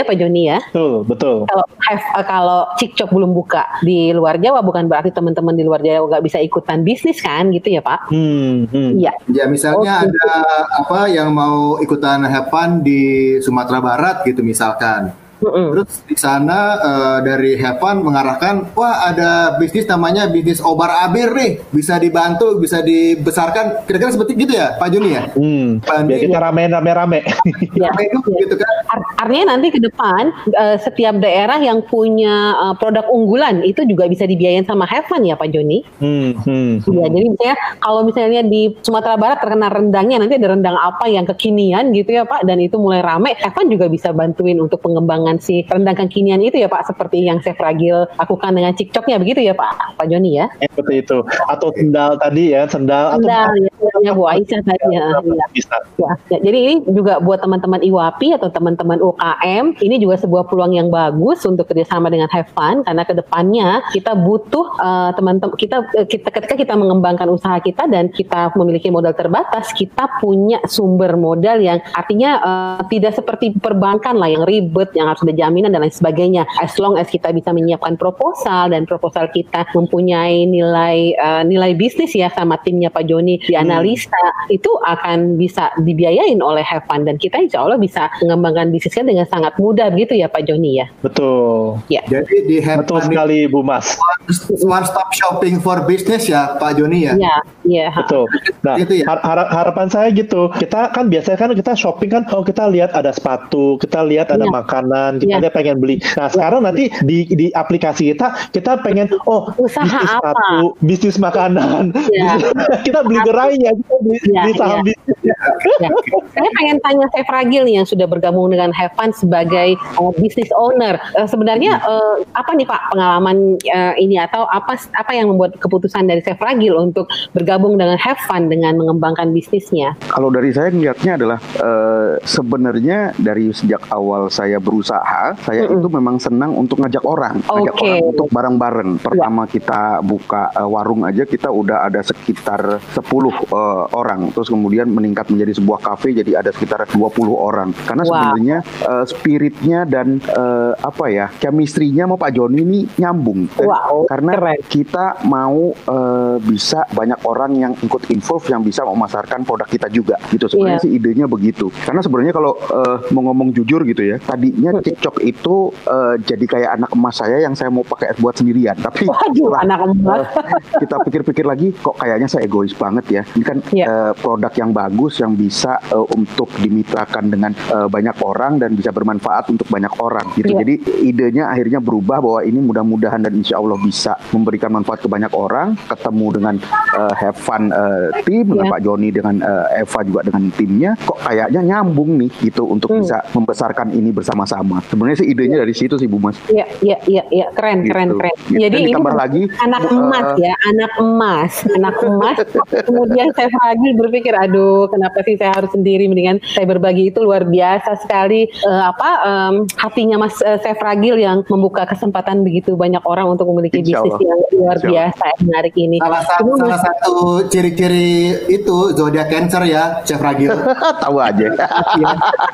ya. Betul, betul. Kalau have, uh, kalau Cikcok belum buka di luar Jawa, bukan berarti teman-teman di luar Jawa nggak bisa ikutan bisnis kan, gitu ya Pak? Hmm, hmm. Iya. Ya misalnya Oke. ada apa yang mau ikutan have fun di Sumatera Barat gitu misalkan. Mm-mm. Terus di sana eh, dari have fun mengarahkan, wah ada bisnis namanya bisnis obar abir nih, bisa dibantu, bisa dibesarkan, kira-kira seperti gitu ya Pak Joni ya? Hmm. Biar kita ramein rame-rame. Ya. Sampai itu gitu kan? Ar- Artinya nanti ke depan uh, setiap daerah yang punya uh, produk unggulan itu juga bisa dibiayain sama have fun ya Pak Joni? Hmm, hmm. Iya, jadi misalnya kalau misalnya di Sumatera Barat terkenal rendangnya, nanti ada rendang apa yang kekinian gitu ya Pak, dan itu mulai rame, have fun juga bisa bantuin untuk pengembangan si rendang kekinian itu ya Pak, seperti yang Chef Ragil lakukan dengan Cikcoknya begitu ya Pak, Pak Joni ya? Seperti itu. Atau sendal tadi ya, sendal. Sendal, atau ya, Bu Aisyah tadi ya. Iya. Bisa. Ya, ya, jadi ini juga buat teman-teman I W A P I atau teman-teman U K M, ini juga sebuah peluang yang bagus untuk kerjasama dengan Have Fun, karena kedepannya kita butuh uh, teman-teman kita, kita ketika kita mengembangkan usaha kita dan kita memiliki modal terbatas, kita punya sumber modal yang artinya uh, tidak seperti perbankan lah yang ribet, yang harus ada jaminan dan lain sebagainya. As long as kita bisa menyiapkan proposal dan proposal kita mempunyai nilai uh, nilai bisnis ya sama timnya Pak Joni dianalisa, hmm. itu akan bisa dibiayain oleh Have Fun dan kita insya Allah bisa mengembangkan bisnisnya dengan sangat mudah begitu ya Pak Joni ya. Betul. Ya. Jadi di Have Betul Fun sekali Bu Mas. one stop shopping for business ya Pak Joni ya. Iya, iya. Betul. Nah, Itu ya. har- har- harapan saya gitu. Kita kan biasanya kan kita shopping kan, oh kita lihat ada sepatu, kita lihat ada Ya. makanan, kita Ya. lihat pengen beli. Nah, sekarang nanti di di aplikasi kita kita pengen oh Usaha bisnis apa? sepatu, bisnis makanan. Ya. Kita beli gerainya, kita beli, Ya, beli saham ya. bisnisnya. Ya. Saya pengen tanya Chef Ragil nih yang sudah bergabung dengan Have Fun sebagai uh, business owner. Uh, sebenarnya uh, apa nih Pak pengalaman uh, ini atau apa apa yang membuat keputusan dari Chef Ragil untuk bergabung dengan Have Fun dengan mengembangkan bisnisnya? Kalau dari saya ngelihatnya adalah eh, sebenarnya dari sejak awal saya berusaha, saya Mm-mm. itu memang senang untuk ngajak orang, ngajak Oke. orang untuk bareng-bareng. Pertama kita buka eh, warung aja kita udah ada sekitar sepuluh eh, orang, terus kemudian meningkat menjadi sebuah kafe jadi ada sekitar dua puluh orang. Karena Wow. sebenarnya eh, spiritnya dan eh, apa ya, chemistry-nya sama Pak Joni ini nyambung. Dan Wow, karena keren. kita mau eh, bisa banyak orang yang ikut involve yang bisa memasarkan produk kita juga gitu sebenarnya Iya. sih idenya begitu. Karena sebenarnya kalau eh, mau ngomong jujur gitu ya, tadinya Cikcok itu eh, jadi kayak anak emas saya yang saya mau pakai buat sendirian, tapi Waduh, setelah, anak emas. eh, kita pikir-pikir lagi kok kayaknya saya egois banget ya. Ini kan Iya. eh, produk yang bagus yang bisa eh, untuk dimitrakan dengan eh, banyak orang dan bisa bermanfaat untuk banyak orang gitu. Iya. Jadi idenya akhirnya berubah bahwa ini mudah-mudahan dan insya Allah bisa memberikan manfaat ke banyak orang, ketemu dengan uh, Have Fun uh, tim, dengan Iya. Pak Joni, dengan uh, Eva juga dengan timnya, kok kayaknya nyambung nih gitu untuk Hmm. bisa membesarkan ini bersama-sama. Sebenarnya sih idenya dari situ sih Bu Mas. Iya, iya, iya, iya, keren, Gitu. keren, keren. Gitu. Jadi Dan ini ditambah lagi, anak uh, emas ya, anak emas, anak emas. Kemudian Chef Ragil berpikir, aduh, kenapa sih saya harus sendiri? Mendingan saya berbagi. Itu luar biasa sekali. Eh, apa em, hatinya Mas eh, Chef Ragil yang membuka kesempatan begitu banyak orang untuk memiliki Insya bisnis Allah. yang luar Insya Allah. biasa yang menarik ini. Salah satu, Cuma salah satu ciri-ciri itu zodiak Cancer ya, Chef Ragil. tahu aja. Iya.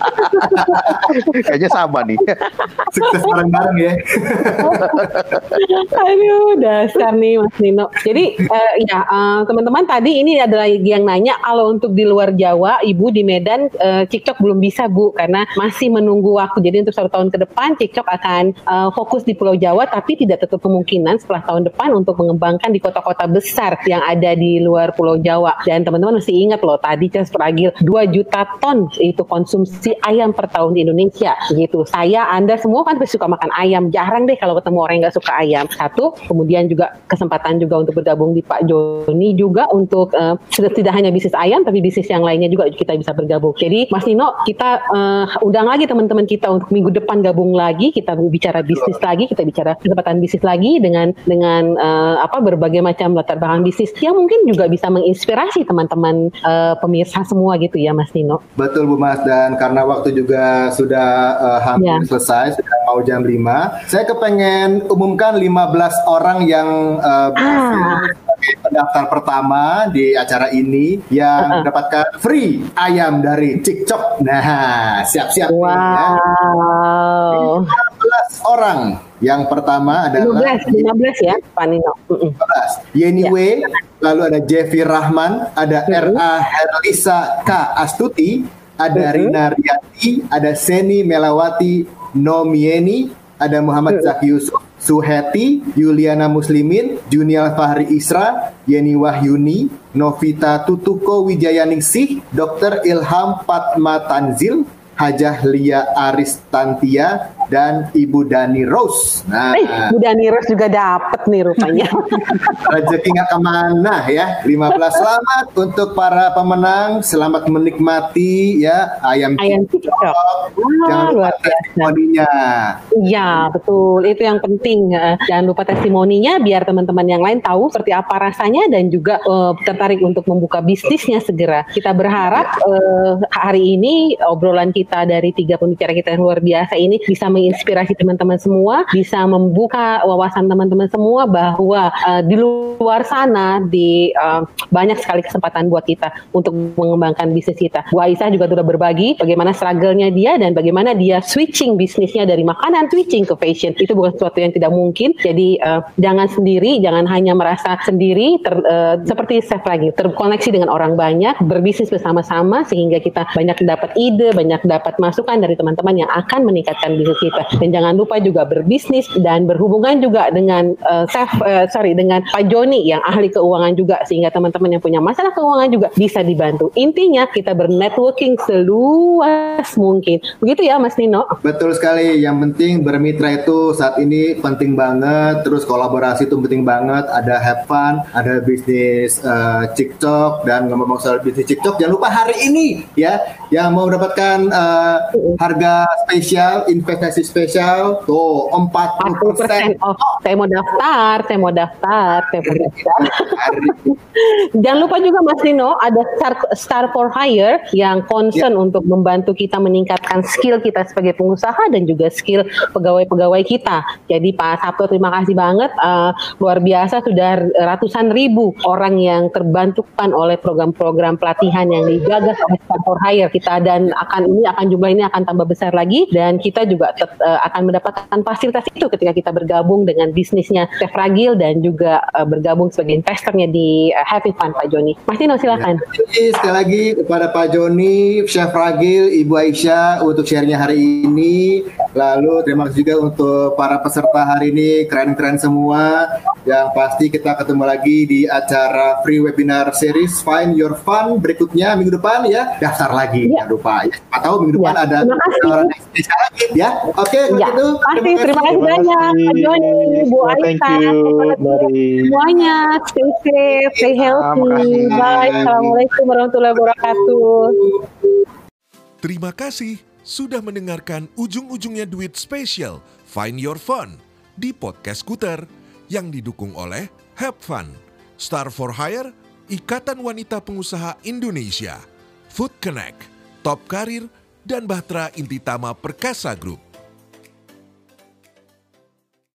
Kayaknya sama nih. Sukses bareng-bareng ya. Aduh, dasar nih Mas Nino. Jadi eh, ya eh, teman-teman tadi ini adalah yang nanya kalau untuk di luar Jawa, Ibu di Medan eh, Cikcok belum bisa Bu karena masih menunggu waktu. Jadi untuk satu tahun ke depan Cikcok akan eh, fokus di Pulau Jawa, tapi tidak tertutup kemungkinan setelah tahun depan untuk mengembangkan di kota-kota besar yang ada di luar Pulau Jawa. Dan teman-teman mesti ingat loh, tadi Chef Ragil dua juta ton itu konsumsi ayam per tahun di Indonesia. Gitu. Saya, Anda semua kan pasti suka makan ayam. Jarang deh kalau ketemu orang yang nggak suka ayam. Satu, kemudian juga kesempatan juga untuk bergabung di Pak Joni juga untuk uh, tidak hanya bisnis ayam, tapi bisnis yang lainnya juga kita bisa bergabung. Jadi Mas Nino, kita uh, undang lagi teman-teman kita untuk minggu depan gabung lagi. Kita bicara bisnis lagi, kita bicara kesempatan bisnis lagi dengan dengan uh, apa berbagai macam latar belakang bisnis yang mungkin juga bisa menginspirasi teman-teman uh, pemirsa semua gitu ya Mas Nino. Betul Bu Mas, dan karena waktu juga sudah uh, hampir Ya. selesai, sudah mau jam lima, saya kepengen umumkan lima belas orang yang uh, berhasil Ah. sebagai pendaftar pertama di acara ini yang Uh-uh. mendapatkan free ayam dari Cikcok. Nah, siap-siap nih ya. Wow. belas orang. Yang pertama adalah lima belas ya, Pak Nino. lima belas. Yeni Ya. W, lalu ada Jeffy Rahman, ada R A Herlisa K Astuti, ada Rina Riyati, ada Seni Melawati Nomieni, ada Muhammad Zaki Yusuf, Suheti, Yuliana Muslimin, Junial Fahri Isra, Yeni Wahyuni, Novita Tutuko Wijayaningsih, Dokter Ilham Fatma Tanzil, Hajah Lia Aristantia, dan Ibu Dani Rose. Nah, Eh, Bu Dani Rose juga dapat nih rupanya. rezeki nggak kemana ya. lima belas selamat untuk para pemenang. Selamat menikmati ya ayam, Ayam cicok. cicok. Jangan Wah, lupa luar biasa. testimoninya. Iya, betul. Itu yang penting. Eh, Jangan lupa testimoninya biar teman-teman yang lain tahu seperti apa rasanya dan juga eh, tertarik untuk membuka bisnisnya segera. Kita berharap eh, hari ini obrolan kita dari tiga pembicara kita yang luar biasa ini bisa menginspirasi teman-teman semua, bisa membuka wawasan teman-teman semua bahwa uh, di luar sana di uh, banyak sekali kesempatan buat kita untuk mengembangkan bisnis kita. Bu Aisyah juga sudah berbagi bagaimana struggle-nya dia dan bagaimana dia switching bisnisnya dari makanan switching ke fashion. Itu bukan sesuatu yang tidak mungkin. Jadi uh, jangan sendiri, jangan hanya merasa sendiri ter, uh, seperti Chef lagi terkoneksi dengan orang banyak, berbisnis bersama-sama sehingga kita banyak dapat ide, banyak dapat masukan dari teman-teman yang akan meningkatkan bisnis kita. Dan jangan lupa juga berbisnis dan berhubungan juga dengan uh, Chef, uh, sorry dengan Pak Joni yang ahli keuangan juga sehingga teman-teman yang punya masalah keuangan juga bisa dibantu. Intinya kita bernetworking seluas mungkin. Begitu ya Mas Nino? Betul sekali. Yang penting bermitra itu saat ini penting banget. Terus kolaborasi itu penting banget. Ada have fun, ada bisnis uh, TikTok, dan ngomong soal bisnis TikTok, jangan lupa hari ini ya yang mau mendapatkan uh, harga spesial, investasi spesial tuh empat puluh persen off. Saya mau daftar, saya mau daftar, saya mau daftar. Jangan lupa juga Mas Nino ada Star, Star for Hire yang concern ya. Untuk membantu kita meningkatkan skill kita sebagai pengusaha dan juga skill pegawai-pegawai kita. Jadi Pak Sabto terima kasih banget, uh, luar biasa sudah ratusan ribu orang yang terbantukan oleh program-program pelatihan yang digagas oleh Star for Hire kita, dan akan ini akan jumlah ini akan tambah besar lagi dan kita juga tet, uh, akan mendapatkan fasilitas itu ketika kita bergabung dengan bisnisnya Chef Ragil dan juga uh, bergabung sebagai investornya di uh, Happy Fun Pak Joni. Mas Tino silakan. Ya, jadi sekali lagi kepada Pak Joni, Chef Ragil, Ibu Aisyah untuk share-nya hari ini. Lalu terima kasih juga untuk para peserta hari ini, keren-keren semua. Yang pasti kita ketemu lagi di acara free webinar series Find Your Fun berikutnya minggu depan ya. Daftar lagi ya. Jangan lupa ya. Atau minggu depan ya. Ada orang yang spesial lagi ya. Oke, ya. gitu. Pasti terima kasih banyak Pak Joni, Bu Aisyah, semuanya. Stay safe, stay healthy. Bye. Assalamualaikum warahmatullahi wabarakatuh. Terima kasih sudah mendengarkan Ujung-Ujungnya Duit Spesial Find Your Fun di Podcast Skuter yang didukung oleh Have Fun, Star for Hire, Ikatan Wanita Pengusaha Indonesia, Food Connect, Top Karir, dan Bahtera Intitama Perkasa Group.